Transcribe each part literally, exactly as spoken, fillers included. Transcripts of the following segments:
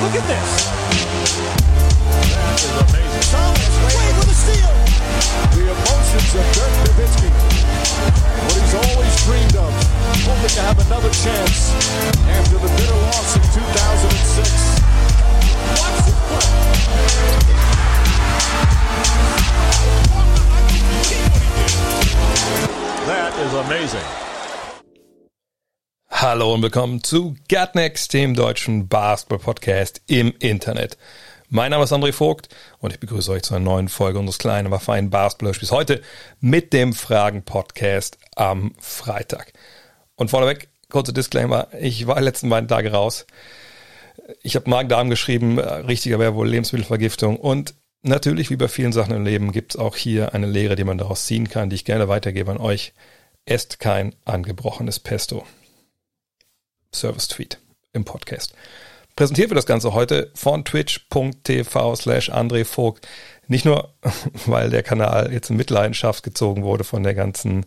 Look at this. That is amazing. Thomas Wade with a steal. The emotions of Dirk Nowitzki. What he's always dreamed of. Hoping to have another chance after the bitter loss in two thousand six. Watch this play. That is amazing. Hallo und willkommen zu Gut Next, dem deutschen Basketball-Podcast im Internet. Mein Name ist André Vogt und ich begrüße euch zu einer neuen Folge unseres kleinen, aber feinen Basketball-Spiels heute mit dem Fragen-Podcast am Freitag. Und vorneweg, kurzer Disclaimer, ich war die letzten beiden Tage raus. Ich habe Magen-Darm geschrieben, richtiger wäre wohl Lebensmittelvergiftung und natürlich, wie bei vielen Sachen im Leben, gibt es auch hier eine Lehre, die man daraus ziehen kann, die ich gerne weitergebe an euch. Esst kein angebrochenes Pesto. Service-Tweet im Podcast. Präsentiert wird das Ganze heute von twitch.tv slash André Vogt. Nicht nur, weil der Kanal jetzt in Mitleidenschaft gezogen wurde von der ganzen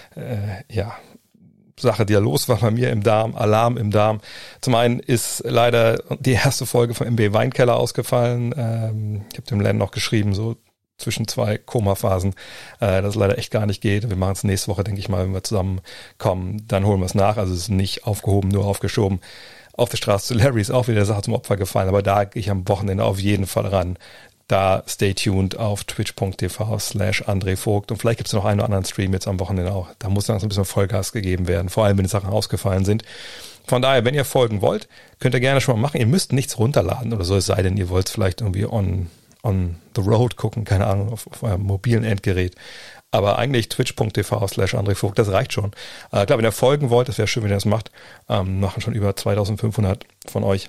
äh, ja, Sache, die ja los war bei mir im Darm, Alarm im Darm. Zum einen ist leider die erste Folge vom N B A Weinkeller ausgefallen. Ähm, ich habe dem Len noch geschrieben, so zwischen zwei Koma-Phasen, äh, dass es leider echt gar nicht geht. Wir machen es nächste Woche, denke ich mal, wenn wir zusammenkommen, dann holen wir es nach. Also es ist nicht aufgehoben, nur aufgeschoben. Auf der Straße zu Larry ist auch wieder der Sache zum Opfer gefallen, aber da gehe ich am Wochenende auf jeden Fall ran. Da stay tuned auf twitch.tv slash André Vogt und vielleicht gibt es noch einen oder anderen Stream jetzt am Wochenende auch. Da muss dann so ein bisschen Vollgas gegeben werden, vor allem wenn die Sachen ausgefallen sind. Von daher, wenn ihr folgen wollt, könnt ihr gerne schon mal machen. Ihr müsst nichts runterladen oder so, es sei denn, ihr wollt es vielleicht irgendwie on on the road gucken, keine Ahnung, auf, auf eurem mobilen Endgerät. Aber eigentlich twitch.tv slash André Vogt, das reicht schon. Äh, klar, wenn ihr folgen wollt, das wäre schön, wenn ihr das macht, ähm, machen schon über zweitausendfünfhundert von euch.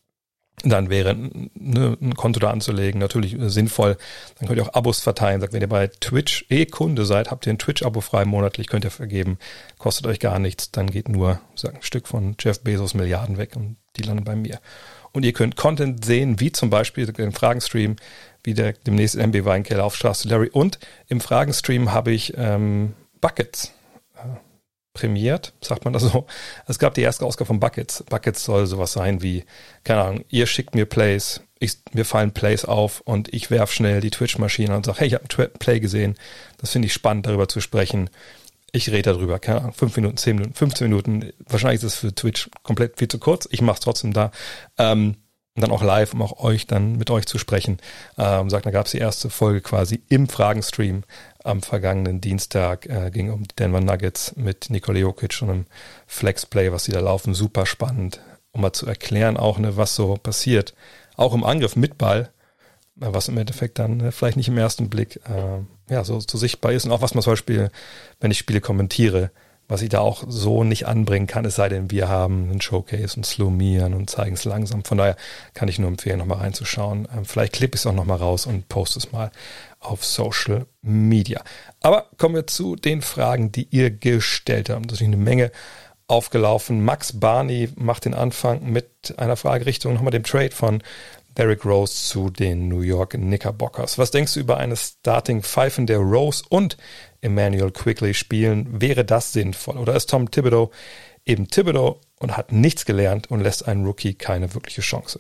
Dann wäre ne, ein Konto da anzulegen natürlich sinnvoll. Dann könnt ihr auch Abos verteilen. Sagt, wenn ihr bei Twitch eh Kunde seid, habt ihr ein Twitch-Abo frei monatlich, könnt ihr vergeben. Kostet euch gar nichts. Dann geht nur sagen, ein Stück von Jeff Bezos Milliarden weg und die landen bei mir. Und ihr könnt Content sehen, wie zum Beispiel den Fragenstream, wie der demnächst N B A Weinkeller auf Straße Larry. Und im Fragenstream habe ich ähm, Buckets äh, prämiert, sagt man das so. Es gab die erste Ausgabe von Buckets. Buckets soll sowas sein wie, keine Ahnung, ihr schickt mir Plays, ich, mir fallen Plays auf und ich werf schnell die Twitch-Maschine und sage, hey, ich habe einen Play gesehen. Das finde ich spannend, darüber zu sprechen. Ich rede darüber, keine Ahnung, fünf Minuten, zehn Minuten, fünfzehn Minuten. Wahrscheinlich ist es für Twitch komplett viel zu kurz. Ich mache es trotzdem da. Ähm, und dann auch live, um auch euch dann mit euch zu sprechen. Ähm, sagt, da gab es die erste Folge quasi im Fragenstream am vergangenen Dienstag. Äh, ging um die Denver Nuggets mit Nikola Jokic und einem Flexplay, was sie da laufen. Super spannend, um mal zu erklären auch, ne, was so passiert. Auch im Angriff mit Ball, was im Endeffekt dann äh, vielleicht nicht im ersten Blick äh, ja so, so sichtbar ist. Und auch was man zum Beispiel, wenn ich Spiele kommentiere, was ich da auch so nicht anbringen kann, es sei denn, wir haben einen Showcase und slow-mieren und zeigen es langsam. Von daher kann ich nur empfehlen, nochmal reinzuschauen. Ähm, vielleicht klippe ich es auch nochmal raus und poste es mal auf Social Media. Aber kommen wir zu den Fragen, die ihr gestellt habt. Das ist eine Menge aufgelaufen. Max Barney macht den Anfang mit einer Frage Richtung nochmal dem Trade von Derrick Rose zu den New York Knickerbockers. Was denkst du über eine Starting Five, in der Rose und Emmanuel Quickley spielen? Wäre das sinnvoll? Oder ist Tom Thibodeau eben Thibodeau und hat nichts gelernt und lässt einen Rookie keine wirkliche Chance?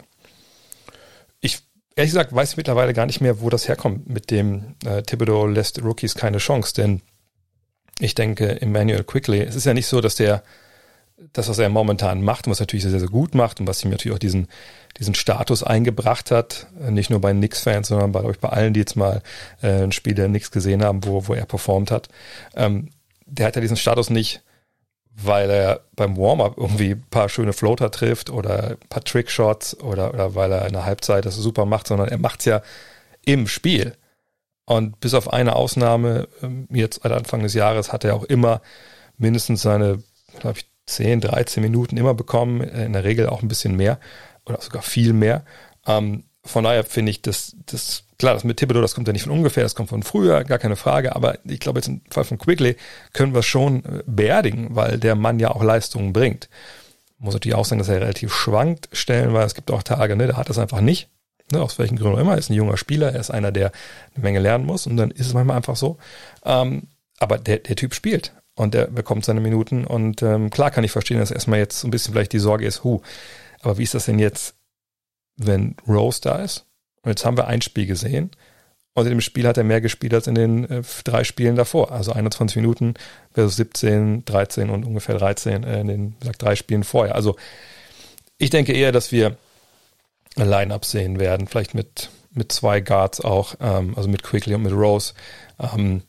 Ich, ehrlich gesagt, weiß mittlerweile gar nicht mehr, wo das herkommt mit dem äh, Thibodeau lässt Rookies keine Chance, denn ich denke, Emmanuel Quickley, es ist ja nicht so, dass der das, was er momentan macht und was natürlich sehr, sehr gut macht und was ihm natürlich auch diesen, diesen Status eingebracht hat, nicht nur bei Knicks-Fans, sondern bei, bei allen, die jetzt mal äh, ein Spiel der Knicks gesehen haben, wo, wo er performt hat. Ähm, der hat ja diesen Status nicht, weil er beim Warm-Up irgendwie ein paar schöne Floater trifft oder ein paar Trickshots oder, oder weil er in der Halbzeit das super macht, sondern er macht es ja im Spiel. Und bis auf eine Ausnahme, jetzt seit Anfang des Jahres, hat er auch immer mindestens seine, glaube ich, zehn, dreizehn Minuten immer bekommen, in der Regel auch ein bisschen mehr oder sogar viel mehr. Ähm, von daher finde ich, das, das klar, das mit Thibodeau, das kommt ja nicht von ungefähr, das kommt von früher, gar keine Frage, aber ich glaube jetzt im Fall von Quickley können wir es schon beerdigen, weil der Mann ja auch Leistungen bringt. Muss natürlich auch sagen, dass er relativ schwankt stellenweise. Es gibt auch Tage, ne, da hat er es einfach nicht. Ne, aus welchen Gründen auch immer. Er ist ein junger Spieler, er ist einer, der eine Menge lernen muss und dann ist es manchmal einfach so. Ähm, aber der, der Typ spielt. Und der bekommt seine Minuten und ähm, klar kann ich verstehen, dass erstmal jetzt so ein bisschen vielleicht die Sorge ist, hu, aber wie ist das denn jetzt, wenn Rose da ist. Und jetzt haben wir ein Spiel gesehen. Und in dem Spiel hat er mehr gespielt als in den äh, drei Spielen davor. Also einundzwanzig Minuten versus siebzehn, dreizehn und ungefähr dreizehn äh, in den, wie gesagt, drei Spielen vorher. Also ich denke eher, dass wir ein Line-Up sehen werden. Vielleicht mit, mit zwei Guards auch. Ähm, also mit Quickley und mit Rose. Ähm,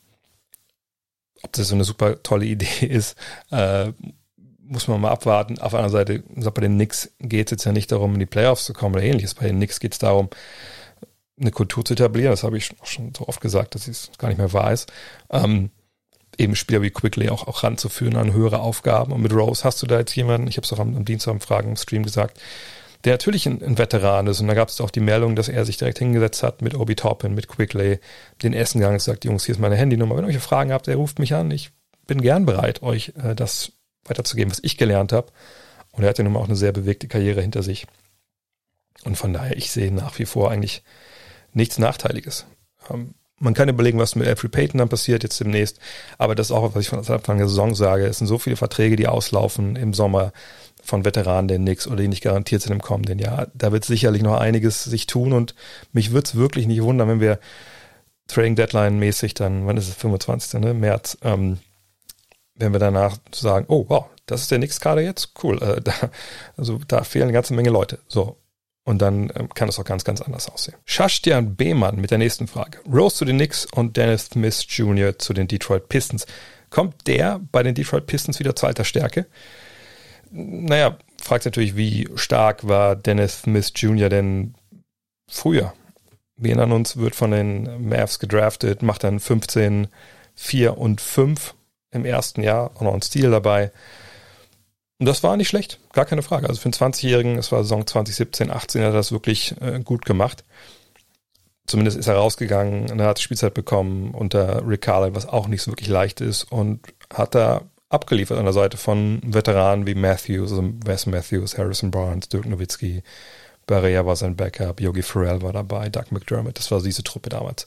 ob das so eine super tolle Idee ist, äh, muss man mal abwarten. Auf der anderen Seite, bei den Knicks geht es jetzt ja nicht darum, in die Playoffs zu kommen oder ähnliches. Bei den Knicks geht es darum, eine Kultur zu etablieren. Das habe ich auch schon so oft gesagt, dass es gar nicht mehr wahr ist. Ähm, eben Spieler wie Quickley auch, auch ranzuführen an höhere Aufgaben. Und mit Rose hast du da jetzt jemanden, ich habe es auch am, am Dienstag am Fragen im Stream gesagt, der natürlich ein, ein Veteran ist. Und da gab es auch die Meldung, dass er sich direkt hingesetzt hat mit Obi Toppin, mit Quickley, den Essen gegangen ist, sagt, Jungs, hier ist meine Handynummer. Wenn ihr euch Fragen habt, der ruft mich an. Ich bin gern bereit, euch äh, das weiterzugeben, was ich gelernt habe. Und er hat ja nun mal auch eine sehr bewegte Karriere hinter sich. Und von daher, ich sehe nach wie vor eigentlich nichts Nachteiliges. Ähm, man kann überlegen, was mit Elfrid Payton dann passiert jetzt demnächst, aber das ist auch, was ich von Anfang der Saison sage, es sind so viele Verträge, die auslaufen im Sommer von Veteranen der Knicks oder die nicht garantiert sind im kommenden Jahr. Da wird sicherlich noch einiges sich tun und mich würde es wirklich nicht wundern, wenn wir Trading Deadline mäßig dann, wann ist es, fünfundzwanzigsten Ne, März, ähm, wenn wir danach sagen, oh wow, das ist der Knicks-Kader jetzt, cool, äh, da, also da fehlen eine ganze Menge Leute, so. Und dann ähm, kann es auch ganz, ganz anders aussehen. Shashtian Behmann mit der nächsten Frage. Rose zu den Knicks und Dennis Smith Junior zu den Detroit Pistons. Kommt der bei den Detroit Pistons wieder zu alter Stärke? Naja, fragt natürlich, wie stark war Dennis Smith Junior denn früher? Wir erinnern uns, wird von den Mavs gedraftet, macht dann fünfzehn, vier und fünf im ersten Jahr, auch noch ein Steal dabei. Und das war nicht schlecht, gar keine Frage. Also für einen zwanzigjährigen, es war Saison zwanzig siebzehn, achtzehn, hat er das wirklich äh, gut gemacht. Zumindest ist er rausgegangen, er hat Spielzeit bekommen unter Rick Carlisle, was auch nicht so wirklich leicht ist, und hat da abgeliefert an der Seite von Veteranen wie Matthews, also Wes Matthews, Harrison Barnes, Dirk Nowitzki, Barea war sein Backup, Yogi Ferrell war dabei, Doug McDermott, das war diese Truppe damals.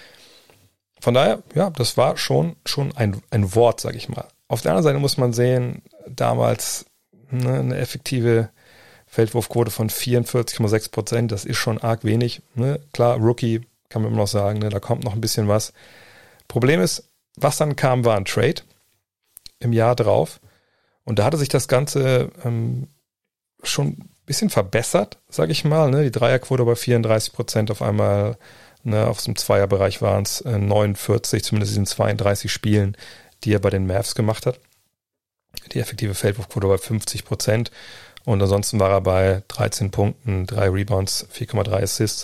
Von daher, ja, das war schon, schon ein, ein Wort, sag ich mal. Auf der anderen Seite muss man sehen, damals ne, eine effektive Feldwurfquote von vierundvierzig Komma sechs Prozent, das ist schon arg wenig. Ne? Klar, Rookie kann man immer noch sagen, ne, da kommt noch ein bisschen was. Problem ist, was dann kam, war ein Trade im Jahr drauf. Und da hatte sich das Ganze ähm, schon ein bisschen verbessert, sage ich mal. Ne? Die Dreierquote bei vierunddreißig Prozent auf einmal, ne, auf so einem Zweierbereich waren es äh, neunundvierzig, zumindest in zweiunddreißig Spielen, die er bei den Mavs gemacht hat. Die effektive Feldwurfquote bei fünfzig Prozent. Und ansonsten war er bei dreizehn Punkten, drei Rebounds, vier Komma drei Assists.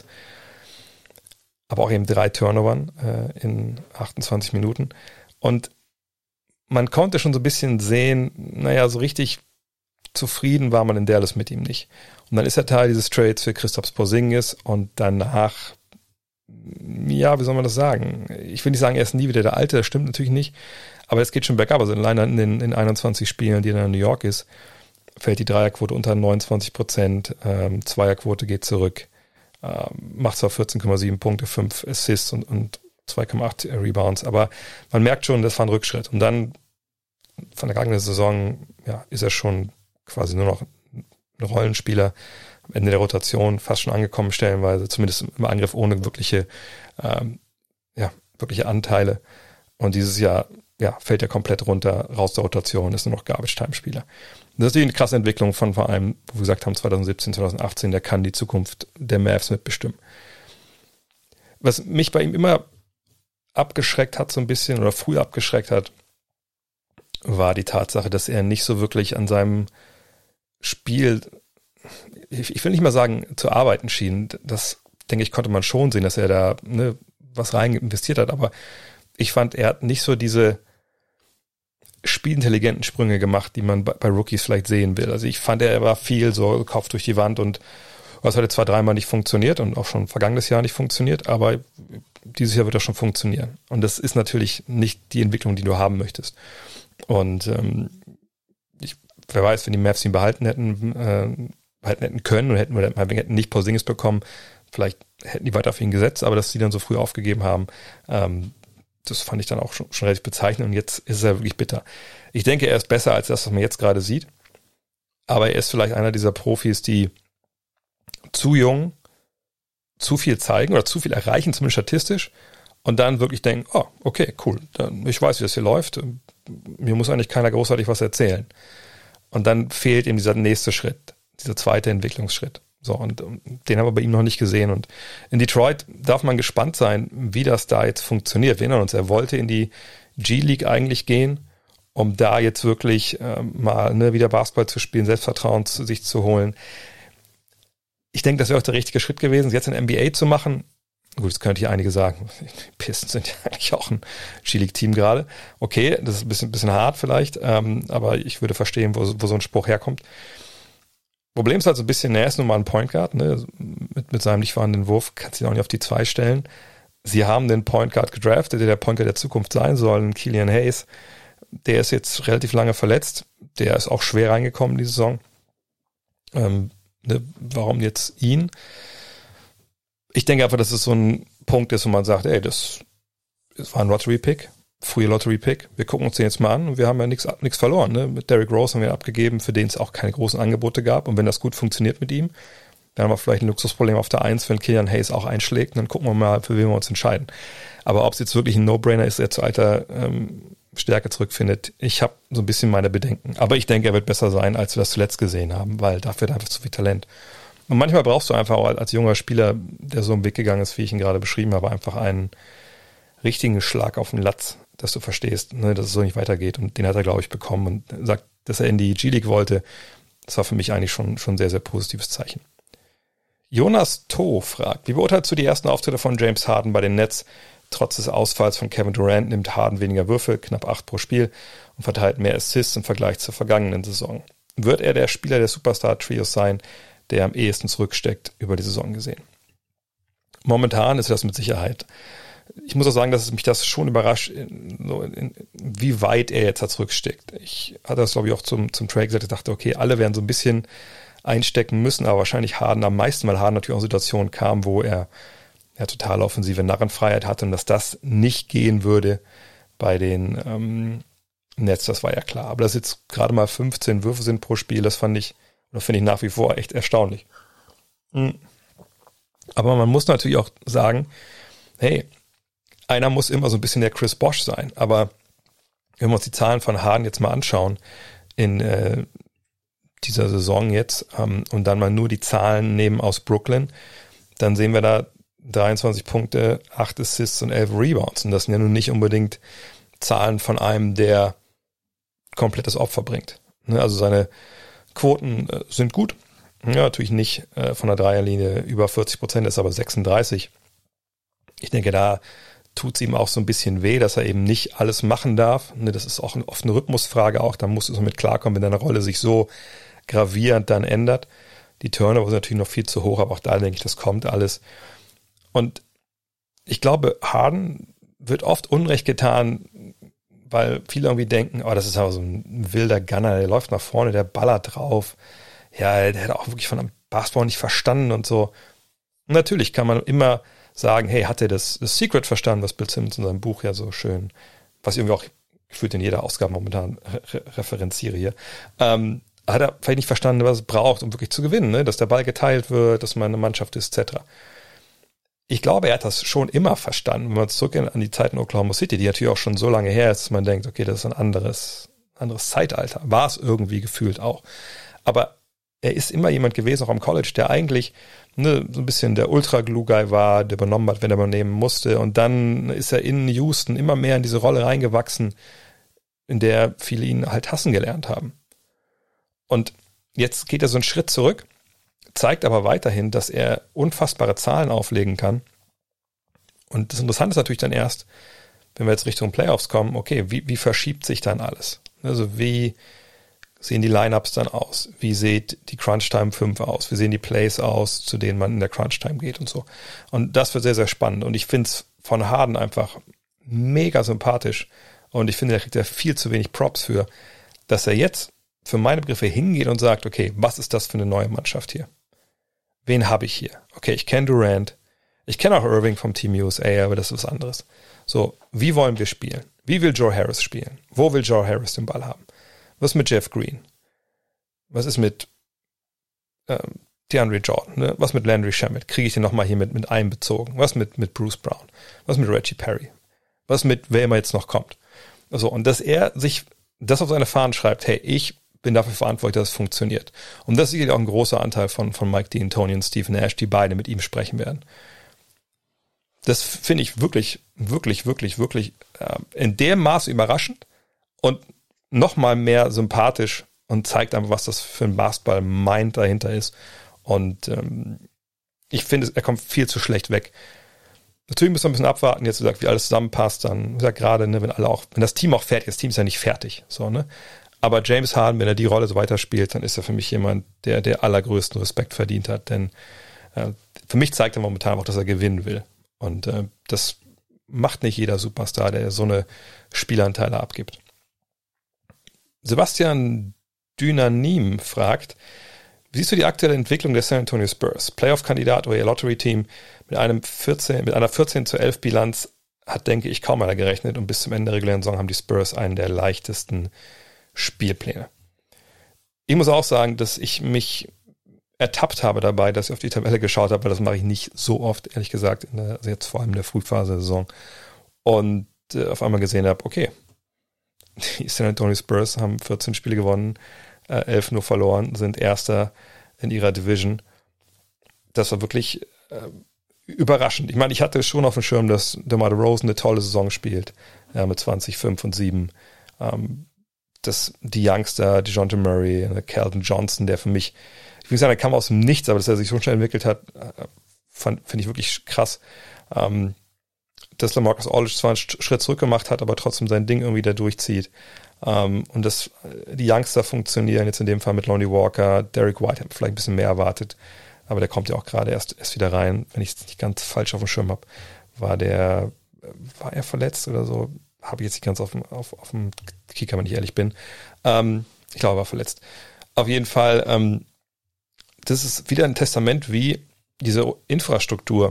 Aber auch eben drei Turnovern äh, in achtundzwanzig Minuten. Und man konnte schon so ein bisschen sehen, naja, so richtig zufrieden war man in Dallas mit ihm nicht. Und dann ist er Teil dieses Trades für Kristaps Porzingis und danach, ja, wie soll man das sagen? Ich will nicht sagen, er ist nie wieder der Alte, das stimmt natürlich nicht. Aber es geht schon bergab. Also allein in den in einundzwanzig Spielen, die er in New York ist, fällt die Dreierquote unter neunundzwanzig Prozent. Ähm, Zweierquote geht zurück. Ähm, macht zwar vierzehn Komma sieben Punkte, fünf Assists und, und zwei Komma acht Rebounds. Aber man merkt schon, das war ein Rückschritt. Und dann von der vergangenen Saison ja, ist er schon quasi nur noch ein Rollenspieler. Am Ende der Rotation fast schon angekommen stellenweise. Zumindest im Angriff ohne wirkliche, ähm, ja, wirkliche Anteile. Und dieses Jahr ja, fällt er komplett runter, raus der Rotation, ist nur noch Garbage-Time-Spieler. Das ist natürlich eine krasse Entwicklung von vor allem, wo wir gesagt haben, zwanzig siebzehn, zwanzig achtzehn, der kann die Zukunft der Mavs mitbestimmen. Was mich bei ihm immer abgeschreckt hat so ein bisschen oder früher abgeschreckt hat, war die Tatsache, dass er nicht so wirklich an seinem Spiel, ich, ich will nicht mal sagen, zu arbeiten schien. Das, denke ich, konnte man schon sehen, dass er da ne, was rein investiert hat, aber ich fand, er hat nicht so diese spielintelligenten Sprünge gemacht, die man bei, bei Rookies vielleicht sehen will. Also ich fand, er war viel so Kopf durch die Wand und das hat jetzt zwar dreimal nicht funktioniert und auch schon vergangenes Jahr nicht funktioniert, aber dieses Jahr wird das schon funktionieren. Und das ist natürlich nicht die Entwicklung, die du haben möchtest. Und ähm, ich, wer weiß, wenn die Mavs ihn behalten hätten, äh, behalten hätten können und hätten, oder hätten nicht Porzingis bekommen, vielleicht hätten die weiter auf ihn gesetzt, aber dass sie dann so früh aufgegeben haben, ähm, das fand ich dann auch schon, schon relativ bezeichnend und jetzt ist er wirklich bitter. Ich denke, er ist besser als das, was man jetzt gerade sieht, aber er ist vielleicht einer dieser Profis, die zu jung, zu viel zeigen oder zu viel erreichen, zumindest statistisch, und dann wirklich denken, oh, okay, cool, dann, ich weiß, wie das hier läuft, mir muss eigentlich keiner großartig was erzählen. Und dann fehlt ihm dieser nächste Schritt, dieser zweite Entwicklungsschritt. So, und, und den haben wir bei ihm noch nicht gesehen. Und in Detroit darf man gespannt sein, wie das da jetzt funktioniert. Wir erinnern uns, er wollte in die G-League eigentlich gehen, um da jetzt wirklich äh, mal ne, wieder Basketball zu spielen, Selbstvertrauen zu sich zu holen. Ich denke, das wäre auch der richtige Schritt gewesen, jetzt eine N B A zu machen. Gut, das könnte hier einige sagen. Die Pistons sind ja eigentlich auch ein G-League-Team gerade. Okay, das ist ein bisschen, bisschen hart vielleicht, ähm, aber ich würde verstehen, wo, wo so ein Spruch herkommt. Problem ist halt so ein bisschen, er ist nun mal ein Point Guard, ne? mit, mit seinem nicht vorhandenen Wurf kannst du ihn auch nicht auf die zwei stellen. Sie haben den Point Guard gedraftet, der der Point Guard der Zukunft sein soll, Killian Hayes. Der ist jetzt relativ lange verletzt. Der ist auch schwer reingekommen in die Saison. Ähm, ne? Warum jetzt ihn? Ich denke einfach, dass es so ein Punkt ist, wo man sagt, ey, das, das war ein Lottery-Pick, frühe Lottery-Pick. Wir gucken uns den jetzt mal an und wir haben ja nichts nichts verloren. Ne? Mit Derrick Rose haben wir abgegeben, für den es auch keine großen Angebote gab. Und wenn das gut funktioniert mit ihm, dann haben wir vielleicht ein Luxusproblem auf der Eins, wenn Killian Hayes auch einschlägt. Und dann gucken wir mal, für wen wir uns entscheiden. Aber ob es jetzt wirklich ein No-Brainer ist, der zu alter ähm, Stärke zurückfindet, ich habe so ein bisschen meine Bedenken. Aber ich denke, er wird besser sein, als wir das zuletzt gesehen haben, weil dafür hat er einfach zu viel Talent. Und manchmal brauchst du einfach auch als junger Spieler, der so einen Weg gegangen ist, wie ich ihn gerade beschrieben habe, einfach einen richtigen Schlag auf den Latz, dass du verstehst, ne, dass es so nicht weitergeht. Und den hat er, glaube ich, bekommen und sagt, dass er in die G-League wollte. Das war für mich eigentlich schon schon ein sehr, sehr positives Zeichen. Jonas To fragt, wie beurteilst du die ersten Auftritte von James Harden bei den Nets? Trotz des Ausfalls von Kevin Durant nimmt Harden weniger Würfe, knapp acht pro Spiel und verteilt mehr Assists im Vergleich zur vergangenen Saison. Wird er der Spieler der Superstar-Trios sein, der am ehesten zurücksteckt über die Saison gesehen? Momentan ist das mit Sicherheit. Ich muss auch sagen, dass es mich das schon überrascht, so in, in, wie weit er jetzt da zurücksteckt. Ich hatte das, glaube ich, auch zum, zum Trade gesagt. Ich dachte, okay, alle werden so ein bisschen einstecken müssen, aber wahrscheinlich Harden am meisten, weil Harden natürlich auch in Situationen kam, wo er ja, total offensive Narrenfreiheit hatte und dass das nicht gehen würde bei den ähm, Nets, das war ja klar. Aber dass jetzt gerade mal fünfzehn Würfe sind pro Spiel, das fand ich, oder finde ich nach wie vor echt erstaunlich. Mhm. Aber man muss natürlich auch sagen, hey, einer muss immer so ein bisschen der Chris Bosh sein. Aber wenn wir uns die Zahlen von Harden jetzt mal anschauen, in äh, dieser Saison jetzt, ähm, und dann mal nur die Zahlen nehmen aus Brooklyn, dann sehen wir da dreiundzwanzig Punkte, acht Assists und elf Rebounds. Und das sind ja nun nicht unbedingt Zahlen von einem, der komplettes Opfer bringt. Ne? Also seine Quoten äh, sind gut. Ja, natürlich nicht äh, von der Dreierlinie über vierzig Prozent, ist aber sechsunddreißig. Ich denke, da tut es ihm auch so ein bisschen weh, dass er eben nicht alles machen darf. Ne, das ist auch oft eine Rhythmusfrage auch. Da musst du so mit klarkommen, wenn deine Rolle sich so gravierend dann ändert. Die Turnover sind natürlich noch viel zu hoch, aber auch da denke ich, das kommt alles. Und ich glaube, Harden wird oft Unrecht getan, weil viele irgendwie denken, oh, das ist aber so ein wilder Gunner, der läuft nach vorne, der ballert drauf. Ja, der hat auch wirklich von einem Basketball nicht verstanden und so. Und natürlich kann man immer sagen, hey, hat er das, das Secret verstanden, was Bill Simmons in seinem Buch ja so schön, was ich irgendwie auch gefühlt in jeder Ausgabe momentan re- referenziere hier, ähm, hat er vielleicht nicht verstanden, was es braucht, um wirklich zu gewinnen, ne? Dass der Ball geteilt wird, dass man eine Mannschaft ist, et cetera. Ich glaube, er hat das schon immer verstanden, wenn man zurückgeht an die Zeit in Oklahoma City, die natürlich auch schon so lange her ist, dass man denkt, okay, das ist ein anderes, anderes Zeitalter. War es irgendwie gefühlt auch. Aber er ist immer jemand gewesen, auch am College, der eigentlich ne, so ein bisschen der Ultra-Glue-Guy war, der übernommen hat, wenn er übernehmen musste. Und dann ist er in Houston immer mehr in diese Rolle reingewachsen, in der viele ihn halt hassen gelernt haben. Und jetzt geht er so einen Schritt zurück, zeigt aber weiterhin, dass er unfassbare Zahlen auflegen kann. Und das Interessante ist natürlich dann erst, wenn wir jetzt Richtung Playoffs kommen, okay, wie, wie verschiebt sich dann alles? Also wie sehen die Lineups dann aus? Wie sieht die Crunch-Time fünf aus? Wie sehen die Plays aus, zu denen man in der Crunch-Time geht und so? Und das wird sehr, sehr spannend. Und ich finde es von Harden einfach mega sympathisch. Und ich finde, er kriegt ja viel zu wenig Props für, dass er jetzt für meine Begriffe hingeht und sagt, okay, was ist das für eine neue Mannschaft hier? Wen habe ich hier? Okay, ich kenne Durant. Ich kenne auch Irving vom Team U S A, aber das ist was anderes. So, wie wollen wir spielen? Wie will Joe Harris spielen? Wo will Joe Harris den Ball haben? Was ist mit Jeff Green? Was ist mit ähm, DeAndre Jordan, ne? Was mit Landry Shamet? Kriege ich den nochmal hier mit, mit einbezogen? Was mit, mit Bruce Brown? Was mit Reggie Perry? Was mit wer immer jetzt noch kommt? Also, und dass er sich das auf seine Fahnen schreibt, hey, ich bin dafür verantwortlich, dass es funktioniert. Und das ist sicherlich auch ein großer Anteil von, von Mike D'Antoni und Steve Nash, die beide mit ihm sprechen werden. Das finde ich wirklich, wirklich, wirklich, wirklich äh, in dem Maße überraschend und nochmal mehr sympathisch und zeigt einfach, was das für ein Basketball-Mind dahinter ist. Und ähm, ich finde, er kommt viel zu schlecht weg. Natürlich müssen wir ein bisschen abwarten, jetzt wie gesagt, wie alles zusammenpasst, dann, wie gesagt, gerade, ne, wenn alle auch, wenn das Team auch fertig ist, das Team ist ja nicht fertig, so, ne. Aber James Harden, wenn er die Rolle so weiterspielt, dann ist er für mich jemand, der der allergrößten Respekt verdient hat, denn äh, für mich zeigt er momentan auch, dass er gewinnen will. Und äh, das macht nicht jeder Superstar, der so eine Spielanteile abgibt. Sebastian Dynanim fragt, wie siehst du die aktuelle Entwicklung der San Antonio Spurs? Playoff-Kandidat oder ihr Lottery-Team mit einem vierzehn, mit einer vierzehn zu elf Bilanz hat, denke ich, kaum einer gerechnet und bis zum Ende der regulären Saison haben die Spurs einen der leichtesten Spielpläne. Ich muss auch sagen, dass ich mich ertappt habe dabei, dass ich auf die Tabelle geschaut habe, weil das mache ich nicht so oft, ehrlich gesagt, in der, also jetzt vor allem in der Frühphase der Saison und äh, auf einmal gesehen habe, okay, die San Antonio Spurs haben vierzehn Spiele gewonnen, äh, elf nur verloren, sind Erster in ihrer Division. Das war wirklich äh, überraschend. Ich meine, ich hatte schon auf dem Schirm, dass DeMar DeRozan eine tolle Saison spielt, ja, mit zwanzig, fünf und sieben. Ähm, dass die Youngster, DeJounte Murray, Keldon Johnson, der für mich, ich will sagen, der kam aus dem Nichts, aber dass er sich so schnell entwickelt hat, finde ich wirklich krass. Ähm, dass LaMarcus Aldridge zwar einen Schritt zurück gemacht hat, aber trotzdem sein Ding irgendwie da durchzieht. Ähm, und dass die Youngster funktionieren, jetzt in dem Fall mit Lonnie Walker, Derek White hat vielleicht ein bisschen mehr erwartet, aber der kommt ja auch gerade erst, erst wieder rein, wenn ich es nicht ganz falsch auf dem Schirm habe. War der, war er verletzt oder so? Habe ich jetzt nicht ganz auf dem, auf, auf dem Kicker, wenn ich ehrlich bin. Ähm, ich glaube, er war verletzt. Auf jeden Fall, ähm, das ist wieder ein Testament, wie diese Infrastruktur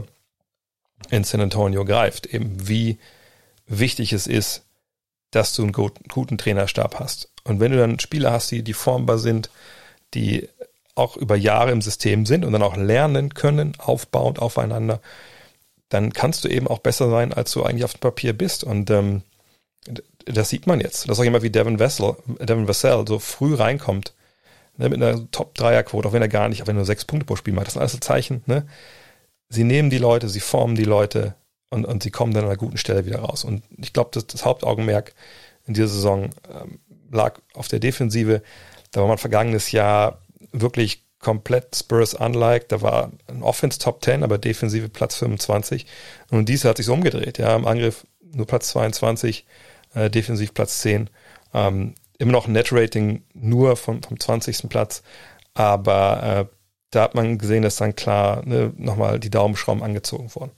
in San Antonio greift. Eben wie wichtig es ist, dass du einen guten Trainerstab hast. Und wenn du dann Spieler hast, die, die formbar sind, die auch über Jahre im System sind und dann auch lernen können, aufbauend aufeinander, dann kannst du eben auch besser sein, als du eigentlich auf dem Papier bist. Und ähm, das sieht man jetzt. Dass auch jemand wie Devin Vassell, Devin Vassell so früh reinkommt, ne, mit einer Top-Dreier-Quote, auch wenn er gar nicht, auch wenn er nur sechs Punkte pro Spiel macht. Das sind alles so Zeichen. Ne? Sie nehmen die Leute, sie formen die Leute und, und sie kommen dann an einer guten Stelle wieder raus. Und ich glaube, das, das Hauptaugenmerk in dieser Saison ähm, lag auf der Defensive. Da war man vergangenes Jahr wirklich komplett Spurs-unlike. Da war ein Offense Top zehn, aber Defensive Platz fünfundzwanzig. Und dies hat sich so umgedreht. Ja, im Angriff nur Platz zweiundzwanzig, äh, defensiv Platz zehn. Ähm, immer noch ein Net-Rating nur vom, vom zwanzigsten Platz. Aber äh, da hat man gesehen, dass dann klar ne, nochmal die Daumenschrauben angezogen wurden.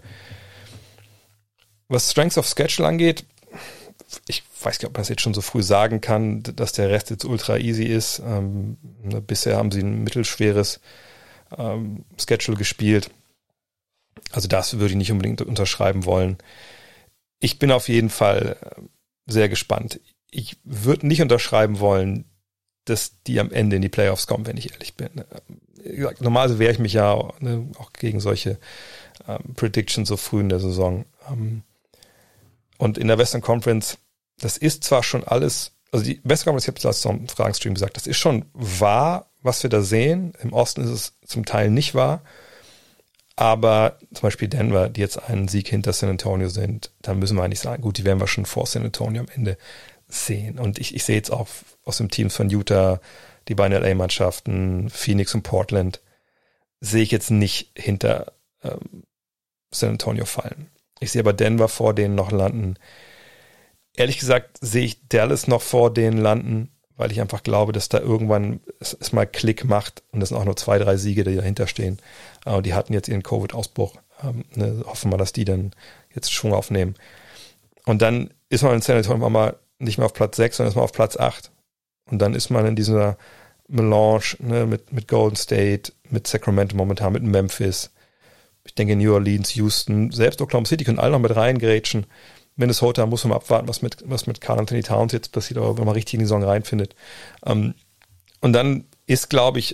Was Strengths of Schedule angeht, ich weiß nicht, ob man das jetzt schon so früh sagen kann, dass der Rest jetzt ultra easy ist. Ähm, ne, bisher haben sie ein mittelschweres ähm, Schedule gespielt. Also das würde ich nicht unbedingt unterschreiben wollen. Ich bin auf jeden Fall sehr gespannt. Ich würde nicht unterschreiben wollen, dass die am Ende in die Playoffs kommen, wenn ich ehrlich bin. Normalerweise wehre ich mich ja ne, auch gegen solche ähm, Predictions so früh in der Saison. Ähm, und in der Western Conference, das ist zwar schon alles, also die Western Conference, ich habe es im Fragenstream gesagt, das ist schon wahr, was wir da sehen. Im Osten ist es zum Teil nicht wahr. Aber zum Beispiel Denver, die jetzt einen Sieg hinter San Antonio sind, da müssen wir eigentlich sagen, gut, die werden wir schon vor San Antonio am Ende sehen. Und ich, ich sehe jetzt auch aus dem Team von Utah, die beiden L A-Mannschaften, Phoenix und Portland, sehe ich jetzt nicht hinter ähm, San Antonio fallen. Ich sehe aber Denver vor denen noch landen. Ehrlich gesagt sehe ich Dallas noch vor denen landen, weil ich einfach glaube, dass da irgendwann es, es mal Klick macht und das sind auch nur zwei, drei Siege, die dahinter stehen. Und die hatten jetzt ihren Covid-Ausbruch. Ähm, ne, hoffen wir, dass die dann jetzt Schwung aufnehmen. Und dann ist man in San Antonio mal nicht mehr auf Platz sechs, sondern ist man auf Platz acht. Und dann ist man in dieser Melange ne, mit, mit Golden State, mit Sacramento momentan, mit Memphis. Ich denke New Orleans, Houston, selbst Oklahoma City können alle noch mit reingrätschen. Minnesota muss man abwarten, was mit, was mit Karl Anthony Towns jetzt passiert, aber wenn man richtig in die Saison reinfindet. Um, und dann ist, glaube ich,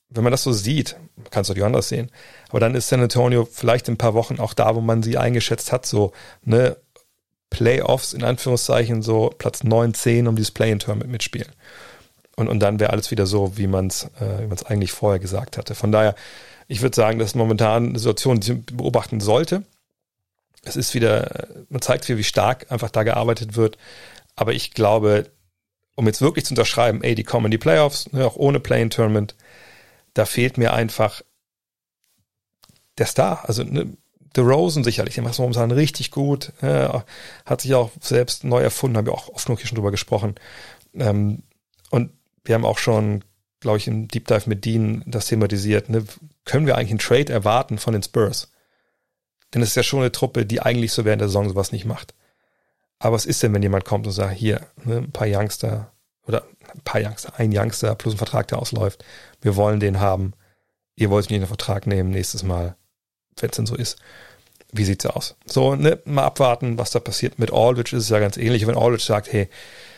wenn man das so sieht, kannst du die anders sehen, aber dann ist San Antonio vielleicht in ein paar Wochen auch da, wo man sie eingeschätzt hat, so ne Playoffs in Anführungszeichen, so Platz neun, zehn um dieses Play-in-Tournament mitspielen. Und, und dann wäre alles wieder so, wie man es äh, wie man es eigentlich vorher gesagt hatte. Von daher, ich würde sagen, das ist momentan eine Situation, die man beobachten sollte. Es ist wieder, man zeigt wieder, wie stark einfach da gearbeitet wird. Aber ich glaube, um jetzt wirklich zu unterschreiben, ey, die kommen in die Playoffs, ne, auch ohne Play-in-Tournament, da fehlt mir einfach der Star. Also ne, DeRozan sicherlich, der macht es momentan richtig gut, ja, hat sich auch selbst neu erfunden, haben wir auch oft genug hier schon drüber gesprochen. Ähm, und wir haben auch schon, glaube ich, im Deep Dive mit Dean das thematisiert. Ne? Können wir eigentlich einen Trade erwarten von den Spurs? Denn es ist ja schon eine Truppe, die eigentlich so während der Saison sowas nicht macht. Aber was ist denn, wenn jemand kommt und sagt, hier, ne, ein paar Youngster, oder ein paar Youngster, ein Youngster plus ein Vertrag, der ausläuft, wir wollen den haben, ihr wollt nicht in den Vertrag nehmen nächstes Mal, wenn es denn so ist. Wie sieht's aus? So, ne, mal abwarten, was da passiert. Mit Aldridge ist es ja ganz ähnlich. Wenn Aldridge sagt, hey,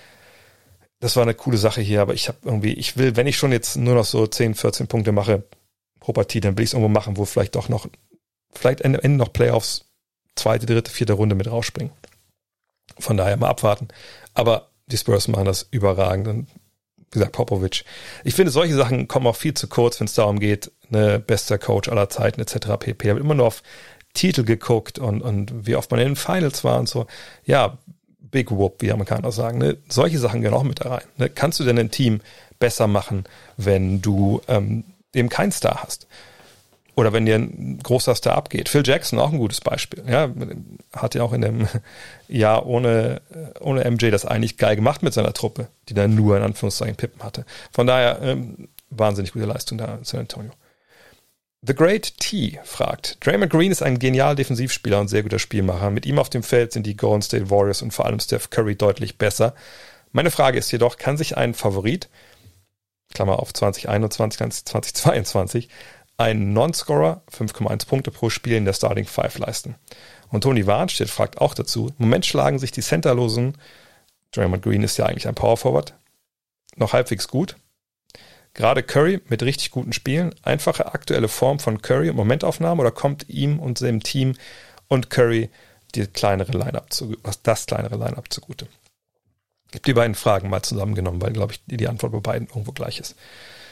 das war eine coole Sache hier, aber ich habe irgendwie, ich will, wenn ich schon jetzt nur noch so zehn, vierzehn Punkte mache pro Partie, dann will ich es irgendwo machen, wo vielleicht doch noch, vielleicht am Ende noch Playoffs, zweite, dritte, vierte Runde mit rausspringen. Von daher mal abwarten. Aber die Spurs machen das überragend. Und wie gesagt, Popovich. Ich finde, solche Sachen kommen auch viel zu kurz, wenn es darum geht, ne, bester Coach aller Zeiten et cetera pp. Da wird immer nur auf Titel geguckt und, und wie oft man in den Finals war und so. Ja, Big Whoop, wie die Amerikaner sagen. Ne? Solche Sachen gehören auch mit da rein. Ne? Kannst du denn ein Team besser machen, wenn du ähm, eben keinen Star hast? Oder wenn dir ein großer Star abgeht. Phil Jackson, auch ein gutes Beispiel. Ja, hat ja auch in dem Jahr ohne, ohne M J das eigentlich geil gemacht mit seiner Truppe, die dann nur in Anführungszeichen Pippen hatte. Von daher ähm, wahnsinnig gute Leistung da in San Antonio. The Great T fragt, Draymond Green ist ein genialer Defensivspieler und sehr guter Spielmacher. Mit ihm auf dem Feld sind die Golden State Warriors und vor allem Steph Curry deutlich besser. Meine Frage ist jedoch, kann sich ein Favorit, Klammer auf zwanzig einundzwanzig, zwanzig zweiundzwanzig, ein Non-Scorer, fünf Komma eins Punkte pro Spiel in der Starting Five leisten? Und Toni Warnstedt fragt auch dazu, im Moment schlagen sich die Centerlosen, Draymond Green ist ja eigentlich ein Power Forward, noch halbwegs gut. Gerade Curry mit richtig guten Spielen, einfache aktuelle Form von Curry und Momentaufnahmen, oder kommt ihm und seinem Team und Curry die kleinere Line-Up zu, was das kleinere Line-Up zugute? Ich habe die beiden Fragen mal zusammengenommen, weil, glaube ich, die Antwort bei beiden irgendwo gleich ist.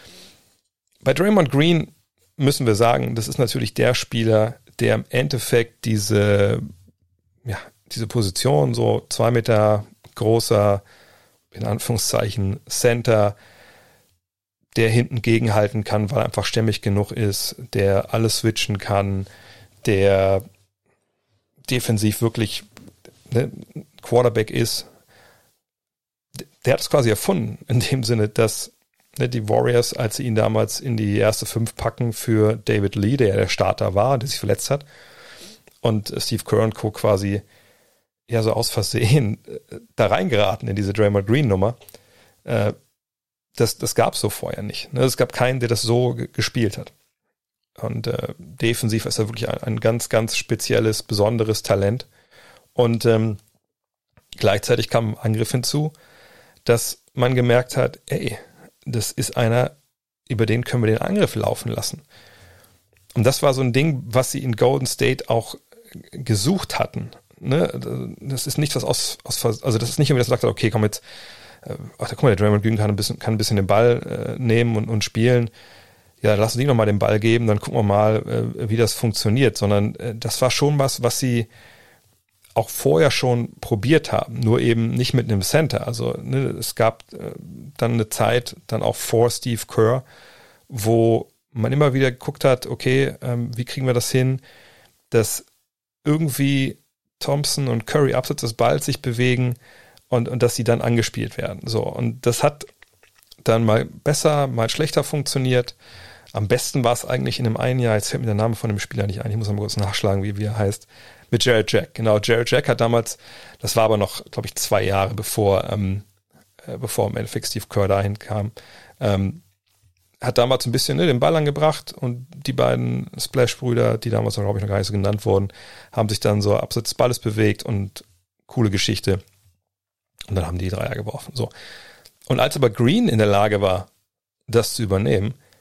Bei Draymond Green müssen wir sagen, das ist natürlich der Spieler, der im Endeffekt diese, ja, diese Position, so zwei Meter großer, in Anführungszeichen, Center, der hinten gegenhalten kann, weil er einfach stämmig genug ist, der alles switchen kann, der defensiv wirklich ne, Quarterback ist. Der hat es quasi erfunden, in dem Sinne, dass ne, die Warriors, als sie ihn damals in die erste Fünf packen für David Lee, der ja der Starter war, der sich verletzt hat, und Steve Kerr und Co. quasi ja so aus Versehen da reingeraten in diese Draymond Green Nummer, äh, Das, das gab es so vorher nicht. Es gab keinen, der das so g- gespielt hat. Und äh, defensiv ist er wirklich ein, ein ganz, ganz spezielles, besonderes Talent. Und ähm, gleichzeitig kam ein Angriff hinzu, dass man gemerkt hat, ey, das ist einer, über den können wir den Angriff laufen lassen. Und das war so ein Ding, was sie in Golden State auch gesucht hatten. Ne? Das ist nicht was aus, aus also das ist nicht irgendwie, dass man sagt, okay, komm jetzt, ach, guck mal, der Draymond Green kann ein bisschen, kann ein bisschen den Ball äh, nehmen und, und spielen. Ja, lass uns ihm nochmal den Ball geben, dann gucken wir mal, äh, wie das funktioniert. Sondern äh, das war schon was, was sie auch vorher schon probiert haben, nur eben nicht mit einem Center. Also ne, es gab äh, dann eine Zeit, dann auch vor Steve Kerr, wo man immer wieder geguckt hat, okay, ähm, wie kriegen wir das hin, dass irgendwie Thompson und Curry abseits des Balls sich bewegen, Und, und dass sie dann angespielt werden. So, und das hat dann mal besser, mal schlechter funktioniert. Am besten war es eigentlich in einem einen Jahr, jetzt fällt mir der Name von dem Spieler nicht ein, ich muss mal kurz nachschlagen, wie, wie er heißt, mit Jarrett Jack. Genau, Jarrett Jack hat damals, das war aber noch, glaube ich, zwei Jahre bevor, ähm, äh, bevor im Endeffekt Steve Kerr dahin kam, ähm, hat damals ein bisschen ne, den Ball angebracht, und die beiden Splash-Brüder, die damals, glaube ich, noch gar nicht so genannt wurden, haben sich dann so abseits des Balles bewegt, und coole Geschichte. Und dann haben die Dreier geworfen. So. Und als aber Green in der Lage war, das zu übernehmen,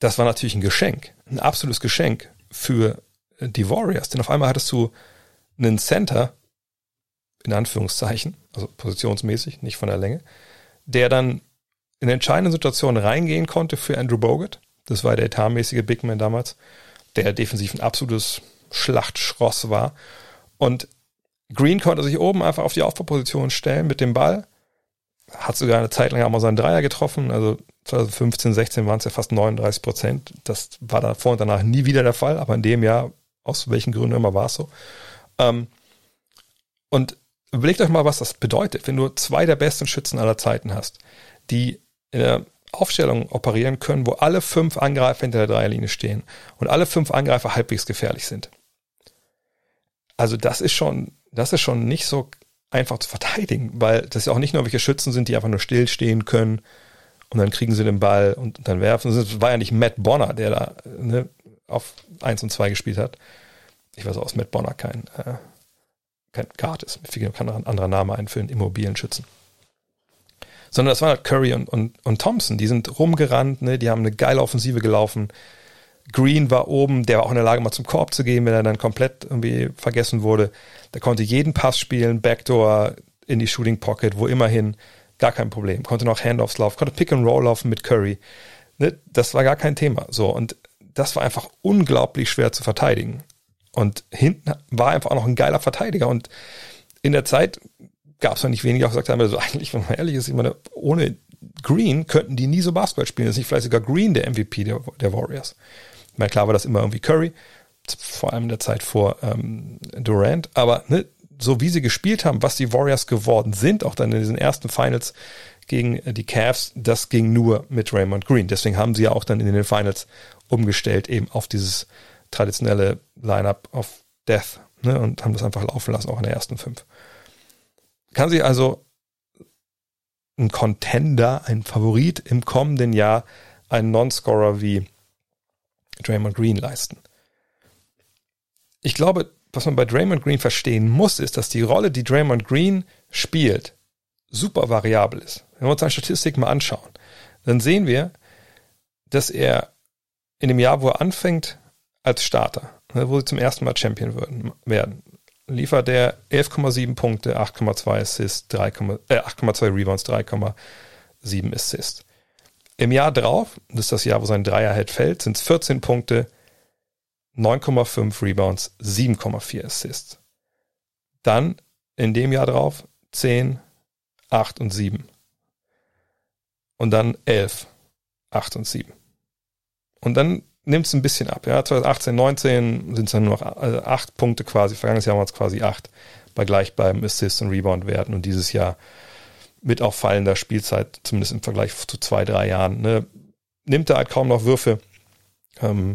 das war natürlich ein Geschenk, ein absolutes Geschenk für die Warriors, denn auf einmal hattest du einen Center, in Anführungszeichen, also positionsmäßig, nicht von der Länge, der dann in entscheidenden Situationen reingehen konnte für Andrew Bogut. Das war der etatmäßige Big Man damals, der defensiv ein absolutes Schlachtschross war. Und Green konnte sich oben einfach auf die Aufbauposition stellen mit dem Ball, hat sogar eine Zeit lang auch mal seinen Dreier getroffen, also zwanzig fünfzehn, sechzehn waren es ja fast neununddreißig Prozent. Das war davor und danach nie wieder der Fall, aber in dem Jahr, aus welchen Gründen immer, war es so. Ähm, und überlegt euch mal, was das bedeutet, wenn du zwei der besten Schützen aller Zeiten hast, die in der Aufstellung operieren können, wo alle fünf Angreifer hinter der Dreierlinie stehen und alle fünf Angreifer halbwegs gefährlich sind. Also das ist schon, das ist schon nicht so einfach zu verteidigen, weil das ja auch nicht nur welche Schützen sind, die einfach nur stillstehen können und dann kriegen sie den Ball und dann werfen. Das war ja nicht Matt Bonner, der da ne, auf eins und zwei gespielt hat. Ich weiß auch, aus Matt Bonner kein, äh, kein Guard ist. Mir kann noch ein anderer Name ein für einen Immobilienschützen. Sondern das waren halt Curry und, und, und Thompson. Die sind rumgerannt, ne, die haben eine geile Offensive gelaufen. Green war oben, der war auch in der Lage, mal zum Korb zu gehen, wenn er dann komplett irgendwie vergessen wurde. Der konnte jeden Pass spielen, Backdoor in die Shooting Pocket, wo immerhin, gar kein Problem. Konnte noch Handoffs laufen, konnte Pick and Roll laufen mit Curry. Ne, das war gar kein Thema. So, und das war einfach unglaublich schwer zu verteidigen. Und hinten war einfach auch noch ein geiler Verteidiger. Und in der Zeit gab es noch nicht wenige, auch gesagt haben, also eigentlich, wenn man ehrlich ist, ich meine, ohne Green könnten die nie so Basketball spielen. Das ist nicht vielleicht sogar Green der M V P der, der Warriors. Ich meine, klar war das immer irgendwie Curry, vor allem in der Zeit vor ähm, Durant, aber ne, so wie sie gespielt haben, was die Warriors geworden sind, auch dann in diesen ersten Finals gegen die Cavs, das ging nur mit Draymond Green. Deswegen haben sie ja auch dann in den Finals umgestellt eben auf dieses traditionelle Lineup of Death, ne, und haben das einfach laufen lassen, auch in der ersten fünf. Kann sich also ein Contender, ein Favorit im kommenden Jahr, einen Non-Scorer wie Draymond Green leisten? Ich glaube, was man bei Draymond Green verstehen muss, ist, dass die Rolle, die Draymond Green spielt, super variabel ist. Wenn wir uns seine Statistik mal anschauen, dann sehen wir, dass er in dem Jahr, wo er anfängt als Starter, wo sie zum ersten Mal Champion werden, liefert er elf Komma sieben Punkte, acht Komma zwei Assists, drei, äh, acht Komma zwei Rebounds, drei Komma sieben Assists. Im Jahr drauf, das ist das Jahr, wo sein Dreier-Head fällt, sind es vierzehn Punkte, neun Komma fünf Rebounds, sieben Komma vier Assists. Dann in dem Jahr drauf zehn, acht und sieben. Und dann elf, acht und sieben. Und dann nimmt es ein bisschen ab. Ja, zwanzig achtzehn, neunzehn sind es dann nur noch acht Punkte quasi. Vergangenes Jahr waren es quasi acht bei gleichbleibenden Assists und Rebound-Werten. Und dieses Jahr mit auch fallender Spielzeit, zumindest im Vergleich zu zwei, drei Jahren, ne, nimmt er halt kaum noch Würfe. Ähm,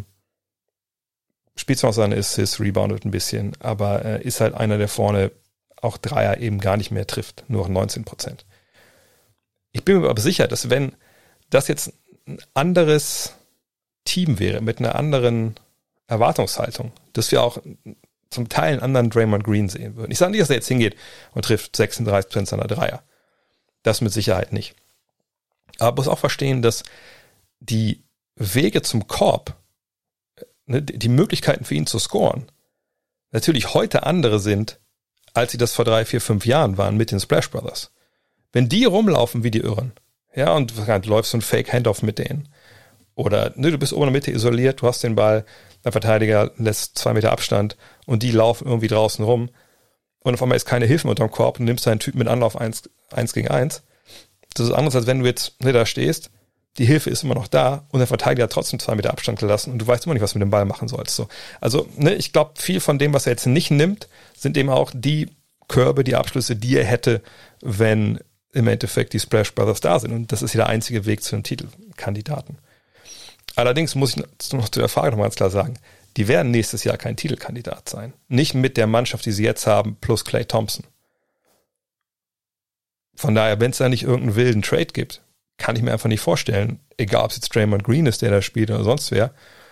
spielt zwar noch seine Assists, reboundet ein bisschen, aber äh, ist halt einer, der vorne auch Dreier eben gar nicht mehr trifft. Nur noch neunzehn Prozent. Ich bin mir aber sicher, dass wenn das jetzt ein anderes Team wäre, mit einer anderen Erwartungshaltung, dass wir auch zum Teil einen anderen Draymond Green sehen würden. Ich sage nicht, dass er jetzt hingeht und trifft sechsunddreißig Prozent seiner Dreier. Das mit Sicherheit nicht. Aber man muss auch verstehen, dass die Wege zum Korb, ne, die Möglichkeiten für ihn zu scoren, natürlich heute andere sind, als sie das vor drei, vier, fünf Jahren waren mit den Splash Brothers. Wenn die rumlaufen wie die Irren, ja, und du läufst so ein Fake-Handoff mit denen, oder ne, du bist oben in der Mitte isoliert, du hast den Ball, der Verteidiger lässt zwei Meter Abstand und die laufen irgendwie draußen rum und auf einmal ist keine Hilfe unterm Korb und nimmst deinen Typen mit Anlauf eins, eins gegen eins. Das ist anders, als wenn du jetzt ne, da stehst, die Hilfe ist immer noch da und der Verteidiger hat trotzdem zwei Meter Abstand gelassen und du weißt immer nicht, was du mit dem Ball machen sollst. So. Also ne, ich glaube, viel von dem, was er jetzt nicht nimmt, sind eben auch die Körbe, die Abschlüsse, die er hätte, wenn im Endeffekt die Splash Brothers da sind. Und das ist ja der einzige Weg zu einem Titelkandidaten. Allerdings muss ich noch zu der Frage noch mal ganz klar sagen, die werden nächstes Jahr kein Titelkandidat sein. Nicht mit der Mannschaft, die sie jetzt haben, plus Klay Thompson. Von daher, wenn es da nicht irgendeinen wilden Trade gibt, kann ich mir einfach nicht vorstellen, egal ob es jetzt Draymond Green ist, der da spielt oder sonst wer,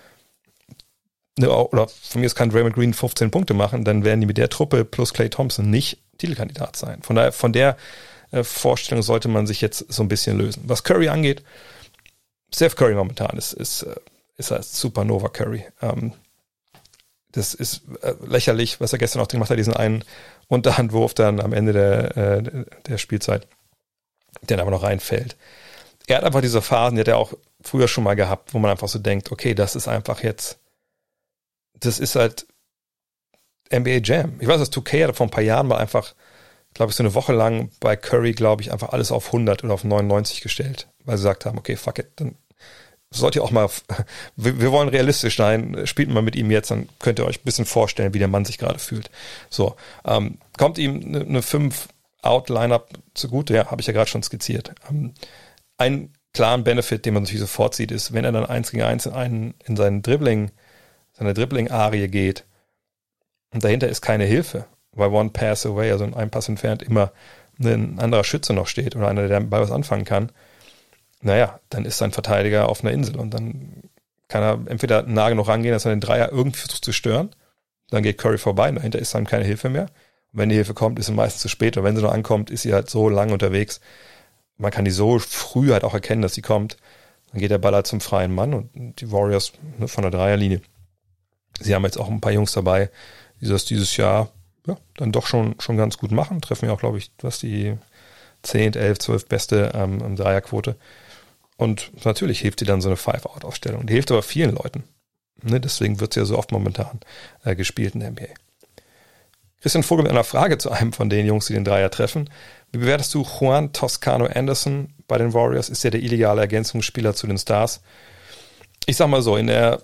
oder von mir aus kann Draymond Green fünfzehn Punkte machen, dann werden die mit der Truppe plus Klay Thompson nicht Titelkandidat sein. Von daher, von der äh, Vorstellung sollte man sich jetzt so ein bisschen lösen. Was Curry angeht, Steph Curry momentan ist, ist äh, ist er Supernova Curry. Ähm, das ist äh, lächerlich, was er gestern auch gemacht hat, diesen einen Unterhandwurf dann am Ende der, äh, der Spielzeit, der dann aber noch reinfällt. Er hat einfach diese Phasen, die hat er auch früher schon mal gehabt, wo man einfach so denkt, okay, das ist einfach jetzt, das ist halt N B A Jam. Ich weiß, das zwei K hat vor ein paar Jahren mal einfach, glaube ich, so eine Woche lang bei Curry, glaube ich, einfach alles auf hundert oder auf neunundneunzig gestellt, weil sie gesagt haben, okay, fuck it, dann sollt ihr auch mal, wir, wir wollen realistisch sein, spielt mal mit ihm jetzt, dann könnt ihr euch ein bisschen vorstellen, wie der Mann sich gerade fühlt. So, ähm, kommt ihm eine, eine fünf-Out-Line-Up zugute, ja, habe ich ja gerade schon skizziert. Ähm, ein klaren Benefit, den man natürlich sofort sieht, ist, wenn er dann eins gegen eins in, einen, in seinen Dribbling, seine Dribbling-Arie geht und dahinter ist keine Hilfe, weil One Pass Away, also ein Pass entfernt, immer ein anderer Schütze noch steht oder einer, der bei was anfangen kann, naja, dann ist sein Verteidiger auf einer Insel und dann kann er entweder nah genug rangehen, dass er den Dreier irgendwie versucht zu stören, dann geht Curry vorbei und dahinter ist dann keine Hilfe mehr. Und wenn die Hilfe kommt, ist sie meistens zu spät, und wenn sie noch ankommt, ist sie halt so lang unterwegs, man kann die so früh halt auch erkennen, dass sie kommt, dann geht der Ball halt zum freien Mann und die Warriors, ne, von der Dreierlinie, sie haben jetzt auch ein paar Jungs dabei, die das dieses Jahr ja, dann doch schon, schon ganz gut machen, treffen ja auch, glaube ich, was die zehn, elf, zwölf beste ähm, Dreierquote. Und natürlich hilft dir dann so eine Five-Out-Aufstellung. Die hilft aber vielen Leuten. Ne, deswegen wird sie ja so oft momentan äh, gespielt in der N B A. Christian Vogel mit einer Frage zu einem von den Jungs, die den Dreier treffen. Wie bewertest du Juan Toscano Anderson bei den Warriors? Ist ja der ideale Ergänzungsspieler zu den Stars. Ich sag mal so, in der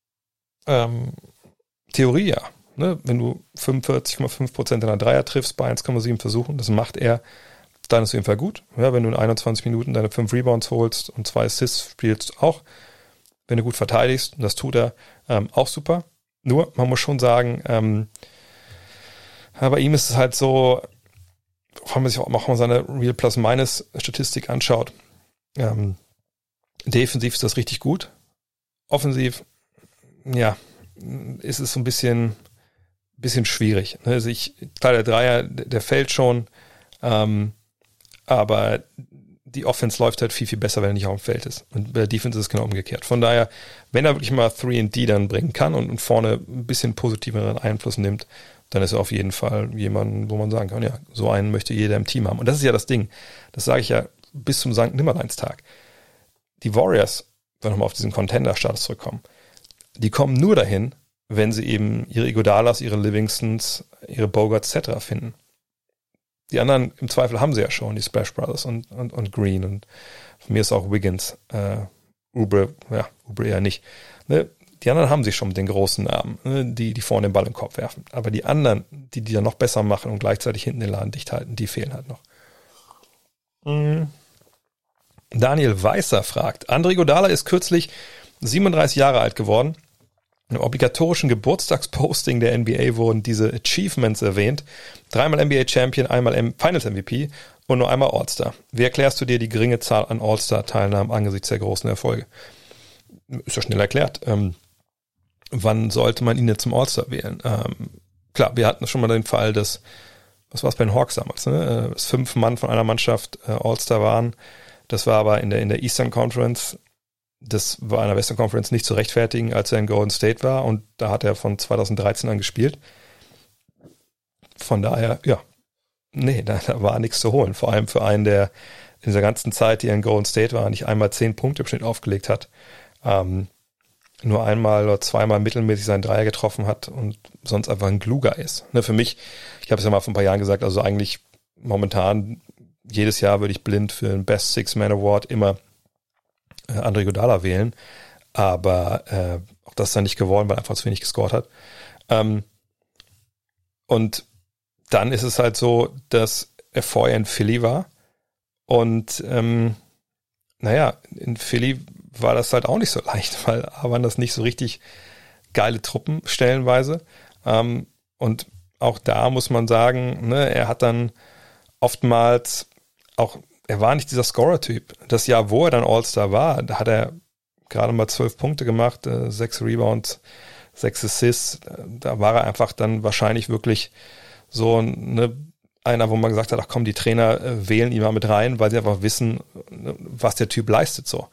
ähm, Theorie ja. Ne, wenn du fünfundvierzig Komma fünf Prozent deiner Dreier triffst bei eins Komma sieben Versuchen, das macht er, dann ist es auf jeden Fall gut. Ja, wenn du in einundzwanzig Minuten deine fünf Rebounds holst und zwei Assists spielst, auch. Wenn du gut verteidigst, und das tut er, ähm, auch super. Nur, man muss schon sagen, ähm, ja, bei ihm ist es halt so, wenn man sich auch mal seine Real Plus-Minus-Statistik anschaut, ähm, defensiv ist das richtig gut. Offensiv, ja, ist es so ein bisschen, bisschen schwierig. Also ich, klar, der Dreier, der fällt schon, ähm, aber die Offense läuft halt viel, viel besser, wenn er nicht auf dem Feld ist. Und bei der Defense ist es genau umgekehrt. Von daher, wenn er wirklich mal drei und D dann bringen kann und vorne ein bisschen positiveren Einfluss nimmt, dann ist er auf jeden Fall jemand, wo man sagen kann, ja, so einen möchte jeder im Team haben. Und das ist ja das Ding. Das sage ich ja bis zum Sankt Nimmerleinstag. Die Warriors, wenn wir nochmal auf diesen Contender-Status zurückkommen, die kommen nur dahin, wenn sie eben ihre Iguodalas, ihre Livingstons, ihre Bogarts et cetera finden. Die anderen im Zweifel haben sie ja schon, die Splash Brothers und, und, und Green, und von mir ist auch Wiggins, äh, Oubre, ja, Oubre eher nicht. Ne? Die anderen haben sie schon mit den großen Namen, ne? die, die vorne den Ball im Kopf werfen. Aber die anderen, die die dann noch besser machen und gleichzeitig hinten den Laden dicht halten, die fehlen halt noch. Mhm. Daniel Weißer fragt, Andre Iguodala ist kürzlich siebenunddreißig Jahre alt geworden. Im obligatorischen Geburtstagsposting der N B A wurden diese Achievements erwähnt. Dreimal N B A-Champion, einmal Finals-M V P und nur einmal All-Star. Wie erklärst du dir die geringe Zahl an All-Star-Teilnahmen angesichts der großen Erfolge? Ist ja schnell erklärt. Ähm, wann sollte man ihn jetzt zum All-Star wählen? Ähm, klar, wir hatten schon mal den Fall, dass, was war es bei den Hawks damals, ne? Dass fünf Mann von einer Mannschaft äh, All-Star waren. Das war aber in der, in der Eastern Conference. Das war in der Western Conference nicht zu rechtfertigen, als er in Golden State war, und da hat er von zweitausenddreizehn an gespielt. Von daher, ja, nee, da, da war nichts zu holen. Vor allem für einen, der in dieser ganzen Zeit, die er in Golden State war, nicht einmal zehn Punkte im Schnitt aufgelegt hat, ähm, nur einmal oder zweimal mittelmäßig seinen Dreier getroffen hat und sonst einfach ein Glue-Guy ist. Ne, für mich, ich habe es ja mal vor ein paar Jahren gesagt, also eigentlich momentan jedes Jahr würde ich blind für den Best Six-Man Award immer äh, Andre Iguodala wählen, aber äh, auch das ist dann nicht geworden, weil er einfach zu wenig gescored hat. Ähm, und dann ist es halt so, dass er vorher in Philly war und ähm, naja, in Philly war das halt auch nicht so leicht, weil A waren das nicht so richtig geile Truppen stellenweise, ähm, und auch da muss man sagen, ne, er hat dann oftmals auch, er war nicht dieser Scorer-Typ. Das Jahr, wo er dann All-Star war, da hat er gerade mal zwölf Punkte gemacht, äh, sechs Rebounds, sechs Assists. Da war er einfach dann wahrscheinlich wirklich so eine, einer, wo man gesagt hat, ach komm, die Trainer äh, wählen ihn mal mit rein, weil sie einfach wissen, was der Typ leistet so.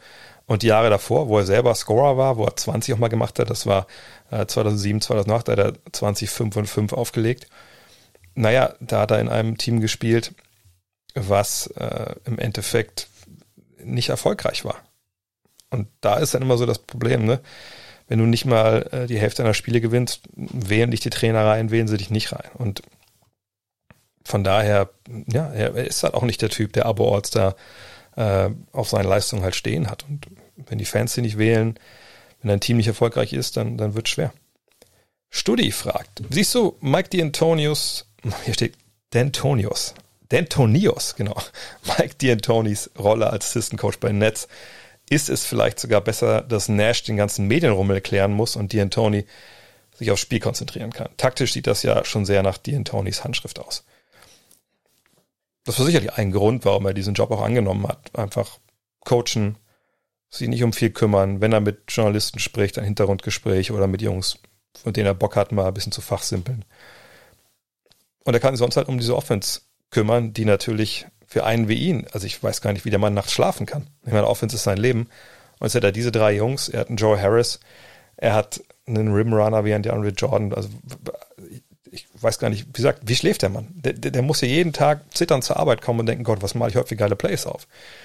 Und die Jahre davor, wo er selber Scorer war, wo er zwanzig auch mal gemacht hat, das war äh, zweitausendsieben, zweitausendacht, da hat er zwanzig, fünf und fünf aufgelegt. Naja, da hat er in einem Team gespielt, was äh, im Endeffekt nicht erfolgreich war. Und da ist dann immer so das Problem, ne? Wenn du nicht mal äh, die Hälfte deiner Spiele gewinnst, wählen dich die Trainer rein, wählen sie dich nicht rein. Und von daher, ja, er ist halt auch nicht der Typ, der Abo-All-Star äh, auf seine Leistung halt stehen hat. Und wenn die Fans sie nicht wählen, wenn dein Team nicht erfolgreich ist, dann, dann wird es schwer. Studi fragt, siehst du Mike D'Antonios, hier steht D'Antonios, D'Antonios, genau, Mike D'Antonis Rolle als Assistant Coach bei den Nets, ist es vielleicht sogar besser, dass Nash den ganzen Medienrummel erklären muss und D'Antoni sich aufs Spiel konzentrieren kann. Taktisch sieht das ja schon sehr nach D'Antonis Handschrift aus. Das war sicherlich ein Grund, warum er diesen Job auch angenommen hat. Einfach coachen, sich nicht um viel kümmern, wenn er mit Journalisten spricht, ein Hintergrundgespräch oder mit Jungs, von denen er Bock hat, mal ein bisschen zu fachsimpeln. Und er kann sich sonst halt um diese Offense kümmern, die natürlich für einen wie ihn, also ich weiß gar nicht, wie der Mann nachts schlafen kann. Ich meine, Offense ist sein Leben. Und jetzt hat er diese drei Jungs, er hat einen Joe Harris, er hat einen Rimrunner wie ein DeAndre Jordan, also ich weiß gar nicht, wie gesagt, wie schläft der Mann? Der, der, der muss ja jeden Tag zitternd zur Arbeit kommen und denken, Gott, was male ich heute für geile Plays auf?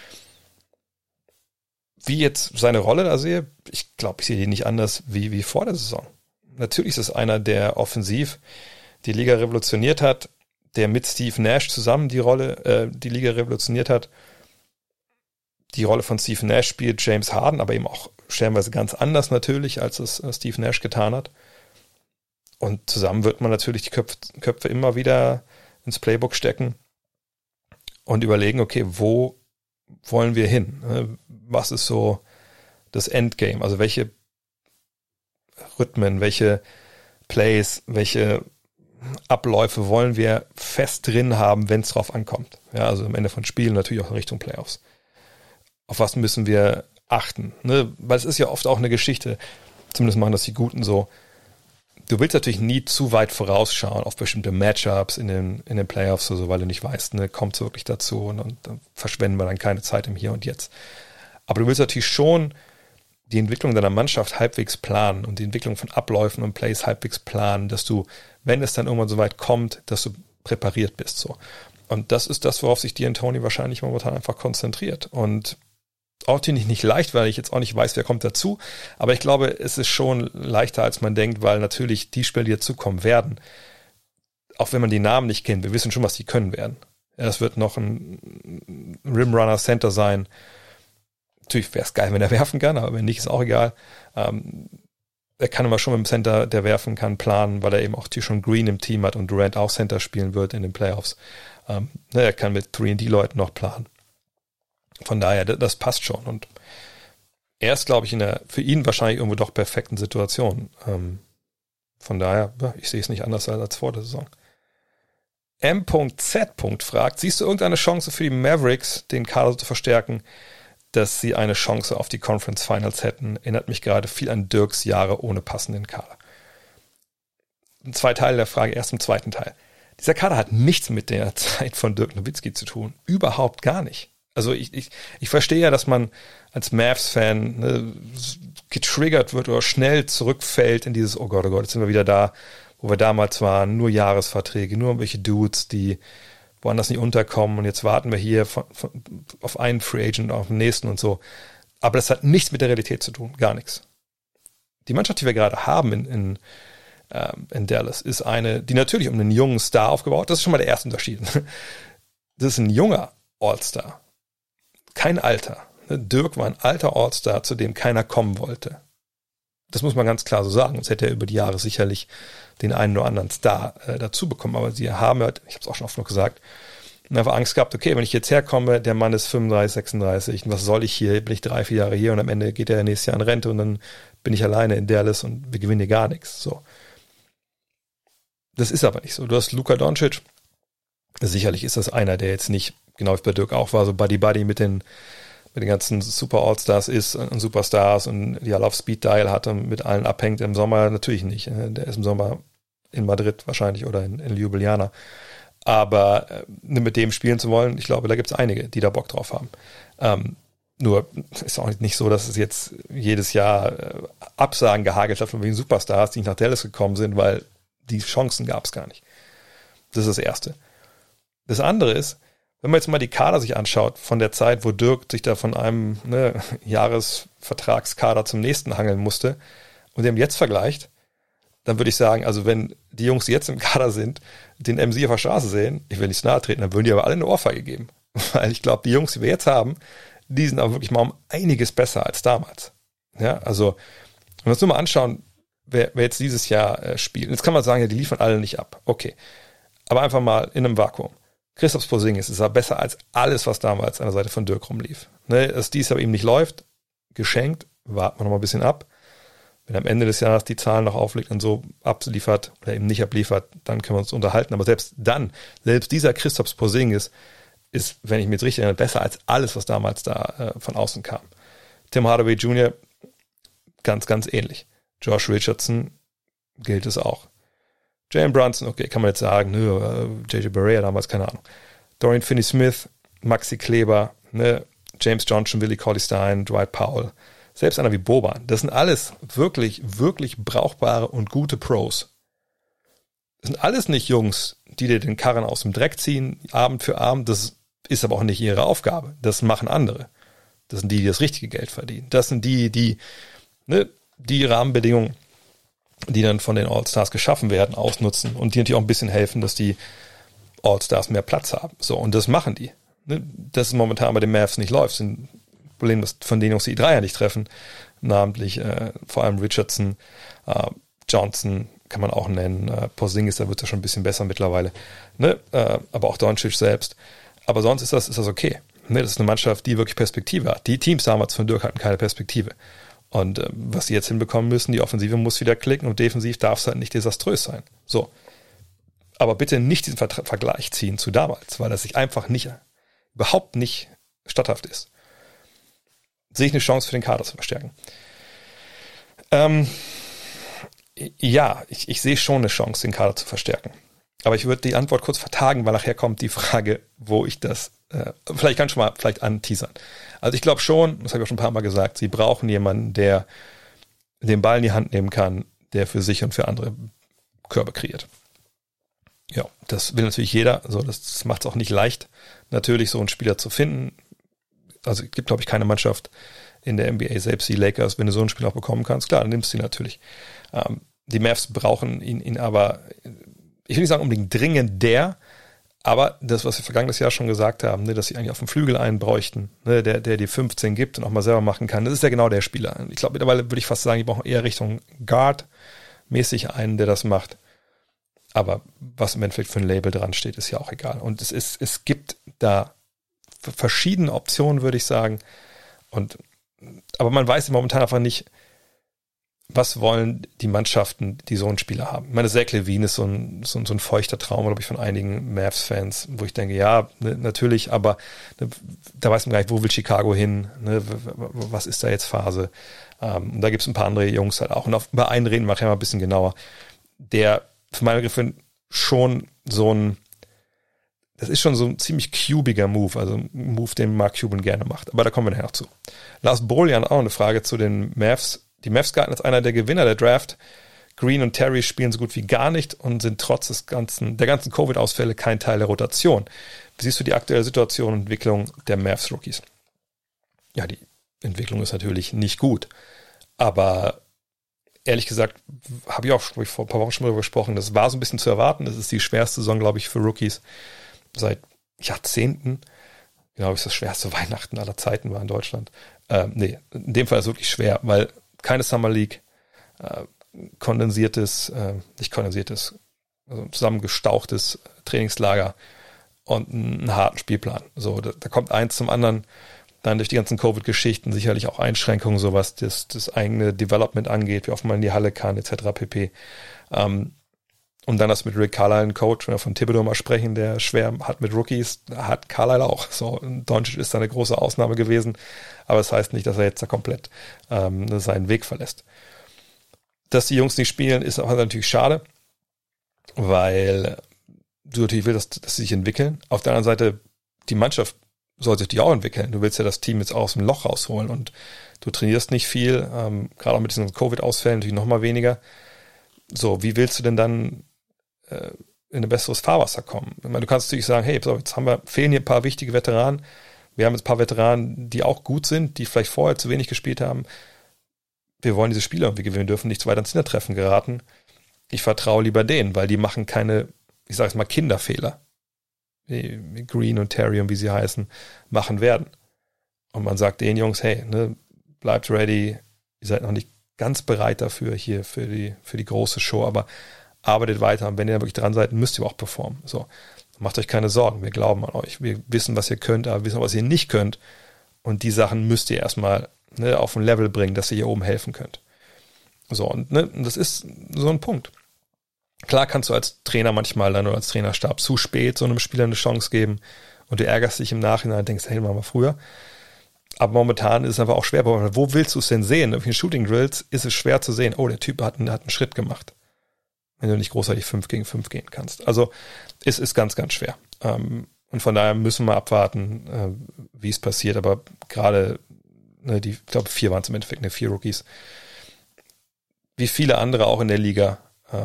Wie jetzt seine Rolle da sehe, ich glaube, ich sehe die nicht anders wie, wie vor der Saison. Natürlich ist es einer, der offensiv die Liga revolutioniert hat, der mit Steve Nash zusammen die Rolle, äh, die Liga revolutioniert hat. Die Rolle von Steve Nash spielt James Harden, aber eben auch stellenweise ganz anders natürlich, als es äh, Steve Nash getan hat. Und zusammen wird man natürlich die Köpfe, Köpfe immer wieder ins Playbook stecken und überlegen, okay, wo wollen wir hin? Was ist so das Endgame? Also welche Rhythmen, welche Plays, welche Abläufe wollen wir fest drin haben, wenn es drauf ankommt? Ja, also am Ende von Spielen natürlich auch in Richtung Playoffs. Auf was müssen wir achten? Ne? Weil es ist ja oft auch eine Geschichte, zumindest machen das die Guten so. Du willst natürlich nie zu weit vorausschauen auf bestimmte Matchups in den, in den Playoffs oder so, weil du nicht weißt, ne, kommt es wirklich dazu und, und dann verschwenden wir dann keine Zeit im Hier und Jetzt. Aber du willst natürlich schon die Entwicklung deiner Mannschaft halbwegs planen und die Entwicklung von Abläufen und Plays halbwegs planen, dass du, wenn es dann irgendwann so weit kommt, dass du präpariert bist. So. Und das ist das, worauf sich D'Antoni wahrscheinlich momentan einfach konzentriert. Und auch nicht, nicht leicht, weil ich jetzt auch nicht weiß, wer kommt dazu. Aber ich glaube, es ist schon leichter, als man denkt, weil natürlich die Spieler, die dazukommen werden, auch wenn man die Namen nicht kennt, wir wissen schon, was die können werden. Ja, das wird noch ein Rimrunner Center sein. Natürlich wäre es geil, wenn er werfen kann, aber wenn nicht, ist auch egal. Ähm, er kann immer schon mit dem Center, der werfen kann, planen, weil er eben auch schon Green im Team hat und Durant auch Center spielen wird in den Playoffs. Ähm, ne, er kann mit drei und D-Leuten noch planen. Von daher, das passt schon. Und er ist, glaube ich, in der für ihn wahrscheinlich irgendwo doch perfekten Situation. Ähm, von daher, ja, ich sehe es nicht anders als, als vor der Saison. M Z. fragt, siehst du irgendeine Chance für die Mavericks, den Kader so zu verstärken, dass sie eine Chance auf die Conference Finals hätten? Erinnert mich gerade viel an Dirks Jahre ohne passenden Kader. Zwei Teile der Frage, erst im zweiten Teil. Dieser Kader hat nichts mit der Zeit von Dirk Nowitzki zu tun. Überhaupt gar nicht. Also ich, ich, ich verstehe ja, dass man als Mavs-Fan ne, getriggert wird oder schnell zurückfällt in dieses, oh Gott, oh Gott, jetzt sind wir wieder da, wo wir damals waren, nur Jahresverträge, nur irgendwelche Dudes, die woanders nicht unterkommen und jetzt warten wir hier von, von, auf einen Free Agent, auf den nächsten und so. Aber das hat nichts mit der Realität zu tun, gar nichts. Die Mannschaft, die wir gerade haben in, in, ähm, in Dallas, ist eine, die natürlich um einen jungen Star aufgebaut, das ist schon mal der erste Unterschied. Das ist ein junger All-Star. Kein Alter. Dirk war ein alter All-Star, zu dem keiner kommen wollte. Das muss man ganz klar so sagen. Sonst hätte er über die Jahre sicherlich den einen oder anderen Star äh, dazu bekommen. Aber sie haben halt, ich habe es auch schon oft noch gesagt, einfach Angst gehabt, okay, wenn ich jetzt herkomme, der Mann ist fünfunddreißig, sechsunddreißig, was soll ich hier? Bin ich drei, vier Jahre hier und am Ende geht er nächstes Jahr in Rente und dann bin ich alleine in Dallas und wir gewinnen hier gar nichts. So. Das ist aber nicht so. Du hast Luka Doncic. Sicherlich ist das einer, der jetzt nicht, genau wie bei Dirk auch war, so Buddy-Buddy mit den, mit den ganzen Super All-Stars ist und Superstars und die alle auf Speed-Dial hat und mit allen abhängt. Im Sommer natürlich nicht. Der ist im Sommer in Madrid wahrscheinlich oder in, in Ljubljana. Aber äh, mit dem spielen zu wollen, ich glaube, da gibt es einige, die da Bock drauf haben. Ähm, Nur ist auch nicht so, dass es jetzt jedes Jahr äh, Absagen gehagelt hat von wegen Superstars, die nicht nach Dallas gekommen sind, weil die Chancen gab es gar nicht. Das ist das Erste. Das andere ist, wenn man jetzt mal die Kader sich anschaut, von der Zeit, wo Dirk sich da von einem ne, Jahresvertragskader zum nächsten hangeln musste und dem jetzt vergleicht, dann würde ich sagen, also wenn die Jungs, die jetzt im Kader sind, den M C auf der Straße sehen, ich will nicht nahe treten, dann würden die aber alle eine Ohrfeige geben. Weil ich glaube, die Jungs, die wir jetzt haben, die sind aber wirklich mal um einiges besser als damals. Ja, also, wenn wir uns nur mal anschauen, wer, wer jetzt dieses Jahr äh, spielt. Jetzt kann man sagen, ja, die liefern alle nicht ab. Okay. Aber einfach mal in einem Vakuum. Kristaps Porzingis ist aber besser als alles, was damals an der Seite von Dirk rumlief. Ne, dass dies aber eben nicht läuft, geschenkt, warten wir noch mal ein bisschen ab. Wenn am Ende des Jahres die Zahlen noch auflegt und so abliefert oder eben nicht abliefert, dann können wir uns unterhalten. Aber selbst dann, selbst dieser Kristaps Porzingis ist, wenn ich mich jetzt richtig erinnere, besser als alles, was damals da äh, von außen kam. Tim Hardaway Junior ganz, ganz ähnlich. Josh Richardson gilt es auch. Jalen Brunson, okay, kann man jetzt sagen, nö, äh, J J Barea damals, keine Ahnung. Dorian Finney-Smith, Maxi Kleber, ne, James Johnson, Willie Cauley-Stein, Dwight Powell, selbst einer wie Boban. Das sind alles wirklich, wirklich brauchbare und gute Pros. Das sind alles nicht Jungs, die dir den Karren aus dem Dreck ziehen, Abend für Abend. Das ist aber auch nicht ihre Aufgabe. Das machen andere. Das sind die, die das richtige Geld verdienen. Das sind die, die ne, die Rahmenbedingungen, die dann von den All-Stars geschaffen werden, ausnutzen und die natürlich auch ein bisschen helfen, dass die All-Stars mehr Platz haben. So, und das machen die. Ne? Das ist momentan bei den Mavs nicht läuft. Das ist ein Problem, das von denen Jungs, die Dreier nicht treffen, namentlich äh, vor allem Richardson, äh, Johnson kann man auch nennen, äh, Porzingis, da wird es ja schon ein bisschen besser mittlerweile, ne? äh, aber auch Doncic selbst. Aber sonst ist das, ist das okay. Ne? Das ist eine Mannschaft, die wirklich Perspektive hat. Die Teams damals von Dirk hatten keine Perspektive. Und äh, was sie jetzt hinbekommen müssen, die Offensive muss wieder klicken und defensiv darf es halt nicht desaströs sein. So. Aber bitte nicht diesen Ver- Vergleich ziehen zu damals, weil das sich einfach nicht, überhaupt nicht statthaft ist. Sehe ich eine Chance für den Kader zu verstärken? Ähm, ja, ich, ich sehe schon eine Chance, den Kader zu verstärken. Aber ich würde die Antwort kurz vertagen, weil nachher kommt die Frage, wo ich das, äh, vielleicht kann ich schon mal vielleicht anteasern. Also ich glaube schon, das habe ich auch schon ein paar Mal gesagt, sie brauchen jemanden, der den Ball in die Hand nehmen kann, der für sich und für andere Körbe kreiert. Ja, das will natürlich jeder, also das, das macht es auch nicht leicht, natürlich so einen Spieler zu finden. Also es gibt, glaube ich, keine Mannschaft in der N B A, selbst die Lakers, wenn du so einen Spieler auch bekommen kannst, klar, dann nimmst du ihn natürlich. Ähm, die Mavs brauchen ihn, ihn aber, ich will nicht sagen unbedingt dringend der, aber das, was wir vergangenes Jahr schon gesagt haben, ne, dass sie eigentlich auf dem Flügel einen bräuchten, ne, der, der die fünfzehn gibt und auch mal selber machen kann, das ist ja genau der Spieler. Ich glaube, mittlerweile würde ich fast sagen, die brauchen eher Richtung Guard-mäßig einen, der das macht. Aber was im Endeffekt für ein Label dran steht, ist ja auch egal. Und es ist, es gibt da verschiedene Optionen, würde ich sagen. Und, aber man weiß momentan einfach nicht, was wollen die Mannschaften, die so einen Spieler haben. Ich meine, Zach LaVine ist so ein, so ein, so ein feuchter Traum, glaube ich, von einigen Mavs-Fans, wo ich denke, ja, ne, natürlich, aber ne, da weiß man gar nicht, wo will Chicago hin, ne, was ist da jetzt Phase. Ähm, und da gibt es ein paar andere Jungs halt auch. Und auf, über einen reden wir nachher mal ein bisschen genauer, der für meine Begriffe schon so ein, das ist schon so ein ziemlich cubiger Move, also ein Move, den Mark Cuban gerne macht. Aber da kommen wir nachher noch zu. Lars Bolian auch eine Frage zu den Mavs. Die Mavs galten als einer der Gewinner der Draft. Green und Terry spielen so gut wie gar nicht und sind trotz des ganzen, der ganzen Covid-Ausfälle kein Teil der Rotation. Wie siehst du die aktuelle Situation und Entwicklung der Mavs-Rookies? Ja, die Entwicklung ist natürlich nicht gut. Aber ehrlich gesagt, habe ich auch vor ein paar Wochen schon darüber gesprochen, das war so ein bisschen zu erwarten. Das ist die schwerste Saison, glaube ich, für Rookies seit Jahrzehnten. Genau, ist das schwerste Weihnachten aller Zeiten war in Deutschland. Ähm, nee, in dem Fall ist es wirklich schwer, weil keine Summer League, äh, kondensiertes, äh, nicht kondensiertes, also zusammengestauchtes Trainingslager und einen harten Spielplan. So, da, da kommt eins zum anderen. Dann durch die ganzen Covid-Geschichten sicherlich auch Einschränkungen, so was das, das eigene Development angeht, wie oft man in die Halle kann, et cetera pp. Ähm, und dann das mit Rick Carlisle, ein Coach, wenn wir von Thibodeau mal sprechen, der schwer hat mit Rookies, hat Carlisle auch. So, Doncic ist da eine große Ausnahme gewesen, aber das heißt nicht, dass er jetzt da komplett ähm, seinen Weg verlässt. Dass die Jungs nicht spielen, ist auch natürlich schade, weil du natürlich willst, dass, dass sie sich entwickeln. Auf der anderen Seite, die Mannschaft soll sich die auch entwickeln. Du willst ja das Team jetzt aus dem Loch rausholen und du trainierst nicht viel, ähm, gerade auch mit diesen Covid-Ausfällen natürlich noch mal weniger. So, wie willst du denn dann äh, in ein besseres Fahrwasser kommen? Ich meine, du kannst natürlich sagen, hey, so, jetzt haben wir, fehlen hier ein paar wichtige Veteranen. Wir haben jetzt ein paar Veteranen, die auch gut sind, die vielleicht vorher zu wenig gespielt haben. Wir wollen diese Spiele irgendwie gewinnen, wir dürfen nicht zu weit ans Hintertreffen geraten. Ich vertraue lieber denen, weil die machen keine, ich sage es mal, Kinderfehler. Wie, wie Green und Terry und wie sie heißen, machen werden. Und man sagt den Jungs, hey, ne, bleibt ready, ihr seid noch nicht ganz bereit dafür, hier für die, für die große Show, aber arbeitet weiter und wenn ihr da wirklich dran seid, müsst ihr auch performen. So, macht euch keine Sorgen, wir glauben an euch, wir wissen, was ihr könnt, aber wir wissen auch, was ihr nicht könnt und die Sachen müsst ihr erstmal ne, auf ein Level bringen, dass ihr hier oben helfen könnt. So, und ne, das ist so ein Punkt. Klar kannst du als Trainer manchmal dann oder als Trainerstab zu spät so einem Spieler eine Chance geben und du ärgerst dich im Nachhinein und denkst, hey, machen wir früher. Aber momentan ist es einfach auch schwer. Wo willst du es denn sehen? Auf den Shooting Drills ist es schwer zu sehen, oh, der Typ hat einen, hat einen Schritt gemacht. Wenn du nicht großartig fünf gegen fünf gehen kannst. Also es ist ganz, ganz schwer. Und von daher müssen wir abwarten, wie es passiert. Aber gerade, die, ich glaube, vier waren es im Endeffekt, ne, vier Rookies. Wie viele andere auch in der Liga,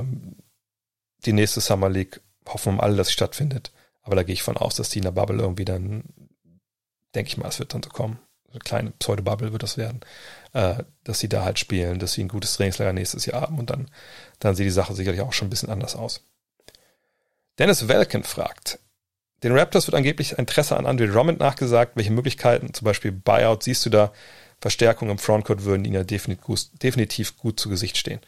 die nächste Summer League hoffen wir alle, dass sie stattfindet. Aber da gehe ich von aus, dass die in der Bubble irgendwie dann, denke ich mal, es wird dann so kommen. Eine kleine Pseudo-Bubble wird das werden, äh, dass sie da halt spielen, dass sie ein gutes Trainingslager nächstes Jahr haben und dann, dann sieht die Sache sicherlich auch schon ein bisschen anders aus. Dennis Welken fragt, den Raptors wird angeblich Interesse an Andre Drummond nachgesagt. Welche Möglichkeiten, zum Beispiel Buyout, siehst du da? Verstärkung im Frontcourt würden ihnen ja definitiv gut, definitiv gut zu Gesicht stehen.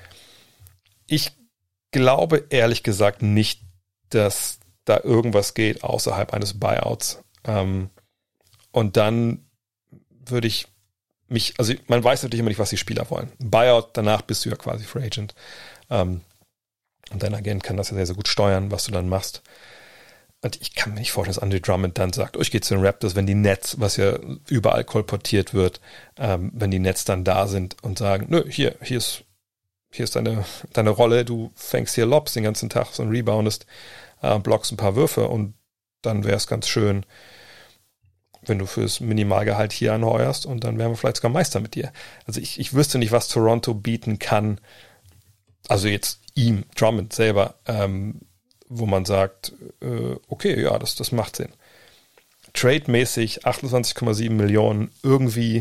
Ich glaube ehrlich gesagt nicht, dass da irgendwas geht außerhalb eines Buyouts. Ähm, und dann würde ich mich, also man weiß natürlich immer nicht, was die Spieler wollen. Buyout, danach bist du ja quasi Free Agent. Ähm, und dein Agent kann das ja sehr, sehr gut steuern, was du dann machst. Und ich kann mir nicht vorstellen, dass Andre Drummond dann sagt, oh, ich gehe zu den Raptors, wenn die Nets, was ja überall kolportiert wird, ähm, wenn die Nets dann da sind und sagen, nö, hier, hier ist, hier ist deine, deine Rolle, du fängst hier Lobs den ganzen Tag so und reboundest, äh, blockst ein paar Würfe und dann wäre es ganz schön, wenn du fürs Minimalgehalt hier anheuerst und dann wären wir vielleicht sogar Meister mit dir. Also ich, ich wüsste nicht, was Toronto bieten kann, also jetzt ihm, Drummond selber, ähm, wo man sagt, äh, okay, ja, das, das macht Sinn. Trade-mäßig achtundzwanzig Komma sieben Millionen irgendwie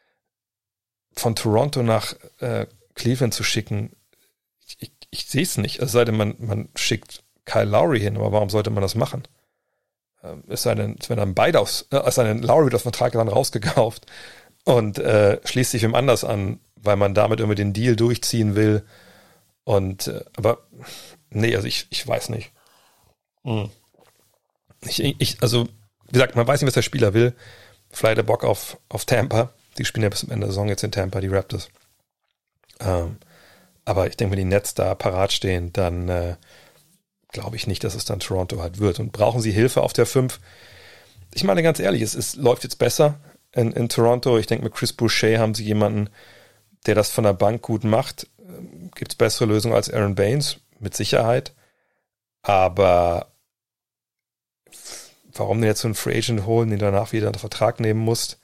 von Toronto nach äh, Cleveland zu schicken, ich, ich, ich sehe es nicht. Es sei denn, man, man schickt Kyle Lowry hin, aber warum sollte man das machen? Ähm, es sei denn, es werden dann beide aufs, äh, es sei denn, Lowry wird aus dem Vertrag dann rausgekauft und äh, schließt sich wem anders an, weil man damit irgendwie den Deal durchziehen will. Und äh, aber nee, also ich, ich weiß nicht. Hm. Ich, ich, also, wie gesagt, man weiß nicht, was der Spieler will. Vielleicht der Bock auf, auf Tampa. Die spielen ja bis zum Ende der Saison jetzt in Tampa, die Raptors. Ähm, aber ich denke, wenn die Nets da parat stehen, dann äh, glaube ich nicht, dass es dann Toronto halt wird. Und brauchen sie Hilfe auf der fünf? Ich meine ganz ehrlich, es, es läuft jetzt besser in, in Toronto. Ich denke, mit Chris Boucher haben sie jemanden, der das von der Bank gut macht. Gibt es bessere Lösungen als Aaron Baines? Mit Sicherheit. Aber warum denn jetzt so einen Free Agent holen, den danach wieder unter Vertrag nehmen musst?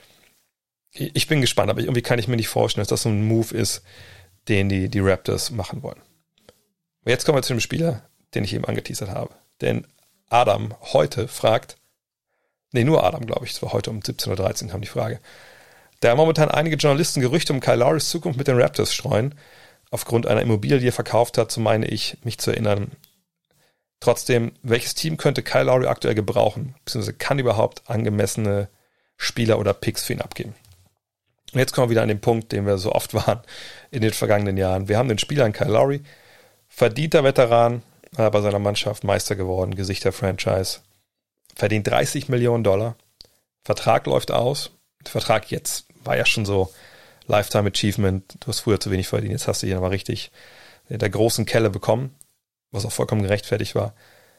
Ich bin gespannt, aber irgendwie kann ich mir nicht vorstellen, dass das so ein Move ist, den die, die Raptors machen wollen. Jetzt kommen wir zu dem Spieler, den ich eben angeteasert habe. Denn Adam heute fragt, nee, nur Adam, glaube ich, es war heute um siebzehn Uhr dreizehn kam die Frage, da momentan einige Journalisten Gerüchte um Kyle Lowrys Zukunft mit den Raptors streuen, aufgrund einer Immobilie, die er verkauft hat, so meine ich, mich zu erinnern. Trotzdem, welches Team könnte Kyle Lowry aktuell gebrauchen, beziehungsweise kann überhaupt angemessene Spieler oder Picks für ihn abgeben? Und jetzt kommen wir wieder an den Punkt, den wir so oft waren in den vergangenen Jahren. Wir haben den Spieler in Kyle Lowry, verdienter Veteran, bei seiner Mannschaft Meister geworden, Gesicht der Franchise, verdient dreißig Millionen Dollar, Vertrag läuft aus, der Vertrag jetzt war ja schon so Lifetime Achievement, du hast früher zu wenig verdient, jetzt hast du hier nochmal richtig der großen Kelle bekommen, was auch vollkommen gerechtfertigt war.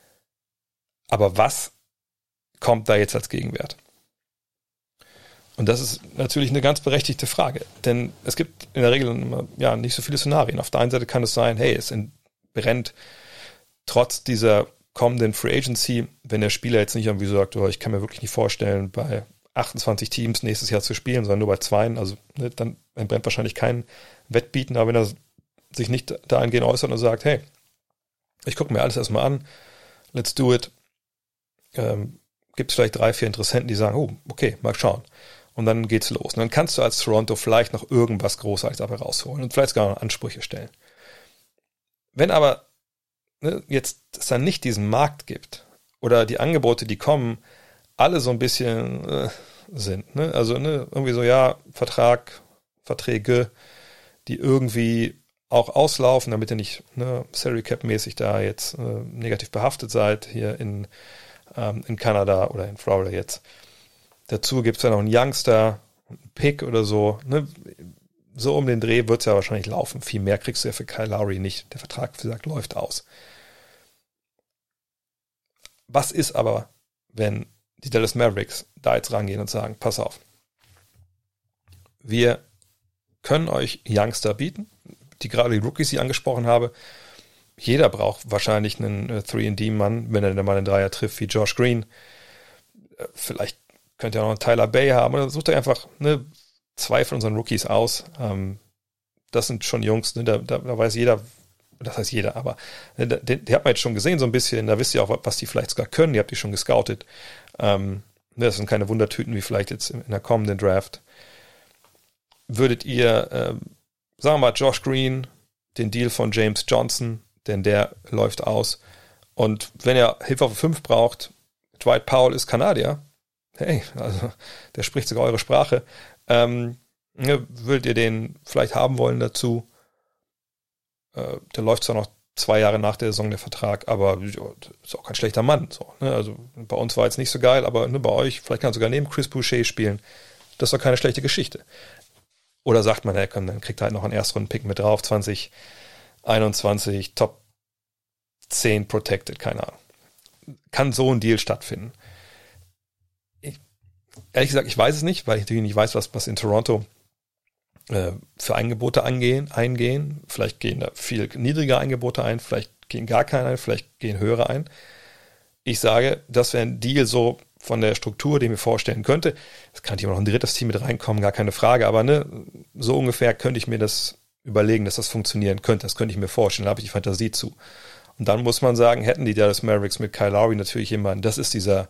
Aber was kommt da jetzt als Gegenwert? Und das ist natürlich eine ganz berechtigte Frage, denn es gibt in der Regel immer, ja, nicht so viele Szenarien. Auf der einen Seite kann es sein, hey, es brennt trotz dieser kommenden Free Agency, wenn der Spieler jetzt nicht irgendwie sagt, oh, ich kann mir wirklich nicht vorstellen, bei achtundzwanzig Teams nächstes Jahr zu spielen, sondern nur bei zweien, also ne, dann brennt wahrscheinlich kein Wettbieten, aber wenn er sich nicht dahingehend äußert und sagt, hey, ich gucke mir alles erstmal an, let's do it, ähm, gibt es vielleicht drei, vier Interessenten, die sagen, oh, okay, mal schauen. Und dann geht's los. Und dann kannst du als Toronto vielleicht noch irgendwas Großartiges dabei rausholen und vielleicht sogar noch Ansprüche stellen. Wenn aber ne, jetzt es dann nicht diesen Markt gibt oder die Angebote, die kommen, alle so ein bisschen äh, sind. Ne? Also ne, irgendwie so, ja, Vertrag, Verträge, die irgendwie auch auslaufen, damit ihr nicht ne, Salary Cap-mäßig da jetzt äh, negativ behaftet seid, hier in, ähm, in Kanada oder in Florida jetzt. Dazu gibt es ja noch einen Youngster, einen Pick oder so. Ne? So um den Dreh wird es ja wahrscheinlich laufen. Viel mehr kriegst du ja für Kyle Lowry nicht. Der Vertrag, wie gesagt, läuft aus. Was ist aber, wenn die Dallas Mavericks da jetzt rangehen und sagen, pass auf, wir können euch Youngster bieten, die gerade die Rookies, die ich angesprochen habe. Jeder braucht wahrscheinlich einen drei und D-Mann, wenn er dann mal einen Dreier trifft, wie Josh Green. Vielleicht könnt ihr auch noch einen Tyler Bay haben, oder sucht euch einfach ne, zwei von unseren Rookies aus. Ähm, das sind schon Jungs, ne, da, da, da weiß jeder, das heißt jeder, aber ne, die, die hat man jetzt schon gesehen so ein bisschen, da wisst ihr auch, was die vielleicht sogar können, die habt ihr schon gescoutet. Ähm, ne, das sind keine Wundertüten wie vielleicht jetzt in der kommenden Draft. Würdet ihr, ähm, sagen wir mal, Josh Green, den Deal von James Johnson, denn der läuft aus, und wenn ihr Hilfe auf fünf braucht, Dwight Powell ist Kanadier, hey, also der spricht sogar eure Sprache, ähm, ne, würdet ihr den vielleicht haben wollen dazu? Äh, der läuft zwar noch zwei Jahre nach der Saison der Vertrag, aber ja, ist auch kein schlechter Mann. So, ne? Also bei uns war jetzt nicht so geil, aber ne, bei euch, vielleicht kann er sogar neben Chris Boucher spielen. Das ist doch keine schlechte Geschichte. Oder sagt man, hey, komm, dann kriegt er halt noch einen Erstrunden-Pick mit drauf, zwanzig einundzwanzig, Top zehn protected, keine Ahnung. Kann so ein Deal stattfinden? Ich, ehrlich gesagt, ich weiß es nicht, weil ich natürlich nicht weiß, was, was in Toronto äh, für Angebote angehen, eingehen. Vielleicht gehen da viel niedrige Angebote ein, vielleicht gehen gar keine ein, vielleicht gehen höhere ein. Ich sage, das wäre ein Deal so von der Struktur, den ich mir vorstellen könnte. Es kann hier noch ein drittes Team mit reinkommen, gar keine Frage, aber ne, so ungefähr könnte ich mir das überlegen, dass das funktionieren könnte. Das könnte ich mir vorstellen, da habe ich die Fantasie zu. Und dann muss man sagen, hätten die Dallas Mavericks mit Kyle Lowry natürlich jemanden, das ist dieser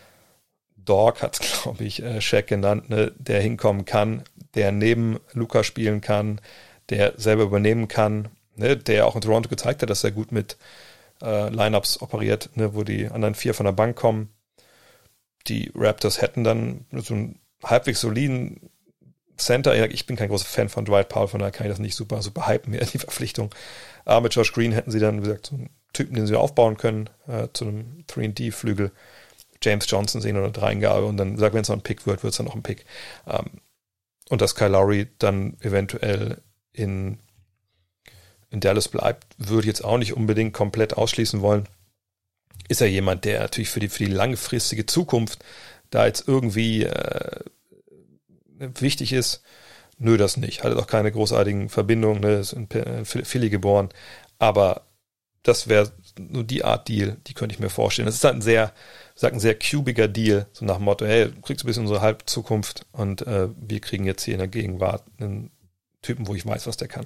Dog, hat es, glaube ich, äh, Shaq genannt, ne, der hinkommen kann, der neben Luka spielen kann, der selber übernehmen kann, ne, der auch in Toronto gezeigt hat, dass er gut mit äh, Lineups operiert, ne, wo die anderen vier von der Bank kommen. Die Raptors hätten dann so einen halbwegs soliden Center. Ich bin kein großer Fan von Dwight Powell, von daher kann ich das nicht super, super hypen, die Verpflichtung. Aber mit Josh Green hätten sie dann, wie gesagt, so einen Typen, den sie aufbauen können, äh, zu einem drei und D-Flügel. James Johnson sehen oder Dreingabe und dann, sag, wenn es noch ein Pick wird, wird es dann noch ein Pick. Ähm, und dass Kyle Lowry dann eventuell in, in Dallas bleibt, würde ich jetzt auch nicht unbedingt komplett ausschließen wollen. Ist ja jemand, der natürlich für die, für die langfristige Zukunft da jetzt irgendwie äh, wichtig ist. Nö, das nicht. Hat auch keine großartigen Verbindungen, ne? Ist in Philly geboren. Aber das wäre nur die Art Deal, die könnte ich mir vorstellen. Das ist halt ein sehr, sag ein sehr cubiger Deal, so nach dem Motto, hey, du kriegst ein bisschen unsere Halbzukunft und äh, wir kriegen jetzt hier in der Gegenwart einen Typen, wo ich weiß, was der kann.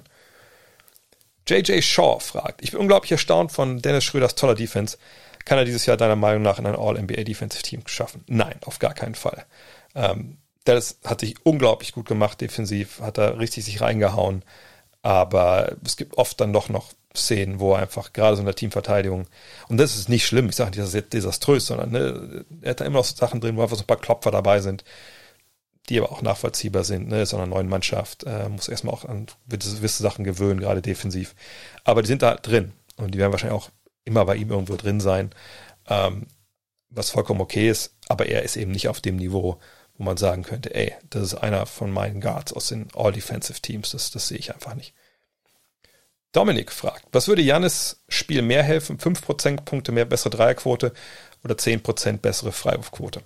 J J Shaw fragt, ich bin unglaublich erstaunt von Dennis Schröders toller Defense. Kann er dieses Jahr deiner Meinung nach in ein All-N B A Defensive Team schaffen? Nein, auf gar keinen Fall. Ähm, Dallas hat sich unglaublich gut gemacht, defensiv, hat er richtig sich reingehauen, aber es gibt oft dann doch noch Szenen, wo er einfach gerade so in der Teamverteidigung, und das ist nicht schlimm, ich sage nicht, das ist jetzt desaströs, sondern ne, er hat da immer noch so Sachen drin, wo einfach so ein paar Klopfer dabei sind, die aber auch nachvollziehbar sind, ne, ist auch eine neue Mannschaft, äh, muss erstmal auch an gewisse Sachen gewöhnen, gerade defensiv, aber die sind da drin und die werden wahrscheinlich auch immer bei ihm irgendwo drin sein, ähm, was vollkommen okay ist, aber er ist eben nicht auf dem Niveau, wo man sagen könnte, ey, das ist einer von meinen Guards aus den All-Defensive-Teams, das, das sehe ich einfach nicht. Dominik fragt, was würde Giannis Spiel mehr helfen? fünf Prozentpunkte mehr bessere Dreierquote oder zehn Prozent bessere Freiwurfquote?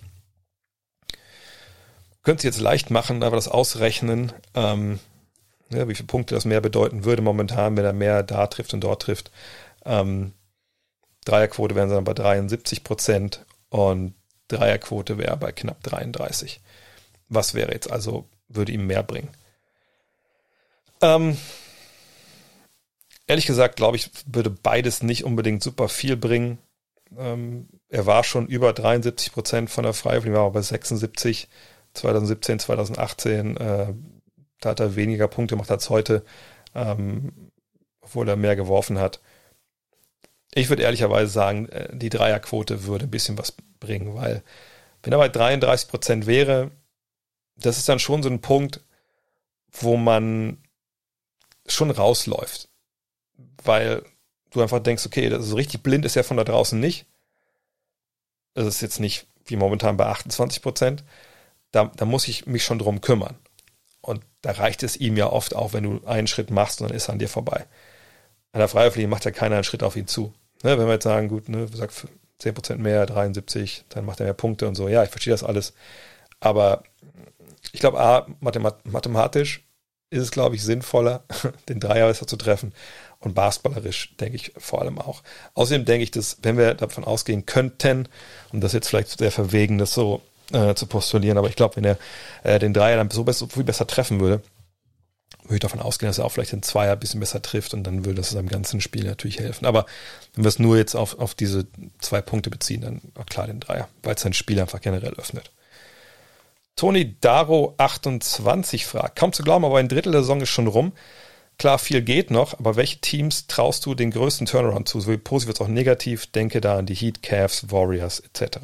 Könnt ihr jetzt leicht machen, aber das ausrechnen, ähm, ja, wie viele Punkte das mehr bedeuten würde momentan, wenn er mehr da trifft und dort trifft. Ähm, Dreierquote wären sie dann bei dreiundsiebzig Prozent und Dreierquote wäre bei knapp dreiunddreißig. Was wäre jetzt also, würde ihm mehr bringen? Ähm, ehrlich gesagt, glaube ich, würde beides nicht unbedingt super viel bringen. Ähm, er war schon über dreiundsiebzig Prozent von der Freiwurf, war aber bei sechsundsiebzig, zwanzig siebzehn, zwanzig achtzehn, äh, da hat er weniger Punkte gemacht als heute, ähm, obwohl er mehr geworfen hat. Ich würde ehrlicherweise sagen, die Dreierquote würde ein bisschen was bringen, weil wenn er bei dreiunddreißig Prozent wäre, das ist dann schon so ein Punkt, wo man schon rausläuft, weil du einfach denkst, okay, das ist so richtig blind ist er von da draußen nicht. Das ist jetzt nicht wie momentan bei achtundzwanzig Prozent. Da, da muss ich mich schon drum kümmern. Und da reicht es ihm ja oft auch, wenn du einen Schritt machst und dann ist er an dir vorbei. An der Freiwurflinie macht ja keiner einen Schritt auf ihn zu. Ne, wenn wir jetzt sagen, gut, ne, sag zehn Prozent mehr, dreiundsiebzig, dann macht er mehr Punkte und so. Ja, ich verstehe das alles. Aber ich glaube, A, mathematisch ist es, glaube ich, sinnvoller, den Dreier besser zu treffen. Und basketballerisch denke ich vor allem auch. Außerdem denke ich, dass, wenn wir davon ausgehen könnten, und das ist jetzt vielleicht sehr verwegen, das so äh, zu postulieren, aber ich glaube, wenn er äh, den Dreier dann so, besser, so viel besser treffen würde, würde ich davon ausgehen, dass er auch vielleicht den Zweier ein bisschen besser trifft und dann würde das seinem ganzen Spiel natürlich helfen. Aber wenn wir es nur jetzt auf, auf diese zwei Punkte beziehen, dann klar den Dreier, weil es sein Spiel einfach generell öffnet. Toni Daro achtundzwanzig fragt, kaum zu glauben, aber ein Drittel der Saison ist schon rum. Klar, viel geht noch, aber welche Teams traust du den größten Turnaround zu? Sowohl positiv als auch negativ. Denke da an die Heat, Cavs, Warriors et cetera.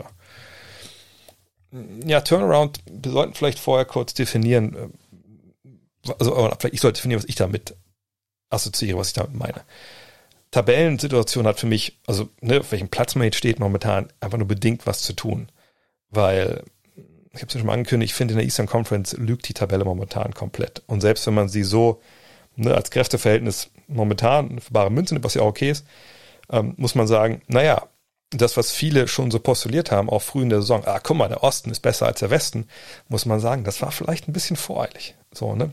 Ja, Turnaround, wir sollten vielleicht vorher kurz definieren, also vielleicht ich sollte definieren, was ich damit assoziiere, was ich damit meine. Tabellensituation hat für mich, also ne, auf welchem Platz man jetzt steht momentan, einfach nur bedingt was zu tun. Weil, ich habe es ja schon mal angekündigt, ich finde in der Eastern Conference lügt die Tabelle momentan komplett. Und selbst wenn man sie so ne, als Kräfteverhältnis momentan für bare Münze nimmt, was ja auch okay ist, ähm, muss man sagen, naja, das, was viele schon so postuliert haben, auch früh in der Saison, ah, guck mal, der Osten ist besser als der Westen, muss man sagen, das war vielleicht ein bisschen voreilig. So, ne?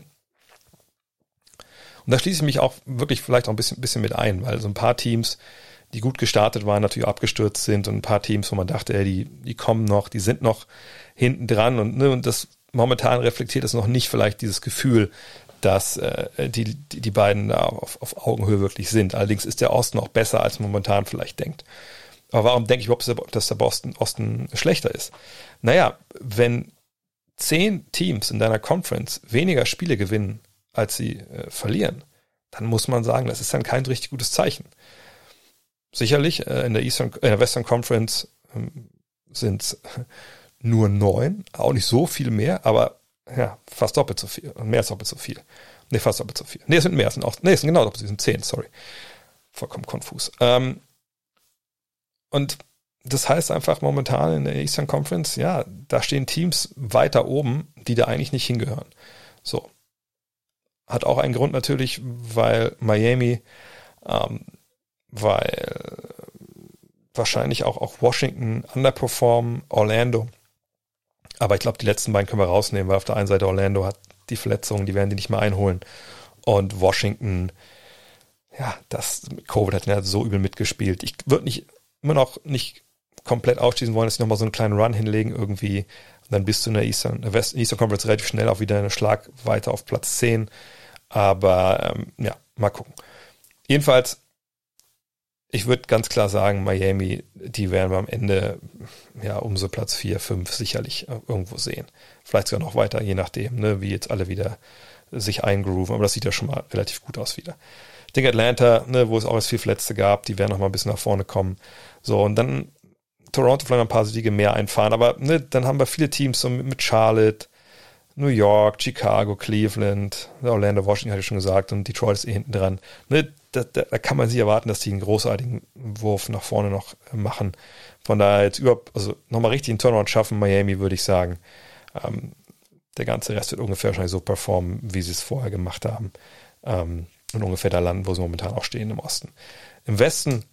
Und da schließe ich mich auch wirklich vielleicht auch ein bisschen, bisschen mit ein, weil so ein paar Teams, die gut gestartet waren, natürlich abgestürzt sind und ein paar Teams, wo man dachte, ey, die, die kommen noch, die sind noch hinten dran und, ne, und das momentan reflektiert es noch nicht vielleicht dieses Gefühl, dass äh, die, die, die beiden da auf, auf Augenhöhe wirklich sind. Allerdings ist der Osten auch besser, als man momentan vielleicht denkt. Aber warum denke ich überhaupt, dass der Boston, Osten schlechter ist? Naja, wenn zehn Teams in deiner Conference weniger Spiele gewinnen, als sie äh, verlieren, dann muss man sagen, das ist dann kein richtig gutes Zeichen. Sicherlich, äh, in der Eastern, äh, in der Western Conference ähm, sind es nur neun, auch nicht so viel mehr, aber ja, fast doppelt so viel. Mehr als doppelt so viel. Nee, fast doppelt so viel. Nee, es sind mehr, es sind auch, nee, es sind genau doppelt, es sind zehn, sorry. Vollkommen konfus. Ähm, und das heißt einfach momentan in der Eastern Conference, ja, da stehen Teams weiter oben, die da eigentlich nicht hingehören. So. Hat auch einen Grund natürlich, weil Miami, ähm, weil wahrscheinlich auch, auch Washington underperformen, Orlando. Aber ich glaube, die letzten beiden können wir rausnehmen, weil auf der einen Seite Orlando hat die Verletzungen, die werden die nicht mehr einholen. Und Washington, ja, das Covid hat ja so übel mitgespielt. Ich würde nicht immer noch nicht komplett ausschließen wollen, dass sie nochmal so einen kleinen Run hinlegen irgendwie. Und dann bist du in der Eastern, der West, Eastern Conference relativ schnell auch wieder einen Schlag weiter auf Platz zehn. Aber ähm, ja, mal gucken. Jedenfalls, ich würde ganz klar sagen, Miami, die werden wir am Ende ja um so Platz vier, fünf sicherlich irgendwo sehen. Vielleicht sogar noch weiter, je nachdem, ne, wie jetzt alle wieder sich eingrooven. Aber das sieht ja schon mal relativ gut aus wieder. Ich denke Atlanta, ne, wo es auch erst viel Verletzte gab, die werden noch mal ein bisschen nach vorne kommen. So, und dann Toronto vielleicht ein paar Siege mehr einfahren. Aber ne, dann haben wir viele Teams so mit Charlotte, New York, Chicago, Cleveland, Orlando, Washington hatte ich schon gesagt und Detroit ist eh hinten dran. Ne, da, da, da kann man sich erwarten, dass die einen großartigen Wurf nach vorne noch machen. Von daher jetzt überhaupt, also nochmal richtig einen Turnaround schaffen, Miami würde ich sagen. Ähm, der ganze Rest wird ungefähr wahrscheinlich so performen, wie sie es vorher gemacht haben. Ähm, und ungefähr da landen, wo sie momentan auch stehen im Osten. Im Westen,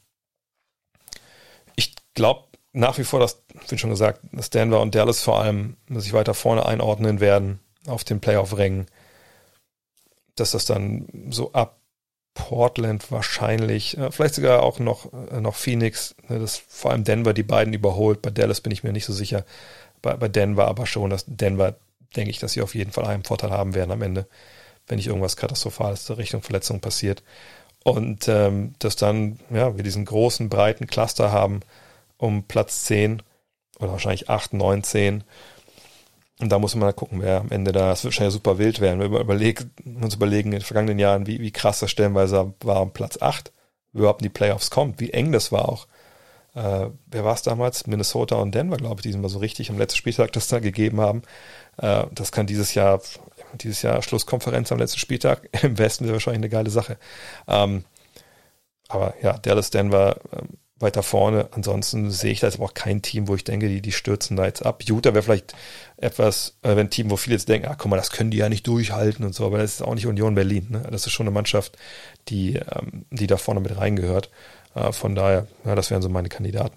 ich glaube nach wie vor, dass, wie schon gesagt, dass Denver und Dallas vor allem sich weiter vorne einordnen werden auf den Playoff-Rängen, dass das dann so ab Portland wahrscheinlich, äh, vielleicht sogar auch noch, äh, noch Phoenix, ne, das vor allem Denver die beiden überholt. Bei Dallas bin ich mir nicht so sicher. Bei, bei Denver aber schon, dass Denver, denke ich, dass sie auf jeden Fall einen Vorteil haben werden am Ende, wenn nicht irgendwas Katastrophales in Richtung Verletzung passiert. Und ähm, dass dann, ja, wir diesen großen, breiten Cluster haben um Platz zehn oder wahrscheinlich acht, neun, zehn. Und da muss man mal gucken, wer am Ende da, es wird wahrscheinlich super wild werden. Wir überlegen, uns überlegen in den vergangenen Jahren, wie, wie krass das stellenweise war um Platz acht, wie überhaupt in die Playoffs kommt, wie eng das war auch. Äh, wer war es damals? Minnesota und Denver, glaube ich, die sind mal so richtig am letzten Spieltag das da gegeben haben. Äh, das kann dieses Jahr, dieses Jahr Schlusskonferenz am letzten Spieltag im Westen wäre wahrscheinlich eine geile Sache. Ähm, aber ja, Dallas, Denver, ähm, weiter vorne. Ansonsten sehe ich da jetzt auch kein Team, wo ich denke, die, die stürzen da jetzt ab. Utah wäre vielleicht etwas, äh, ein Team, wo viele jetzt denken, ah, guck mal, das können die ja nicht durchhalten und so, aber das ist auch nicht Union Berlin. Ne? Das ist schon eine Mannschaft, die, ähm, die da vorne mit reingehört. Äh, von daher, ja, das wären so meine Kandidaten.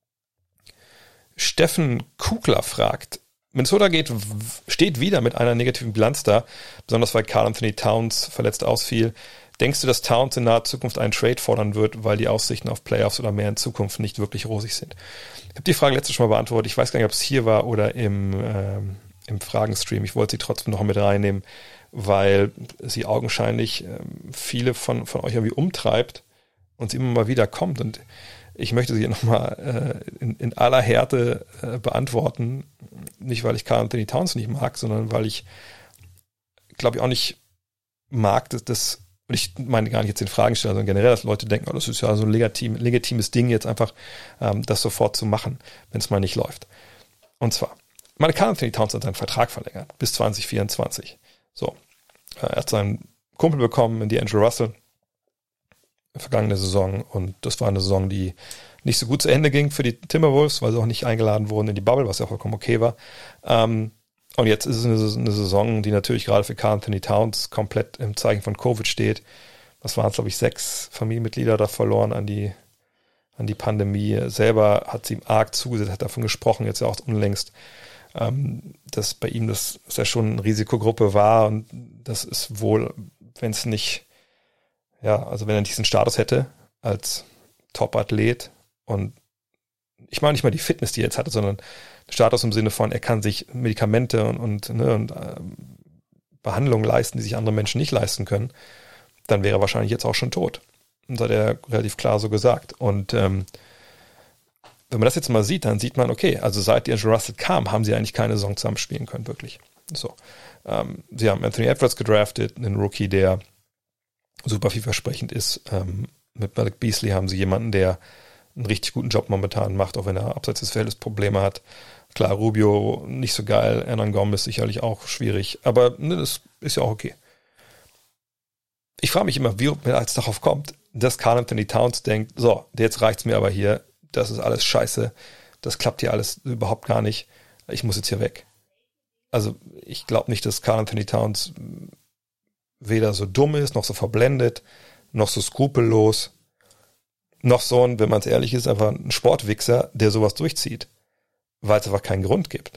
Steffen Kugler fragt, Minnesota geht, steht wieder mit einer negativen Bilanz da, besonders weil Karl Anthony Towns verletzt ausfiel. Denkst du, dass Towns in naher Zukunft einen Trade fordern wird, weil die Aussichten auf Playoffs oder mehr in Zukunft nicht wirklich rosig sind? Ich habe die Frage letztes Mal beantwortet. Ich weiß gar nicht, ob es hier war oder im, ähm, im Fragenstream. Ich wollte sie trotzdem noch mit reinnehmen, weil sie augenscheinlich ähm, viele von, von euch irgendwie umtreibt und sie immer mal wieder kommt. Und ich möchte sie nochmal äh, in, in aller Härte äh, beantworten. Nicht, weil ich Karl Anthony Towns nicht mag, sondern weil ich, glaube ich, auch nicht mag, dass das. Und ich meine gar nicht jetzt den Fragensteller, sondern generell, dass Leute denken, oh, das ist ja so ein legitim, legitimes Ding, jetzt einfach ähm, das sofort zu machen, wenn es mal nicht läuft. Und zwar, meine Karl Anthony Towns hat seinen Vertrag verlängert bis zwanzig vierundzwanzig. So, er hat seinen Kumpel bekommen in die D'Angelo Russell vergangene Saison und das war eine Saison, die nicht so gut zu Ende ging für die Timberwolves, weil sie auch nicht eingeladen wurden in die Bubble, was ja vollkommen okay war. Ähm, Und jetzt ist es eine Saison, die natürlich gerade für Karl Anthony Towns komplett im Zeichen von Covid steht. Was waren es, glaube ich, sechs Familienmitglieder da verloren an die, an die Pandemie. Selber hat sie ihm arg zugesetzt, hat davon gesprochen, jetzt ja auch unlängst, ähm, dass bei ihm das dass er schon eine Risikogruppe war. Und das ist wohl, wenn es nicht, ja, also wenn er diesen Status hätte als Top-Athlet und ich meine nicht mal die Fitness, die er jetzt hatte, sondern Status im Sinne von, er kann sich Medikamente und, und, ne, und äh, Behandlungen leisten, die sich andere Menschen nicht leisten können, dann wäre er wahrscheinlich jetzt auch schon tot. Und das hat er relativ klar so gesagt. Und ähm, wenn man das jetzt mal sieht, dann sieht man, okay, also seit D'Angelo Russell kam, haben sie eigentlich keine Saison zusammen spielen können, wirklich. So. Ähm, sie haben Anthony Edwards gedraftet, einen Rookie, der super vielversprechend ist. Ähm, mit Malik Beasley haben sie jemanden, der einen richtig guten Job momentan macht, auch wenn er abseits des Feldes Probleme hat. Klar, Rubio nicht so geil, Hernan Gomez sicherlich auch schwierig, aber ne, das ist ja auch okay. Ich frage mich immer, wie man jetzt darauf kommt, dass Karl Anthony Towns denkt, so, jetzt reicht's mir aber hier, das ist alles scheiße, das klappt hier alles überhaupt gar nicht, ich muss jetzt hier weg. Also ich glaube nicht, dass Karl Anthony Towns weder so dumm ist, noch so verblendet, noch so skrupellos, noch so ein, wenn man es ehrlich ist, einfach ein Sportwichser, der sowas durchzieht, weil es einfach keinen Grund gibt.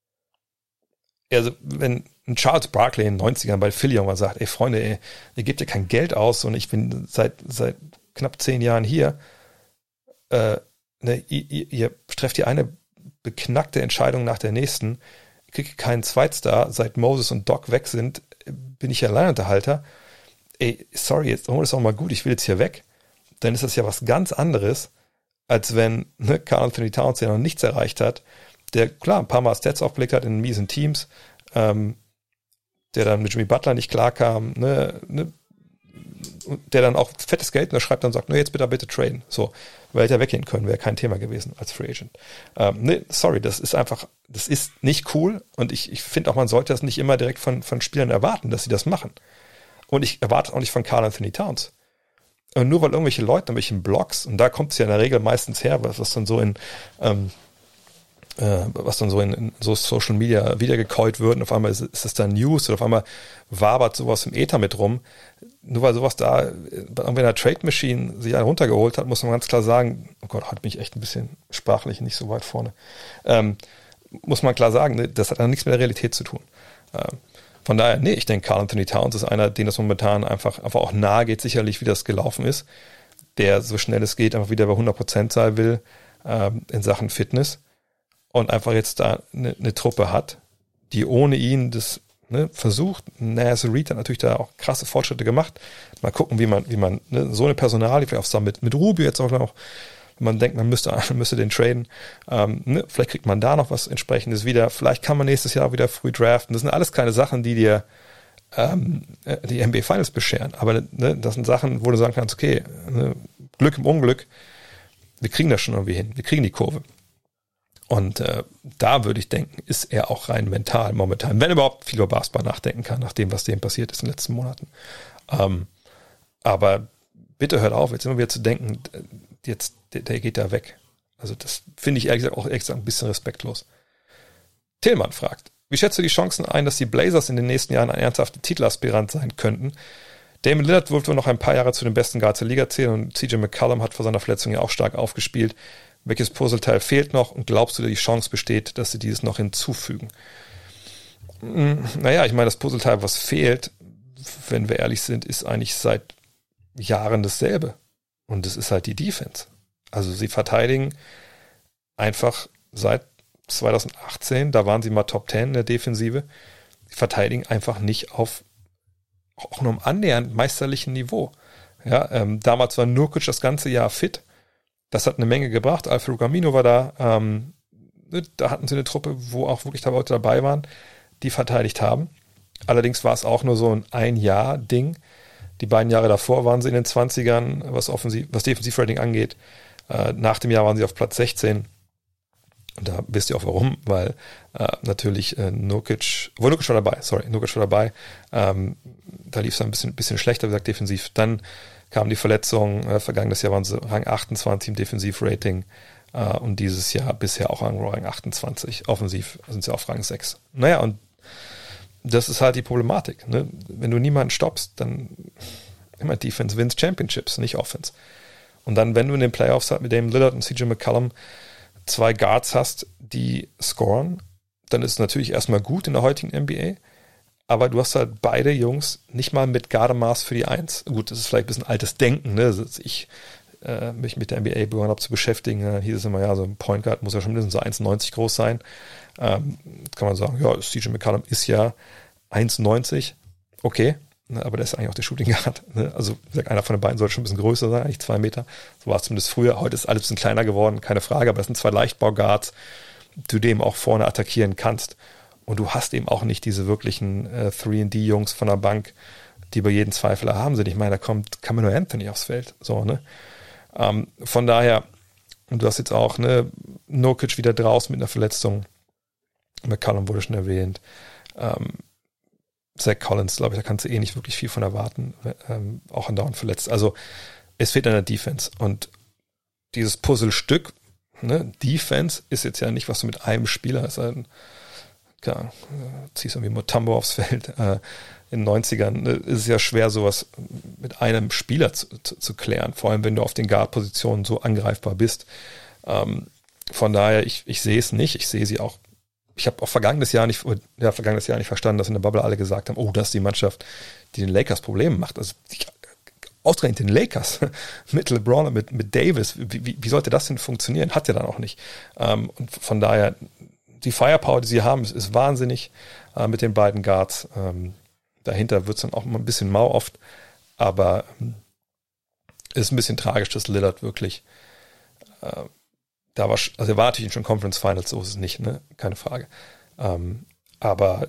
Also wenn ein Charles Barkley in den neunzigern bei Philly irgendwann sagt, ey Freunde, ey, ihr gebt ja kein Geld aus und ich bin seit seit knapp zehn Jahren hier, äh, ne, ihr, ihr, ihr trefft hier eine beknackte Entscheidung nach der nächsten, kriegt keinen Zweitstar, seit Moses und Doc weg sind, bin ich Alleinunterhalter. Ey, sorry, jetzt hol es auch mal gut, ich will jetzt hier weg. Dann ist das ja was ganz anderes, als wenn ne, Karl Anthony Towns, der noch nichts erreicht hat, der klar ein paar Mal Stats aufgelegt hat in miesen Teams, ähm, der dann mit Jimmy Butler nicht klarkam, ne, ne, der dann auch fettes Geld unterschreibt und sagt, ne, jetzt bitte bitte traden. So, weil hätte er weggehen können, wäre kein Thema gewesen als Free Agent. Ähm, ne, sorry, das ist einfach, das ist nicht cool und ich, ich finde auch, man sollte das nicht immer direkt von, von Spielern erwarten, dass sie das machen. Und ich erwarte auch nicht von Karl Anthony Towns. Und nur weil irgendwelche Leute, irgendwelchen Blogs, und da kommt es ja in der Regel meistens her, was, was dann so in ähm, äh, was dann so in, in so Social Media wiedergekäut wird und auf einmal ist, ist es dann News oder auf einmal wabert sowas im Äther mit rum. Nur weil sowas da bei irgendeiner Trade Machine sich einen runtergeholt hat, muss man ganz klar sagen, oh Gott, hat mich echt ein bisschen sprachlich nicht so weit vorne, ähm, muss man klar sagen, ne, das hat dann nichts mit der Realität zu tun. Ähm, Von daher, nee, ich denke, Karl Anthony Towns ist einer, den das momentan einfach, einfach auch nahe geht, sicherlich, wie das gelaufen ist, der so schnell es geht einfach wieder bei hundert Prozent sein will ähm, in Sachen Fitness und einfach jetzt da eine, eine Truppe hat, die ohne ihn das ne, versucht. Naz Reid hat natürlich da auch krasse Fortschritte gemacht. Mal gucken, wie man, wie man ne, so eine Personalie, vielleicht auch zusammen mit, mit Rubio jetzt auch noch, wenn man denkt, man müsste, man müsste den traden, ähm, ne, vielleicht kriegt man da noch was Entsprechendes wieder, vielleicht kann man nächstes Jahr wieder früh draften. Das sind alles keine Sachen, die dir ähm, die N B A Finals bescheren, aber ne, das sind Sachen, wo du sagen kannst, okay, ne, Glück im Unglück, wir kriegen das schon irgendwie hin, wir kriegen die Kurve. Und äh, da würde ich denken, ist er auch rein mental momentan, wenn er überhaupt viel über Basketball nachdenken kann, nach dem, was dem passiert ist in den letzten Monaten. Ähm, aber bitte hört auf, jetzt immer wieder zu denken, jetzt, der, der geht da weg. Also das finde ich ehrlich gesagt auch extra ein bisschen respektlos. Tillmann fragt, wie schätzt du die Chancen ein, dass die Blazers in den nächsten Jahren ein ernsthafter Titelaspirant sein könnten? Damian Lillard wird wohl noch ein paar Jahre zu den besten Guards der Liga zählen und C J McCollum hat vor seiner Verletzung ja auch stark aufgespielt. Welches Puzzleteil fehlt noch und glaubst du, die Chance besteht, dass sie dieses noch hinzufügen? Naja, ich meine, das Puzzleteil, was fehlt, wenn wir ehrlich sind, ist eigentlich seit Jahren dasselbe. Und das ist halt die Defense. Also sie verteidigen einfach seit zwanzig achtzehn, da waren sie mal Top zehn in der Defensive, sie verteidigen einfach nicht auf auch nur im annähernd meisterlichen Niveau. Ja, ähm, damals war Nurkic das ganze Jahr fit. Das hat eine Menge gebracht. Al-Farouq Aminu war da. Ähm, da hatten sie eine Truppe, wo auch wirklich Leute dabei waren, die verteidigt haben. Allerdings war es auch nur so ein Ein-Jahr-Ding. Die beiden Jahre davor waren sie in den zwanzigern, was Offensiv, was Defensivrating angeht. Äh, nach dem Jahr waren sie auf Platz sechzehn. Und da wisst ihr auch warum, weil äh, natürlich äh, Nurkic, wo Nurkic war dabei, sorry, Nurkic war dabei, ähm, da lief es ein bisschen, bisschen schlechter, wie gesagt, defensiv. Dann kam die Verletzung, äh, vergangenes Jahr waren sie Rang achtundzwanzig im Defensivrating äh, und dieses Jahr bisher auch an Rang achtundzwanzig. Offensiv sind sie auf Rang sechs. Naja, und das ist halt die Problematik. Ne? Wenn du niemanden stoppst, dann immer Defense wins Championships, nicht Offense. Und dann, wenn du in den Playoffs halt mit Damian Lillard und C J McCollum zwei Guards hast, die scoren, dann ist es natürlich erstmal gut in der heutigen N B A, aber du hast halt beide Jungs nicht mal mit Gardemaß für die Eins. Gut, das ist vielleicht ein bisschen altes Denken, ne? Als ich äh, mich mit der N B A begonnen habe zu beschäftigen, dann hieß es immer, ja, so ein Point Guard muss ja schon mindestens so eins neunzig groß sein. Ähm, kann man sagen, ja, C J McCollum ist ja eins neunzig, okay, ne, aber der ist eigentlich auch der Shooting Guard. Ne? Also wie gesagt, einer von den beiden sollte schon ein bisschen größer sein, eigentlich zwei Meter. So war es zumindest früher. Heute ist alles ein bisschen kleiner geworden, keine Frage, aber das sind zwei Leichtbau-Guards, die du eben auch vorne attackieren kannst. Und du hast eben auch nicht diese wirklichen äh, drei und D-Jungs von der Bank, die bei jedem Zweifler haben sind. Ich meine, da kommt Carmelo Anthony aufs Feld. So, ne? Ähm, von daher, und du hast jetzt auch ne, Nurkic wieder draußen mit einer Verletzung. McCollum wurde schon erwähnt. Ähm, Zach Collins, glaube ich, da kannst du eh nicht wirklich viel von erwarten. Ähm, auch andauernd verletzt. Also es fehlt an der Defense. Und dieses Puzzlestück, ne, Defense ist jetzt ja nicht, was du mit einem Spieler, ist ein ja, ziehst irgendwie Mutombo aufs Feld. Äh, in den neunzigern ist es ja schwer, sowas mit einem Spieler zu, zu, zu klären, vor allem wenn du auf den Guard-Positionen so angreifbar bist. Ähm, von daher, ich, ich sehe es nicht. Ich sehe sie auch, ich habe auch vergangenes Jahr nicht, ja, vergangenes Jahr nicht verstanden, dass in der Bubble alle gesagt haben, oh, das ist die Mannschaft, die den Lakers Probleme macht. Also die, ausgerechnet den Lakers mit LeBron und mit, mit Davis, wie, wie, wie sollte das denn funktionieren? Hat ja dann auch nicht. Ähm, und von daher, die Firepower, die sie haben, ist, ist wahnsinnig äh, mit den beiden Guards. Ähm, dahinter wird es dann auch mal ein bisschen mau oft, aber ähm, ist ein bisschen tragisch, dass Lillard wirklich äh, da war, also er war natürlich schon Conference Finals, so ist es nicht, ne? Keine Frage. Ähm, aber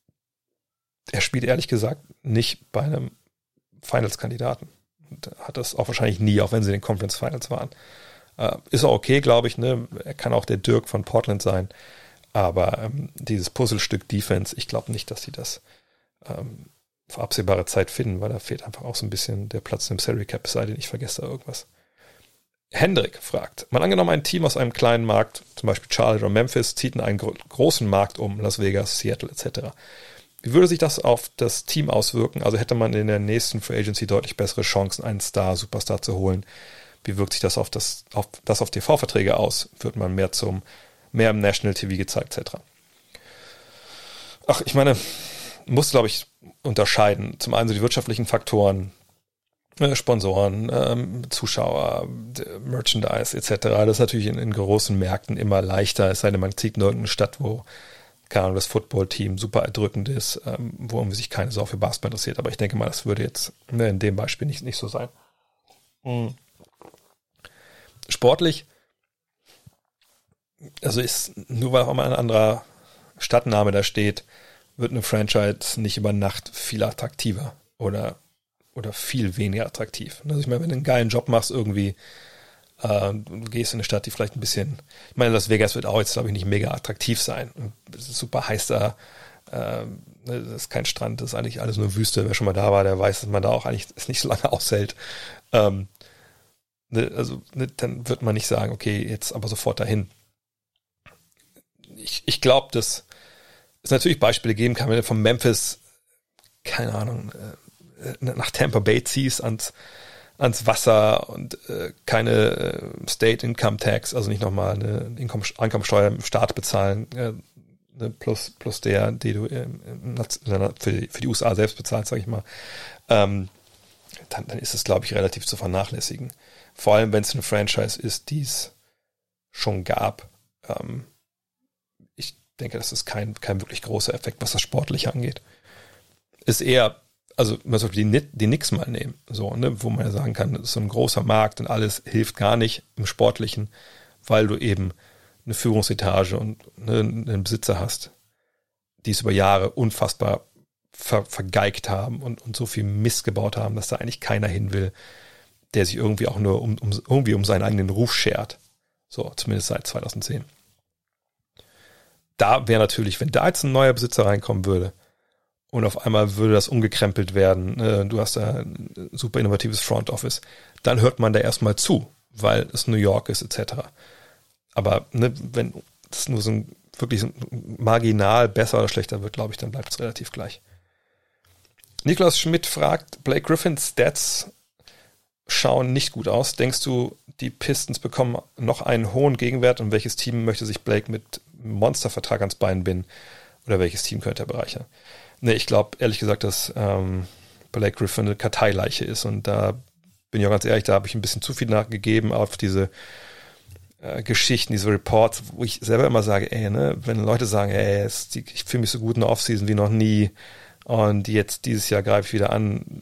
er spielt ehrlich gesagt nicht bei einem Finals-Kandidaten. Und hat das auch wahrscheinlich nie, auch wenn sie in den Conference Finals waren. Äh, ist auch okay, glaube ich, ne? Er kann auch der Dirk von Portland sein. Aber ähm, dieses Puzzlestück Defense, ich glaube nicht, dass sie das ähm, für absehbare Zeit finden, weil da fehlt einfach auch so ein bisschen der Platz im Salary Cap, es sei denn, ich vergesse da irgendwas. Hendrik fragt, mal angenommen, ein Team aus einem kleinen Markt, zum Beispiel Charlotte oder Memphis, zieht in einen gro- großen Markt um, Las Vegas, Seattle et cetera. Wie würde sich das auf das Team auswirken? Also hätte man in der nächsten Free Agency deutlich bessere Chancen, einen Star, Superstar zu holen. Wie wirkt sich das auf das auf, das auf T V-Verträge aus? Wird man mehr zum mehr im National T V gezeigt, et cetera. Ach, ich meine, muss, glaube ich, unterscheiden. Zum einen so die wirtschaftlichen Faktoren, äh, Sponsoren, ähm, Zuschauer, Merchandise et cetera. Das ist natürlich in, in großen Märkten immer leichter, es sei denn, man zieht in irgendeine Stadt, wo, keine Ahnung, das Footballteam super erdrückend ist, ähm, wo irgendwie sich keine Sau für Basketball interessiert. Aber ich denke mal, das würde jetzt ne, in dem Beispiel nicht, nicht so sein. Mhm. Sportlich, also ist, nur weil auch mal ein anderer Stadtname da steht, wird eine Franchise nicht über Nacht viel attraktiver oder, oder viel weniger attraktiv. Also ich meine, wenn du einen geilen Job machst irgendwie, äh, du gehst in eine Stadt, die vielleicht ein bisschen, ich meine, Las Vegas wird auch jetzt, glaube ich, nicht mega attraktiv sein. Es ist super heiß da, äh, das ist kein Strand, das ist eigentlich alles nur Wüste. Wer schon mal da war, der weiß, dass man da auch eigentlich es nicht so lange aushält. Ähm, ne, also ne, dann wird man nicht sagen, okay, jetzt aber sofort dahin. Ich, ich glaube, dass es natürlich Beispiele geben kann, wenn du von Memphis, keine Ahnung, äh, nach Tampa Bay ziehst, ans, ans Wasser und äh, keine äh, State Income Tax, also nicht nochmal eine Einkommensteuer im Staat bezahlen, äh, ne, plus, plus der, die du äh, für, die, für die U S A selbst bezahlst, sag ich mal, ähm, dann, dann ist es, glaube ich, relativ zu vernachlässigen. Vor allem, wenn es eine Franchise ist, die es schon gab. Ähm, Ich denke, das ist kein, kein wirklich großer Effekt, was das Sportliche angeht. Ist eher, also man sollte die, die Knicks mal nehmen, so, ne, wo man ja sagen kann, das ist so ein großer Markt und alles hilft gar nicht im Sportlichen, weil du eben eine Führungsetage und ne, einen Besitzer hast, die es über Jahre unfassbar ver, vergeigt haben und, und so viel Mist gebaut haben, dass da eigentlich keiner hin will, der sich irgendwie auch nur um, um, irgendwie um seinen eigenen Ruf schert. So, zumindest seit zweitausendzehn. Da wäre natürlich, wenn da jetzt ein neuer Besitzer reinkommen würde und auf einmal würde das umgekrempelt werden, äh, du hast da ein super innovatives Front Office, dann hört man da erstmal zu, weil es New York ist et cetera. Aber ne, wenn das nur so ein wirklich so ein marginal besser oder schlechter wird, glaube ich, dann bleibt es relativ gleich. Niklas Schmidt fragt, Blake Griffins Stats schauen nicht gut aus. Denkst du, die Pistons bekommen noch einen hohen Gegenwert und welches Team möchte sich Blake mit Monstervertrag ans Bein binden oder welches Team könnte er bereichern? Ne, ich glaube ehrlich gesagt, dass ähm, Blake Griffin eine Karteileiche ist und da bin ich auch ganz ehrlich, da habe ich ein bisschen zu viel nachgegeben auf diese äh, Geschichten, diese Reports, wo ich selber immer sage, ey, ne, wenn Leute sagen, ey, es, die, ich fühle mich so gut in der Offseason wie noch nie und jetzt dieses Jahr greife ich wieder an.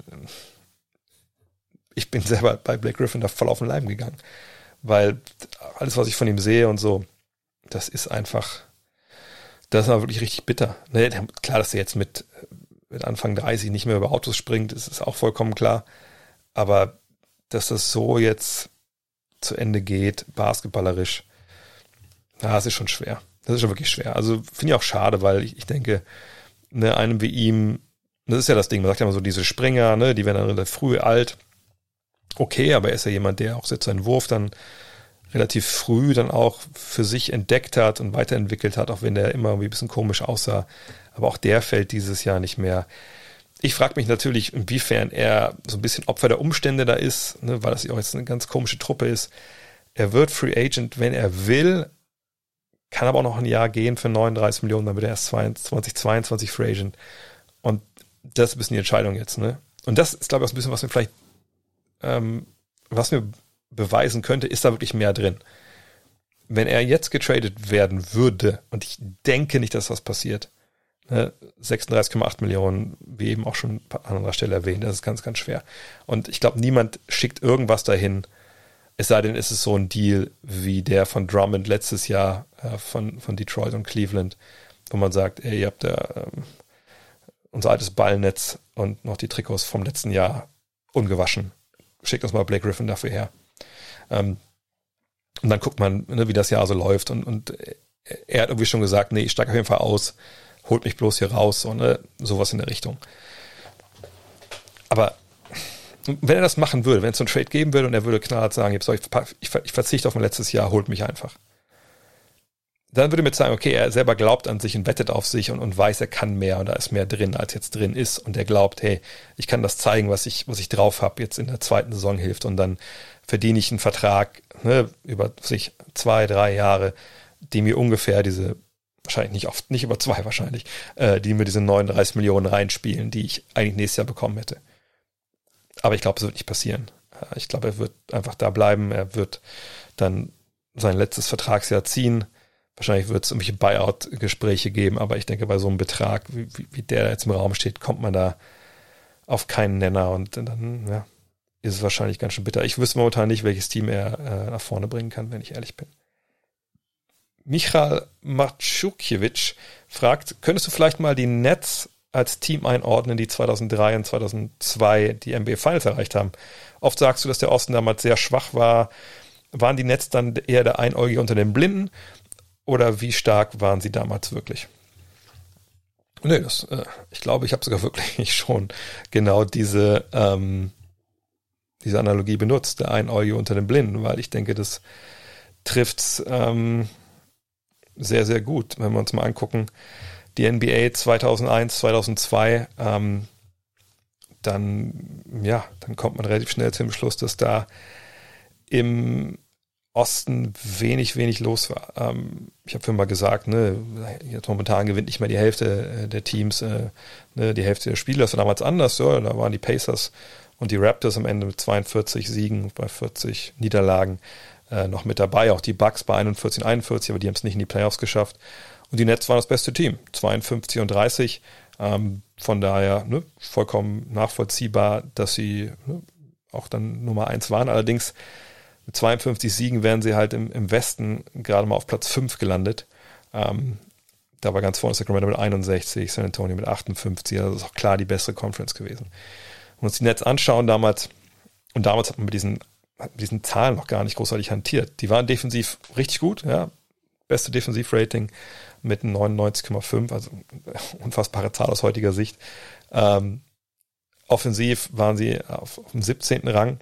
Ich bin selber bei Blake Griffin da voll auf den Leim gegangen, weil alles, was ich von ihm sehe und so, das ist einfach, das ist aber wirklich richtig bitter. Ne, klar, dass er jetzt mit, mit Anfang dreißig nicht mehr über Autos springt, das ist auch vollkommen klar, aber dass das so jetzt zu Ende geht, basketballerisch, na, das ist schon schwer. Das ist schon wirklich schwer. Also finde ich auch schade, weil ich, ich denke, ne, einem wie ihm, das ist ja das Ding, man sagt ja immer so, diese Springer, ne, die werden dann relativ früh alt. Okay, aber er ist ja jemand, der auch jetzt seinen Wurf dann relativ früh dann auch für sich entdeckt hat und weiterentwickelt hat, auch wenn der immer irgendwie ein bisschen komisch aussah. Aber auch der fällt dieses Jahr nicht mehr. Ich frage mich natürlich, inwiefern er so ein bisschen Opfer der Umstände da ist, ne, weil das ja auch jetzt eine ganz komische Truppe ist. Er wird Free Agent, wenn er will, kann aber auch noch ein Jahr gehen für neununddreißig Millionen, dann wird er erst zwanzig zweiundzwanzig Free Agent. Und das ist ein bisschen die Entscheidung jetzt. Ne? Und das ist, glaube ich, auch ein bisschen, was wir vielleicht Ähm, was mir beweisen könnte, ist da wirklich mehr drin. Wenn er jetzt getradet werden würde, und ich denke nicht, dass das passiert, ne, sechsunddreißig Komma acht Millionen, wie eben auch schon an anderer Stelle erwähnt, das ist ganz, ganz schwer. Und ich glaube, niemand schickt irgendwas dahin, es sei denn, es ist so ein Deal wie der von Drummond letztes Jahr äh, von, von Detroit und Cleveland, wo man sagt, ey, ihr habt da ähm, unser altes Ballnetz und noch die Trikots vom letzten Jahr ungewaschen. Schickt uns mal Blake Griffin dafür her. Ähm, und dann guckt man, ne, wie das Jahr so läuft. Und, und er hat irgendwie schon gesagt, nee, ich steige auf jeden Fall aus, holt mich bloß hier raus. Und ne, sowas in der Richtung. Aber wenn er das machen würde, wenn es so einen Trade geben würde und er würde knallhart sagen, ich, ich, ich verzichte auf mein letztes Jahr, holt mich einfach. Dann würde ich mir sagen, okay, er selber glaubt an sich und wettet auf sich und, und weiß, er kann mehr und da ist mehr drin, als jetzt drin ist. Und er glaubt, hey, ich kann das zeigen, was ich, was ich drauf habe, jetzt in der zweiten Saison hilft. Und dann verdiene ich einen Vertrag ne, über sich zwei, drei Jahre, die mir ungefähr diese wahrscheinlich nicht oft, nicht über zwei wahrscheinlich, äh, die mir diese neununddreißig Millionen reinspielen, die ich eigentlich nächstes Jahr bekommen hätte. Aber ich glaube, es wird nicht passieren. Ich glaube, er wird einfach da bleiben. Er wird dann sein letztes Vertragsjahr ziehen. Wahrscheinlich wird es irgendwelche Buyout-Gespräche geben, aber ich denke, bei so einem Betrag, wie, wie der jetzt im Raum steht, kommt man da auf keinen Nenner und dann ja, ist es wahrscheinlich ganz schön bitter. Ich wüsste momentan nicht, welches Team er äh, nach vorne bringen kann, wenn ich ehrlich bin. Michal Matschukiewicz fragt, könntest du vielleicht mal die Nets als Team einordnen, die zweitausenddrei und zweitausendzwei die N B A Finals erreicht haben? Oft sagst du, dass der Osten damals sehr schwach war. Waren die Nets dann eher der Einäugige unter den Blinden? Oder wie stark waren sie damals wirklich? Nee, das, äh, ich glaube, ich habe sogar wirklich schon genau diese, ähm, diese Analogie benutzt, der Einäugige unter den Blinden, weil ich denke, das trifft's ähm, sehr, sehr gut, wenn wir uns mal angucken. Die N B A zweitausendeins, zweitausendzwei, ähm, dann, ja, dann kommt man relativ schnell zum Schluss, dass da im Osten wenig, wenig los war. Ähm, ich habe vorhin mal gesagt, ne, jetzt momentan gewinnt nicht mehr die Hälfte der Teams, äh, ne, die Hälfte der Spiele. Das war damals anders, so, da waren die Pacers und die Raptors am Ende mit zweiundvierzig Siegen bei vierzig Niederlagen äh, noch mit dabei. Auch die Bucks bei einundvierzig, einundvierzig, aber die haben es nicht in die Playoffs geschafft. Und die Nets waren das beste Team, zweiundfünfzig und dreißig. Ähm, von daher ne, vollkommen nachvollziehbar, dass sie ne, auch dann Nummer eins waren. Allerdings mit zweiundfünfzig Siegen wären sie halt im, im Westen gerade mal auf Platz fünf gelandet. Ähm, da war ganz vorne Sacramento mit einundsechzig, San Antonio mit achtundfünfzig. Also das ist auch klar die bessere Conference gewesen. Wenn wir uns die Nets anschauen damals, und damals hat man mit diesen, hat mit diesen Zahlen noch gar nicht großartig hantiert. Die waren defensiv richtig gut, ja. Beste Defensivrating mit neunundneunzig Komma fünf, also unfassbare Zahl aus heutiger Sicht. Ähm, offensiv waren sie auf, auf dem siebzehnten Rang.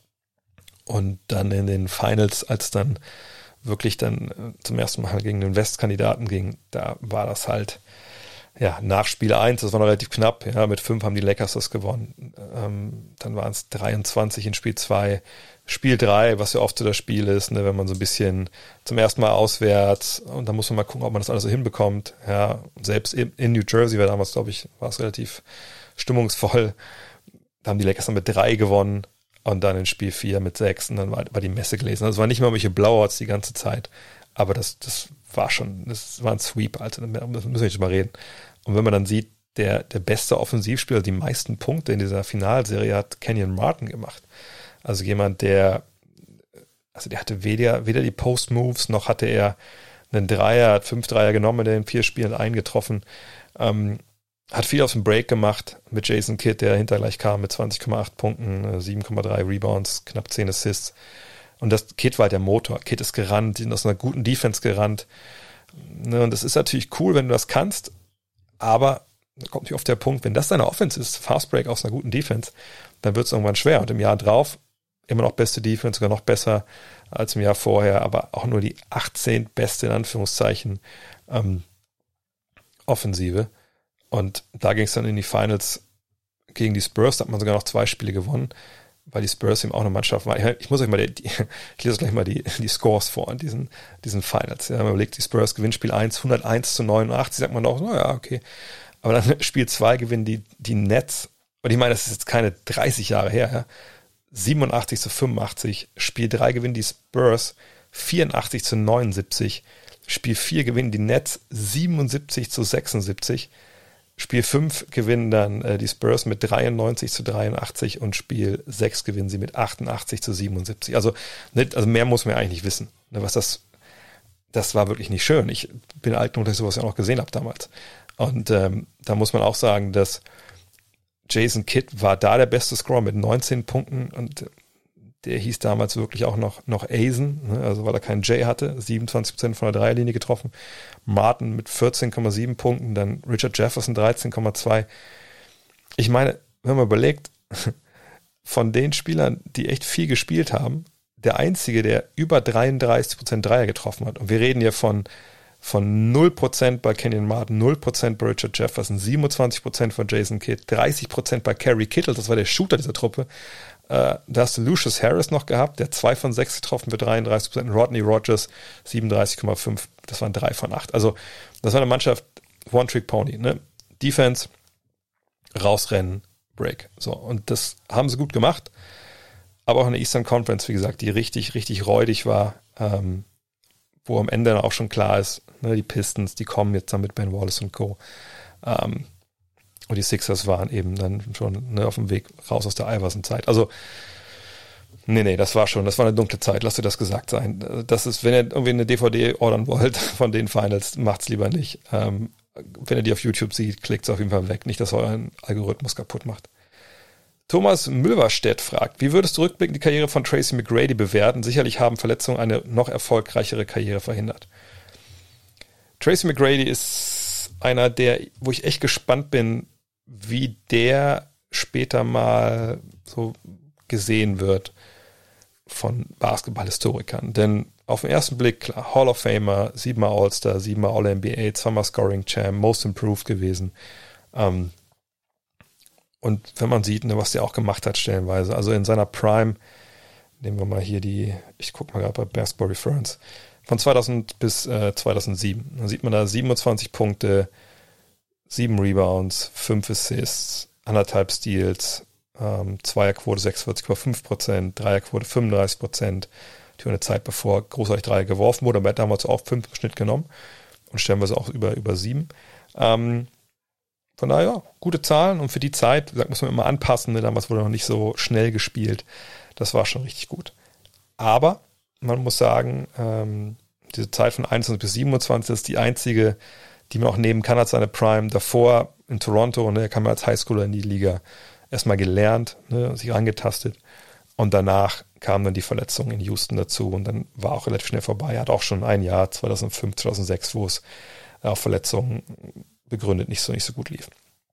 Und dann in den Finals, als dann wirklich dann zum ersten Mal gegen den Westkandidaten ging, da war das halt, ja, nach Spiel eins, das war noch relativ knapp, ja, mit fünf haben die Lakers das gewonnen. Ähm, dann waren es dreiundzwanzig in Spiel zwei. Spiel drei, was ja oft so das Spiel ist, ne, wenn man so ein bisschen zum ersten Mal auswärts und dann muss man mal gucken, ob man das alles so hinbekommt. Ja, selbst in, in New Jersey war damals, glaube ich, war es relativ stimmungsvoll. Da haben die Lakers dann mit drei gewonnen. Und dann in Spiel vier mit sechs und dann war, war die Messe gelesen. Also es waren nicht mal irgendwelche Blowouts die ganze Zeit, aber das, das war schon, das war ein Sweep, also da müssen wir nicht drüber reden. Und wenn man dann sieht, der, der beste Offensivspieler, die meisten Punkte in dieser Finalserie hat Kenyon Martin gemacht. Also jemand, der, also der hatte weder, weder die Post-Moves, noch hatte er einen Dreier, hat fünf Dreier genommen, der in vier Spielen eingetroffen. Ähm, Hat viel aus dem Break gemacht mit Jason Kidd, der dahinter gleich kam mit zwanzig Komma acht Punkten, sieben Komma drei Rebounds, knapp zehn Assists. Und das Kidd war der Motor. Kidd ist gerannt, die sind aus einer guten Defense gerannt. Und das ist natürlich cool, wenn du das kannst, aber da kommt nicht oft der Punkt, wenn das deine Offense ist, Fast Break aus einer guten Defense, dann wird es irgendwann schwer. Und im Jahr drauf immer noch beste Defense, sogar noch besser als im Jahr vorher, aber auch nur die achtzehn beste, in Anführungszeichen, ähm, Offensive. Und da ging es dann in die Finals gegen die Spurs, da hat man sogar noch zwei Spiele gewonnen, weil die Spurs eben auch eine Mannschaft war. Ich muss euch mal, die, die, ich lese euch gleich mal die, die Scores vor in diesen, diesen Finals. Ja, man überlegt, die Spurs gewinnen Spiel eins, hunderteins zu neunundachtzig, sagt man auch, naja, okay. Aber dann Spiel zwei gewinnen die, die Nets, und ich meine, das ist jetzt keine dreißig Jahre her, ja, siebenundachtzig zu fünfundachtzig. Spiel drei gewinnen die Spurs vierundachtzig zu neunundsiebzig. Spiel vier gewinnen die Nets siebenundsiebzig zu sechsundsiebzig. Spiel fünf gewinnen dann äh, die Spurs mit dreiundneunzig zu dreiundachtzig und Spiel sechs gewinnen sie mit achtundachtzig zu siebenundsiebzig. Also, nicht, also mehr muss man ja eigentlich nicht wissen. Ne, was das, das war wirklich nicht schön. Ich bin alt genug, dass ich sowas ja auch noch gesehen habe damals. Und ähm, da muss man auch sagen, dass Jason Kidd war da der beste Scorer mit neunzehn Punkten und der hieß damals wirklich auch noch, noch Aizen, ne? Also weil er keinen J hatte, siebenundzwanzig Prozent von der Dreierlinie getroffen. Martin mit vierzehn Komma sieben Punkten, dann Richard Jefferson dreizehn Komma zwei. Ich meine, wenn man überlegt, von den Spielern, die echt viel gespielt haben, der einzige, der über dreiunddreißig Prozent Dreier getroffen hat, und wir reden hier von, von null Prozent bei Kenyon Martin, null Prozent bei Richard Jefferson, siebenundzwanzig Prozent von Jason Kidd, dreißig Prozent bei Kerry Kittle, das war der Shooter dieser Truppe, äh, da hast du Lucius Harris noch gehabt, der zwei von sechs getroffen für dreiunddreißig Prozent, Rodney Rogers siebenunddreißig Komma fünf, das waren drei von acht. Also das war eine Mannschaft, One-Trick-Pony, ne? Defense, rausrennen, Break. So, und das haben sie gut gemacht, aber auch in der Eastern Conference, wie gesagt, die richtig, richtig räudig war, ähm, wo am Ende dann auch schon klar ist, ne, die Pistons, die kommen jetzt dann mit Ben Wallace und Co. Ähm, und die Sixers waren eben dann schon ne, auf dem Weg raus aus der Iverson-Zeit. Also, nee, nee, das war schon, das war eine dunkle Zeit, lasst dir das gesagt sein. Das ist, wenn ihr irgendwie eine D V D ordern wollt von den Finals, macht's lieber nicht. Ähm, wenn ihr die auf YouTube sieht, klickt's auf jeden Fall weg, nicht, dass euren Algorithmus kaputt macht. Thomas Mülverstedt fragt, wie würdest du rückblickend die Karriere von Tracy McGrady bewerten? Sicherlich haben Verletzungen eine noch erfolgreichere Karriere verhindert. Tracy McGrady ist einer, der, wo ich echt gespannt bin, wie der später mal so gesehen wird von Basketballhistorikern. Denn auf den ersten Blick, klar, Hall of Famer, siebenmal All-Star, siebenmal All-N B A, zweimal Scoring-Champ, Most Improved gewesen. Ähm, Und wenn man sieht, ne, was der auch gemacht hat stellenweise, also in seiner Prime, nehmen wir mal hier die, ich gucke mal gerade bei Basketball Reference, von zweitausend bis äh, zweitausendsieben. Dann sieht man da siebenundzwanzig Punkte, sieben Rebounds, fünf Assists, anderthalb Steals, ähm, Zweierquote sechsundvierzig Komma fünf Prozent, Dreierquote fünfunddreißig Prozent. Die eine Zeit, bevor großartig Dreier geworfen wurde, aber er hat damals auch fünf im Schnitt genommen und stellenweise auch über, über sieben. Ähm, Von daher, ja, gute Zahlen und für die Zeit, wie gesagt, muss man immer anpassen, ne? Damals wurde noch nicht so schnell gespielt. Das war schon richtig gut. Aber man muss sagen, ähm, diese Zeit von einundzwanzig bis siebenundzwanzig ist die einzige, die man auch nehmen kann als seine Prime. Davor in Toronto, ne, kam er als Highschooler in die Liga, erstmal gelernt, ne, sich angetastet und danach kam dann die Verletzung in Houston dazu und dann war auch relativ schnell vorbei. Er hat auch schon ein Jahr, zweitausendfünf, zweitausendsechs, wo es auf Verletzungen begründet nicht so nicht so gut lief.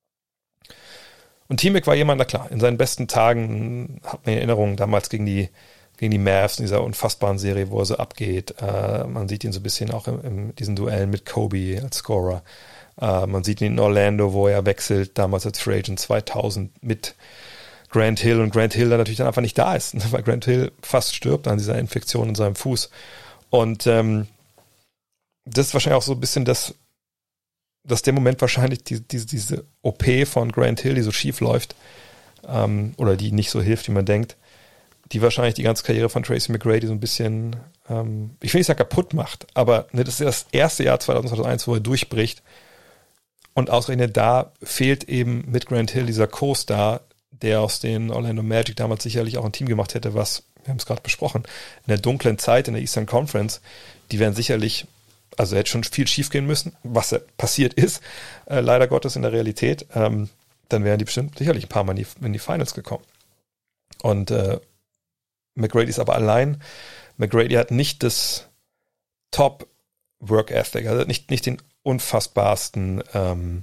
Und T-Mac war jemand, na klar, in seinen besten Tagen hat man Erinnerungen damals gegen die gegen die Mavs in dieser unfassbaren Serie, wo er so abgeht. Äh, man sieht ihn so ein bisschen auch in, in diesen Duellen mit Kobe als Scorer. Äh, man sieht ihn in Orlando, wo er wechselt, damals als Free Agent zweitausend mit Grant Hill und Grant Hill dann natürlich dann einfach nicht da ist, weil Grant Hill fast stirbt an dieser Infektion in seinem Fuß. Und ähm, das ist wahrscheinlich auch so ein bisschen das, dass der Moment wahrscheinlich die, die, diese O P von Grant Hill, die so schief läuft, ähm, oder die nicht so hilft, wie man denkt, die wahrscheinlich die ganze Karriere von Tracy McGrady so ein bisschen, ähm, ich will nicht sagen kaputt macht, aber ne, das ist ja das erste Jahr zweitausend, zweitausendeins, wo er durchbricht und ausgerechnet da fehlt eben mit Grant Hill dieser Co-Star, der aus den Orlando Magic damals sicherlich auch ein Team gemacht hätte, was, wir haben es gerade besprochen, in der dunklen Zeit in der Eastern Conference, die wären sicherlich, also hätte schon viel schief gehen müssen, was passiert ist, äh, leider Gottes in der Realität, ähm, dann wären die bestimmt sicherlich ein paar Mal in die, in die Finals gekommen. Und äh, McGrady ist aber allein. McGrady hat nicht das Top-Work-Ethic, also nicht, nicht den unfassbarsten ähm,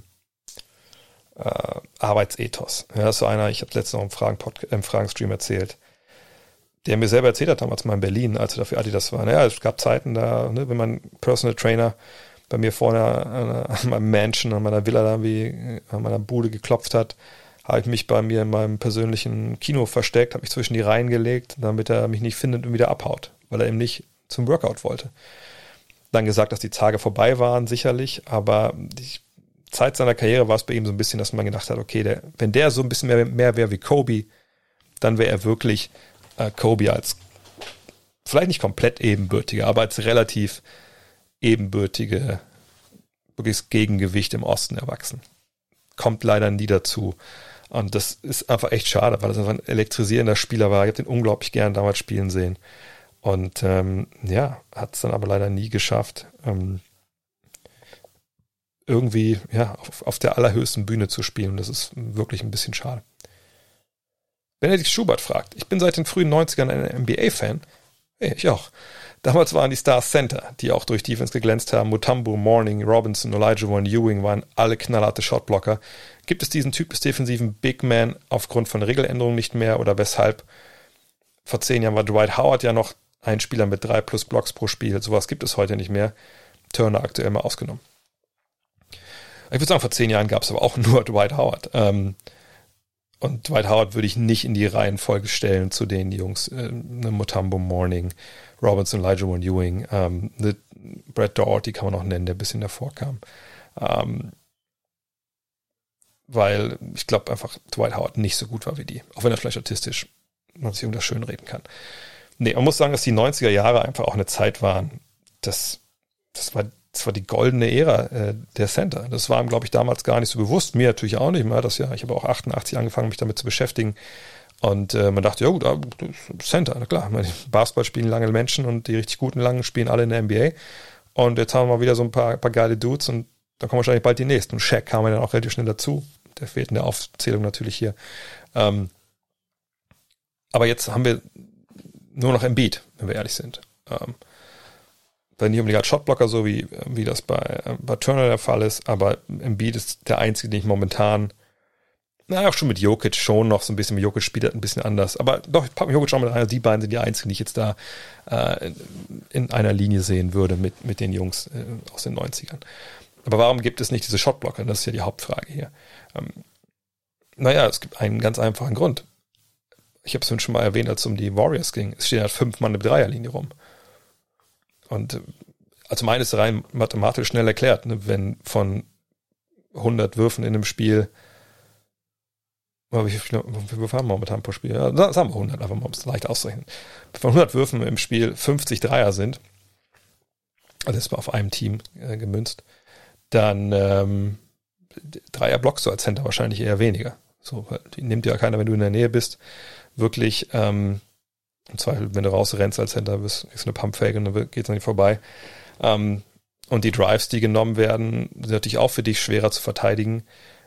äh, Arbeitsethos. Ja, das ist so einer, ich habe letztens noch im, Fragen im Fragenstream erzählt, der mir selber erzählt hat, damals mal in Berlin, als er dafür Adidas war. Naja, es gab Zeiten, da, ne, wenn man Personal Trainer bei mir vorne an meinem Mansion, an meiner Villa, da wie an meiner Bude geklopft hat, habe ich mich bei mir in meinem persönlichen Kino versteckt, habe mich zwischen die Reihen gelegt, damit er mich nicht findet und wieder abhaut, weil er eben nicht zum Workout wollte. Dann gesagt, dass die Tage vorbei waren, sicherlich, aber die Zeit seiner Karriere war es bei ihm so ein bisschen, dass man gedacht hat, okay, der, wenn der so ein bisschen mehr, mehr wäre wie Kobe, dann wäre er wirklich äh, Kobe als vielleicht nicht komplett ebenbürtige, aber als relativ ebenbürtige, wirkliches Gegengewicht im Osten erwachsen. Kommt leider nie dazu. Und das ist einfach echt schade, weil das einfach ein elektrisierender Spieler war. Ich habe den unglaublich gern damals spielen sehen. Und ähm, ja, hat es dann aber leider nie geschafft, ähm, irgendwie ja auf, auf der allerhöchsten Bühne zu spielen. Das ist wirklich ein bisschen schade. Benedikt Schubert fragt, ich bin seit den frühen neunzigern ein N B A-Fan. Hey, ich auch. Damals waren die Stars Center, die auch durch Defense geglänzt haben. Mutombo, Mourning, Robinson, Olajuwon, Ewing waren alle knallharte Shotblocker. Gibt es diesen Typ des defensiven Big Man aufgrund von Regeländerungen nicht mehr oder weshalb? Vor zehn Jahren war Dwight Howard ja noch ein Spieler mit drei plus Blocks pro Spiel. Sowas gibt es heute nicht mehr. Turner aktuell mal ausgenommen. Ich würde sagen, vor zehn Jahren gab es aber auch nur Dwight Howard. Ähm, Und Dwight Howard würde ich nicht in die Reihenfolge stellen zu den Jungs, äh, ne Mutombo Mourning, Robinson, Elijah Warren Ewing, ähm, ne Brad Daugherty kann man noch nennen, der ein bisschen davor kam. Ähm, weil ich glaube einfach, Dwight Howard nicht so gut war wie die, auch wenn er vielleicht statistisch man sich um das schön reden kann. Nee, man muss sagen, dass die neunziger Jahre einfach auch eine Zeit waren, das, das war das war die goldene Ära äh, der Center. Das war ihm, glaube ich, damals gar nicht so bewusst. Mir natürlich auch nicht. Man hat das ja, ich habe auch achtundachtzig angefangen, mich damit zu beschäftigen. Und äh, man dachte, ja gut, Center, na klar. Meine, Basketball spielen lange Menschen und die richtig guten Langen spielen alle in der N B A. Und jetzt haben wir mal wieder so ein paar, paar geile Dudes und da kommen wahrscheinlich bald die nächsten. Und Shaq kam dann auch relativ schnell dazu. Der fehlt in der Aufzählung natürlich hier. Ähm, aber jetzt haben wir nur noch Embiid, wenn wir ehrlich sind. Ähm, Bei nicht unbedingt als Shotblocker, so wie, wie das bei, bei Turner der Fall ist, aber Embiid ist der einzige, den ich momentan, naja, auch schon mit Jokic schon noch so ein bisschen, mit Jokic spielt ein bisschen anders, aber doch, ich packe Jokic schon mit einer, die beiden sind die einzigen, die ich jetzt da äh, in einer Linie sehen würde mit, mit den Jungs äh, aus den neunzigern. Aber warum gibt es nicht diese Shotblocker? Das ist ja die Hauptfrage hier. Ähm, naja, es gibt einen ganz einfachen Grund. Ich habe es schon mal erwähnt, als es um die Warriors ging. Es stehen halt fünf Mann in der Dreierlinie rum. Und also meine ist rein mathematisch schnell erklärt, ne? Wenn von hundert Würfen in einem Spiel, wie viele Würfe haben wir momentan pro Spiel? Ja, sagen wir hundert, einfach mal, um es leicht auszurechnen. Von hundert Würfen im Spiel fünfzig Dreier sind, also das war auf einem Team äh, gemünzt, dann ähm, Dreier blockst du als Center wahrscheinlich eher weniger. So, die nimmt ja keiner, wenn du in der Nähe bist, wirklich ähm, im Zweifel, wenn du rausrennst als Center, bist du eine Pumpfake und dann geht es nicht vorbei. Ähm, und die Drives, die genommen werden, sind natürlich auch für dich schwerer zu verteidigen,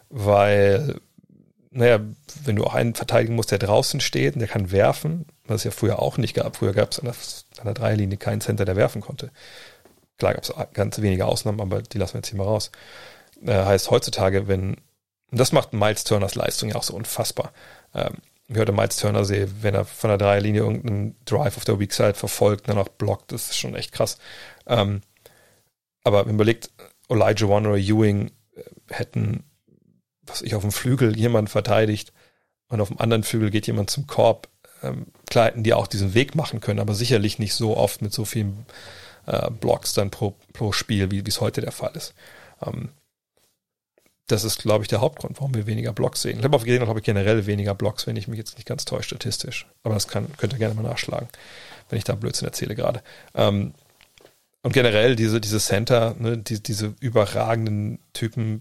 weil, naja, wenn du auch einen verteidigen musst, der draußen steht und der kann werfen, was es ja früher auch nicht gab. Früher gab es an der, an der Dreierlinie keinen Center, der werfen konnte. Klar gab es ganz wenige Ausnahmen, aber die lassen wir jetzt hier mal raus. Äh, heißt heutzutage, wenn, und das macht Miles Turners Leistung ja auch so unfassbar. Ähm, ich heute Miles Turner sehe, wenn er von der Dreierlinie irgendeinen Drive auf der Weak Side verfolgt und dann auch blockt, das ist schon echt krass. Ähm, aber wenn man überlegt, Elijah Warren oder Ewing hätten, was ich auf dem Flügel jemand verteidigt und auf dem anderen Flügel geht jemand zum Korb, ähm, klar hätten die auch diesen Weg machen können, aber sicherlich nicht so oft mit so vielen äh, Blocks dann pro, pro Spiel, wie es heute der Fall ist. Ähm, Das ist, glaube ich, der Hauptgrund, warum wir weniger Blocks sehen. Ich habe auch gesehen, glaube ich, generell weniger Blocks, wenn ich mich jetzt nicht ganz täusche, statistisch. Aber das kann, könnt ihr gerne mal nachschlagen, wenn ich da Blödsinn erzähle gerade. Ähm, und generell diese, diese Center, ne, die, diese überragenden Typen,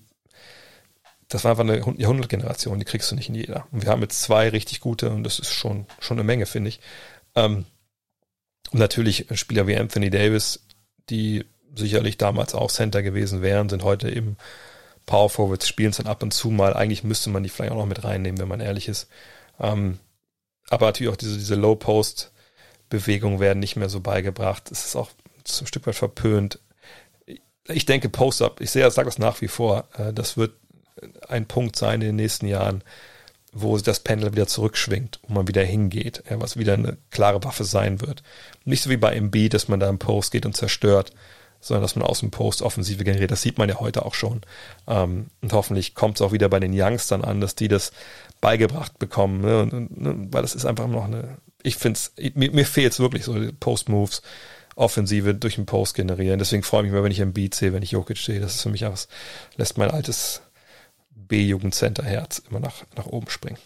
das war einfach eine Jahrhundertgeneration, die kriegst du nicht in jeder. Und wir haben jetzt zwei richtig gute und das ist schon, schon eine Menge, finde ich. Ähm, und natürlich Spieler wie Anthony Davis, die sicherlich damals auch Center gewesen wären, sind heute eben Power Forwards, spielen es dann ab und zu mal. Eigentlich müsste man die vielleicht auch noch mit reinnehmen, wenn man ehrlich ist. Ähm, aber natürlich auch diese, diese Low-Post-Bewegungen werden nicht mehr so beigebracht. Es ist auch ein Stück weit verpönt. Ich denke Post-Up, ich sehe, ich sage das nach wie vor, äh, das wird ein Punkt sein in den nächsten Jahren, wo das Pendel wieder zurückschwingt und man wieder hingeht, ja, was wieder eine klare Waffe sein wird. Nicht so wie bei Embiid, dass man da im Post geht und zerstört, sondern dass man aus dem Post Offensive generiert. Das sieht man ja heute auch schon. Ähm, und hoffentlich kommt es auch wieder bei den Youngstern an, dass die das beigebracht bekommen. Ne? Und, und, ne? Weil das ist einfach noch eine, ich finde es, mir, mir fehlt es wirklich so, Post-Moves, Offensive durch den Post generieren. Deswegen freue ich mich immer, wenn ich Embiid sehe, wenn ich Jokic sehe. Das ist für mich auch, lässt mein altes B-Jugendcenter-Herz immer nach, nach oben springen.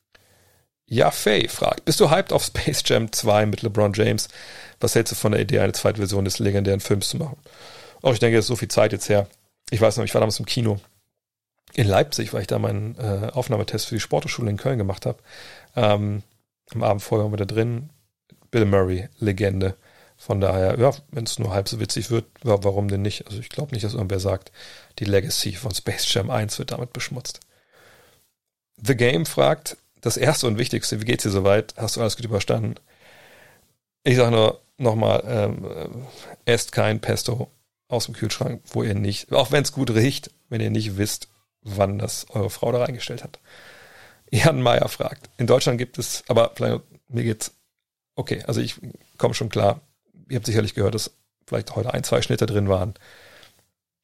Ja, Faye fragt, bist du hyped auf Space Jam zwei mit LeBron James? Was hältst du von der Idee, eine zweite Version des legendären Films zu machen? Auch ich denke, es ist so viel Zeit jetzt her. Ich weiß noch, ich war damals im Kino in Leipzig, weil ich da meinen äh, Aufnahmetest für die Sporthochschule in Köln gemacht habe. Ähm, am Abend vorher waren wir da drin. Bill Murray, Legende. Von daher, ja, wenn es nur halb so witzig wird, warum denn nicht? Also ich glaube nicht, dass irgendwer sagt, die Legacy von Space Jam eins wird damit beschmutzt. The Game fragt, das erste und wichtigste, wie geht's dir soweit? Hast du alles gut überstanden? Ich sage nur nochmal, ähm, esst kein Pesto aus dem Kühlschrank, wo ihr nicht, auch wenn es gut riecht, wenn ihr nicht wisst, wann das eure Frau da reingestellt hat. Jan Meyer fragt, in Deutschland gibt es, aber vielleicht, mir geht's, okay, also ich komme schon klar, ihr habt sicherlich gehört, dass vielleicht heute ein, zwei Schnitte drin waren.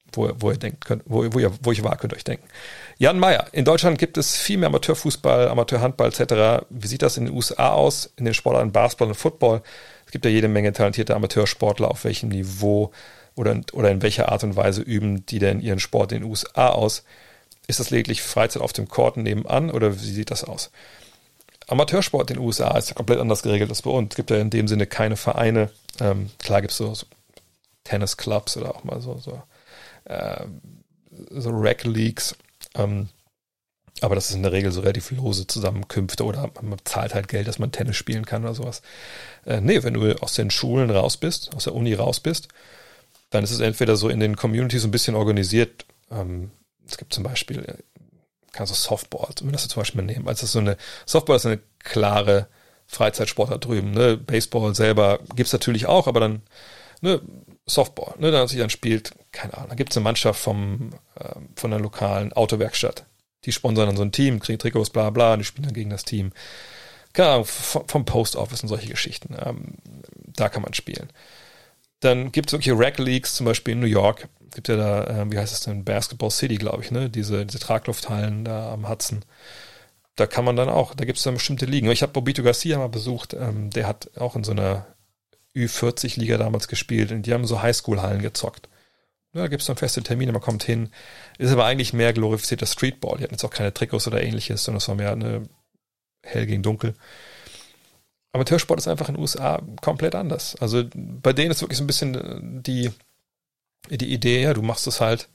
wo, wo ihr denkt, könnt, wo, wo, ihr, wo ich war, könnt ihr euch denken. Jan Meyer, in Deutschland gibt es viel mehr Amateurfußball, Amateurhandball et cetera. Wie sieht das in den U S A aus, in den Sportarten Basketball und Football? Es gibt ja jede Menge talentierte Amateursportler. Auf welchem Niveau oder, oder in welcher Art und Weise üben die denn ihren Sport in den U S A aus? Ist das lediglich Freizeit auf dem Court nebenan oder wie sieht das aus? Amateursport in den U S A ist ja komplett anders geregelt als bei uns. Es gibt ja in dem Sinne keine Vereine. Ähm, klar gibt es so, so Tennisclubs oder auch mal so, so, äh, so Rec Leagues. Ähm, aber das ist in der Regel so relativ lose Zusammenkünfte oder man zahlt halt Geld, dass man Tennis spielen kann oder sowas. Äh, nee, wenn du aus den Schulen raus bist, aus der Uni raus bist, dann ist es entweder so in den Communities ein bisschen organisiert. Ähm, es gibt zum Beispiel, kannst du Softball, wenn das zum Beispiel nehmen. Also so eine, Softball ist eine klare Freizeitsportart drüben. Ne? Baseball selber gibt's natürlich auch, aber dann ne, Softball, ne, da sich dann spielt, keine Ahnung, da gibt es eine Mannschaft vom, äh, von einer lokalen Autowerkstatt. Die sponsern dann so ein Team, kriegen Trikots, bla bla, die spielen dann gegen das Team. Keine Ahnung, vom, vom Post Office und solche Geschichten. Ähm, da kann man spielen. Dann gibt es wirklich Rec Leagues, zum Beispiel in New York. Es gibt ja da, äh, wie heißt es denn, Basketball City, glaube ich, ne? Diese, diese Traglufthallen da am Hudson. Da kann man dann auch, da gibt es dann bestimmte Ligen. Ich habe Bobito Garcia mal besucht, ähm, der hat auch in so einer Ü vierzig Liga damals gespielt und die haben so Highschool-Hallen gezockt. Ja, da gibt es dann feste Termine, man kommt hin. Ist aber eigentlich mehr glorifizierter Streetball. Die hatten jetzt auch keine Trikots oder ähnliches, sondern es war mehr eine hell gegen dunkel. Amateursport ist einfach in den U S A komplett anders. Also bei denen ist wirklich so ein bisschen die, die Idee, ja, du machst es halt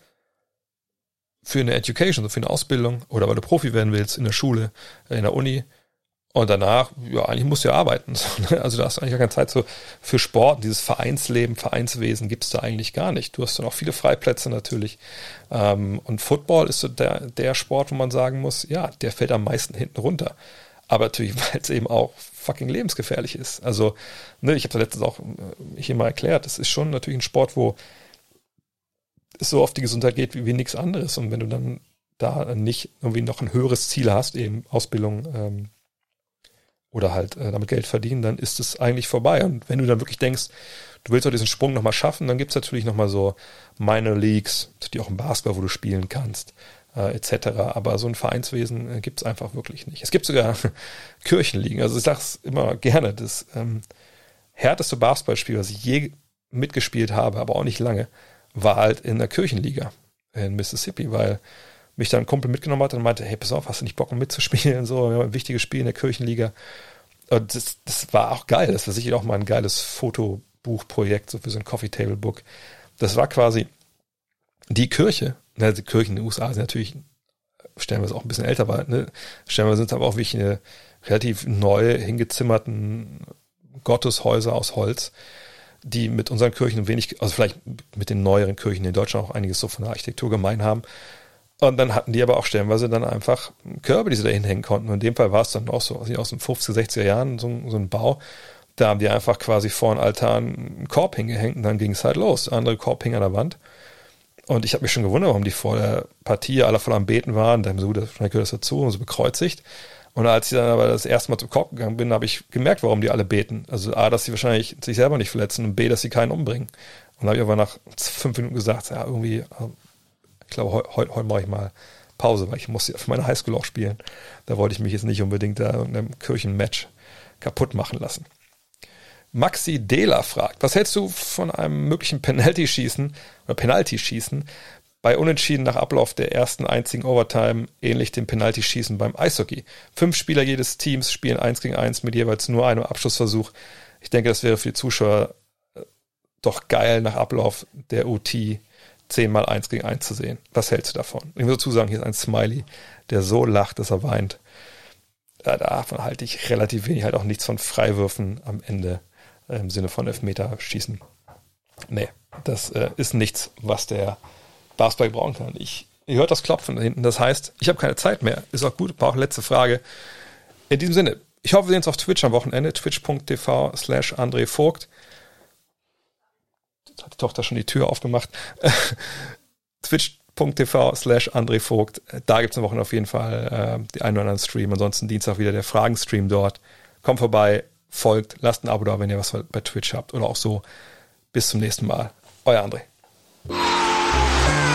für eine Education, so für eine Ausbildung oder weil du Profi werden willst in der Schule, in der Uni. Und danach, ja, eigentlich musst du ja arbeiten. Also da hast du eigentlich gar keine Zeit so für Sport. Dieses Vereinsleben, Vereinswesen gibt es da eigentlich gar nicht. Du hast dann auch viele Freiplätze natürlich. Und Football ist so der, der Sport, wo man sagen muss, ja, der fällt am meisten hinten runter. Aber natürlich, weil es eben auch fucking lebensgefährlich ist. Also, ne, ich habe das letztens auch hier mal erklärt, es ist schon natürlich ein Sport, wo es so auf die Gesundheit geht wie, wie nichts anderes. Und wenn du dann da nicht irgendwie noch ein höheres Ziel hast, eben Ausbildung, ähm, oder halt äh, damit Geld verdienen, dann ist es eigentlich vorbei. Und wenn du dann wirklich denkst, du willst doch diesen Sprung nochmal schaffen, dann gibt es natürlich nochmal so Minor Leagues, die auch im Basketball, wo du spielen kannst, äh, et cetera. Aber so ein Vereinswesen äh, gibt es einfach wirklich nicht. Es gibt sogar Kirchenligen. Also ich sage es immer gerne, das ähm, härteste Basketballspiel, was ich je mitgespielt habe, aber auch nicht lange, war halt in der Kirchenliga in Mississippi, weil mich dann ein Kumpel mitgenommen hat und meinte, hey, pass auf, hast du nicht Bock mitzuspielen? Und so, ein wichtiges Spiel in der Kirchenliga. Und das, das war auch geil. Das war sicher auch mal ein geiles Fotobuchprojekt, so für so ein Coffee-Table-Book. Das war quasi die Kirche. Ne, die Kirchen in den U S A sind natürlich, stellenweise auch ein bisschen älter, aber ne, stellenweise sind es aber auch wirklich eine relativ neu hingezimmerten Gotteshäuser aus Holz, die mit unseren Kirchen wenig, also vielleicht mit den neueren Kirchen in Deutschland auch einiges so von der Architektur gemein haben. Und dann hatten die aber auch stellenweise dann einfach Körbe, die sie da hinhängen konnten. Und in dem Fall war es dann auch so, aus den fünfziger, sechziger Jahren so, so ein Bau. Da haben die einfach quasi vor den Altan einen Korb hingehängt und dann ging es halt los. Der andere Korb hing an der Wand. Und ich habe mich schon gewundert, warum die vor der Partie alle voll am Beten waren. Da haben sie so, vielleicht gehört das dazu, und so bekreuzigt. Und als ich dann aber das erste Mal zum Korb gegangen bin, habe ich gemerkt, warum die alle beten. Also A, dass sie wahrscheinlich sich selber nicht verletzen und B, dass sie keinen umbringen. Und dann habe ich aber nach fünf Minuten gesagt, ja, irgendwie... Ich glaube, heute, heute, heute mache ich mal Pause, weil ich muss für meine Highschool auch spielen. Da wollte ich mich jetzt nicht unbedingt da in einem Kirchenmatch kaputt machen lassen. Maxi Dela fragt, was hältst du von einem möglichen Penalty-Schießen oder Penalty-Schießen bei Unentschieden nach Ablauf der ersten einzigen Overtime, ähnlich dem Penalty-Schießen beim Eishockey? Fünf Spieler jedes Teams spielen eins gegen eins mit jeweils nur einem Abschlussversuch. Ich denke, das wäre für die Zuschauer doch geil, nach Ablauf der U T zehnmal eins gegen eins zu sehen. Was hältst du davon? Ich muss dazu sagen, hier ist ein Smiley, der so lacht, dass er weint. Ja, davon halte ich relativ wenig, halt auch nichts von Freiwürfen am Ende äh, im Sinne von Elfmeterschießen. Nee, das äh, ist nichts, was der Basketball brauchen kann. Ich, ihr hört das Klopfen da hinten, das heißt, ich habe keine Zeit mehr. Ist auch gut, war auch letzte Frage. In diesem Sinne, ich hoffe, wir sehen uns auf Twitch am Wochenende, twitch.tv slash André Vogt. Jetzt hat die Tochter schon die Tür aufgemacht. Twitch.tv slash André Vogt. Da gibt es eine Woche auf jeden Fall äh, die einen oder anderen Stream. Ansonsten Dienstag wieder der Fragenstream dort. Kommt vorbei, folgt, lasst ein Abo da, wenn ihr was bei Twitch habt. Oder auch so. Bis zum nächsten Mal. Euer André.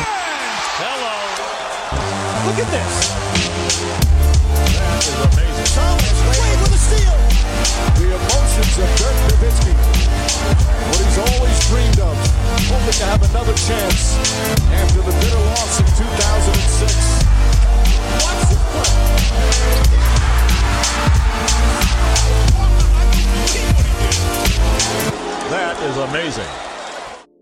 Look at this. That is amazing. Thomas Wade with a steal. The emotions of Dirk Nowitzki. What he's always dreamed of. Hoping to have another chance after the bitter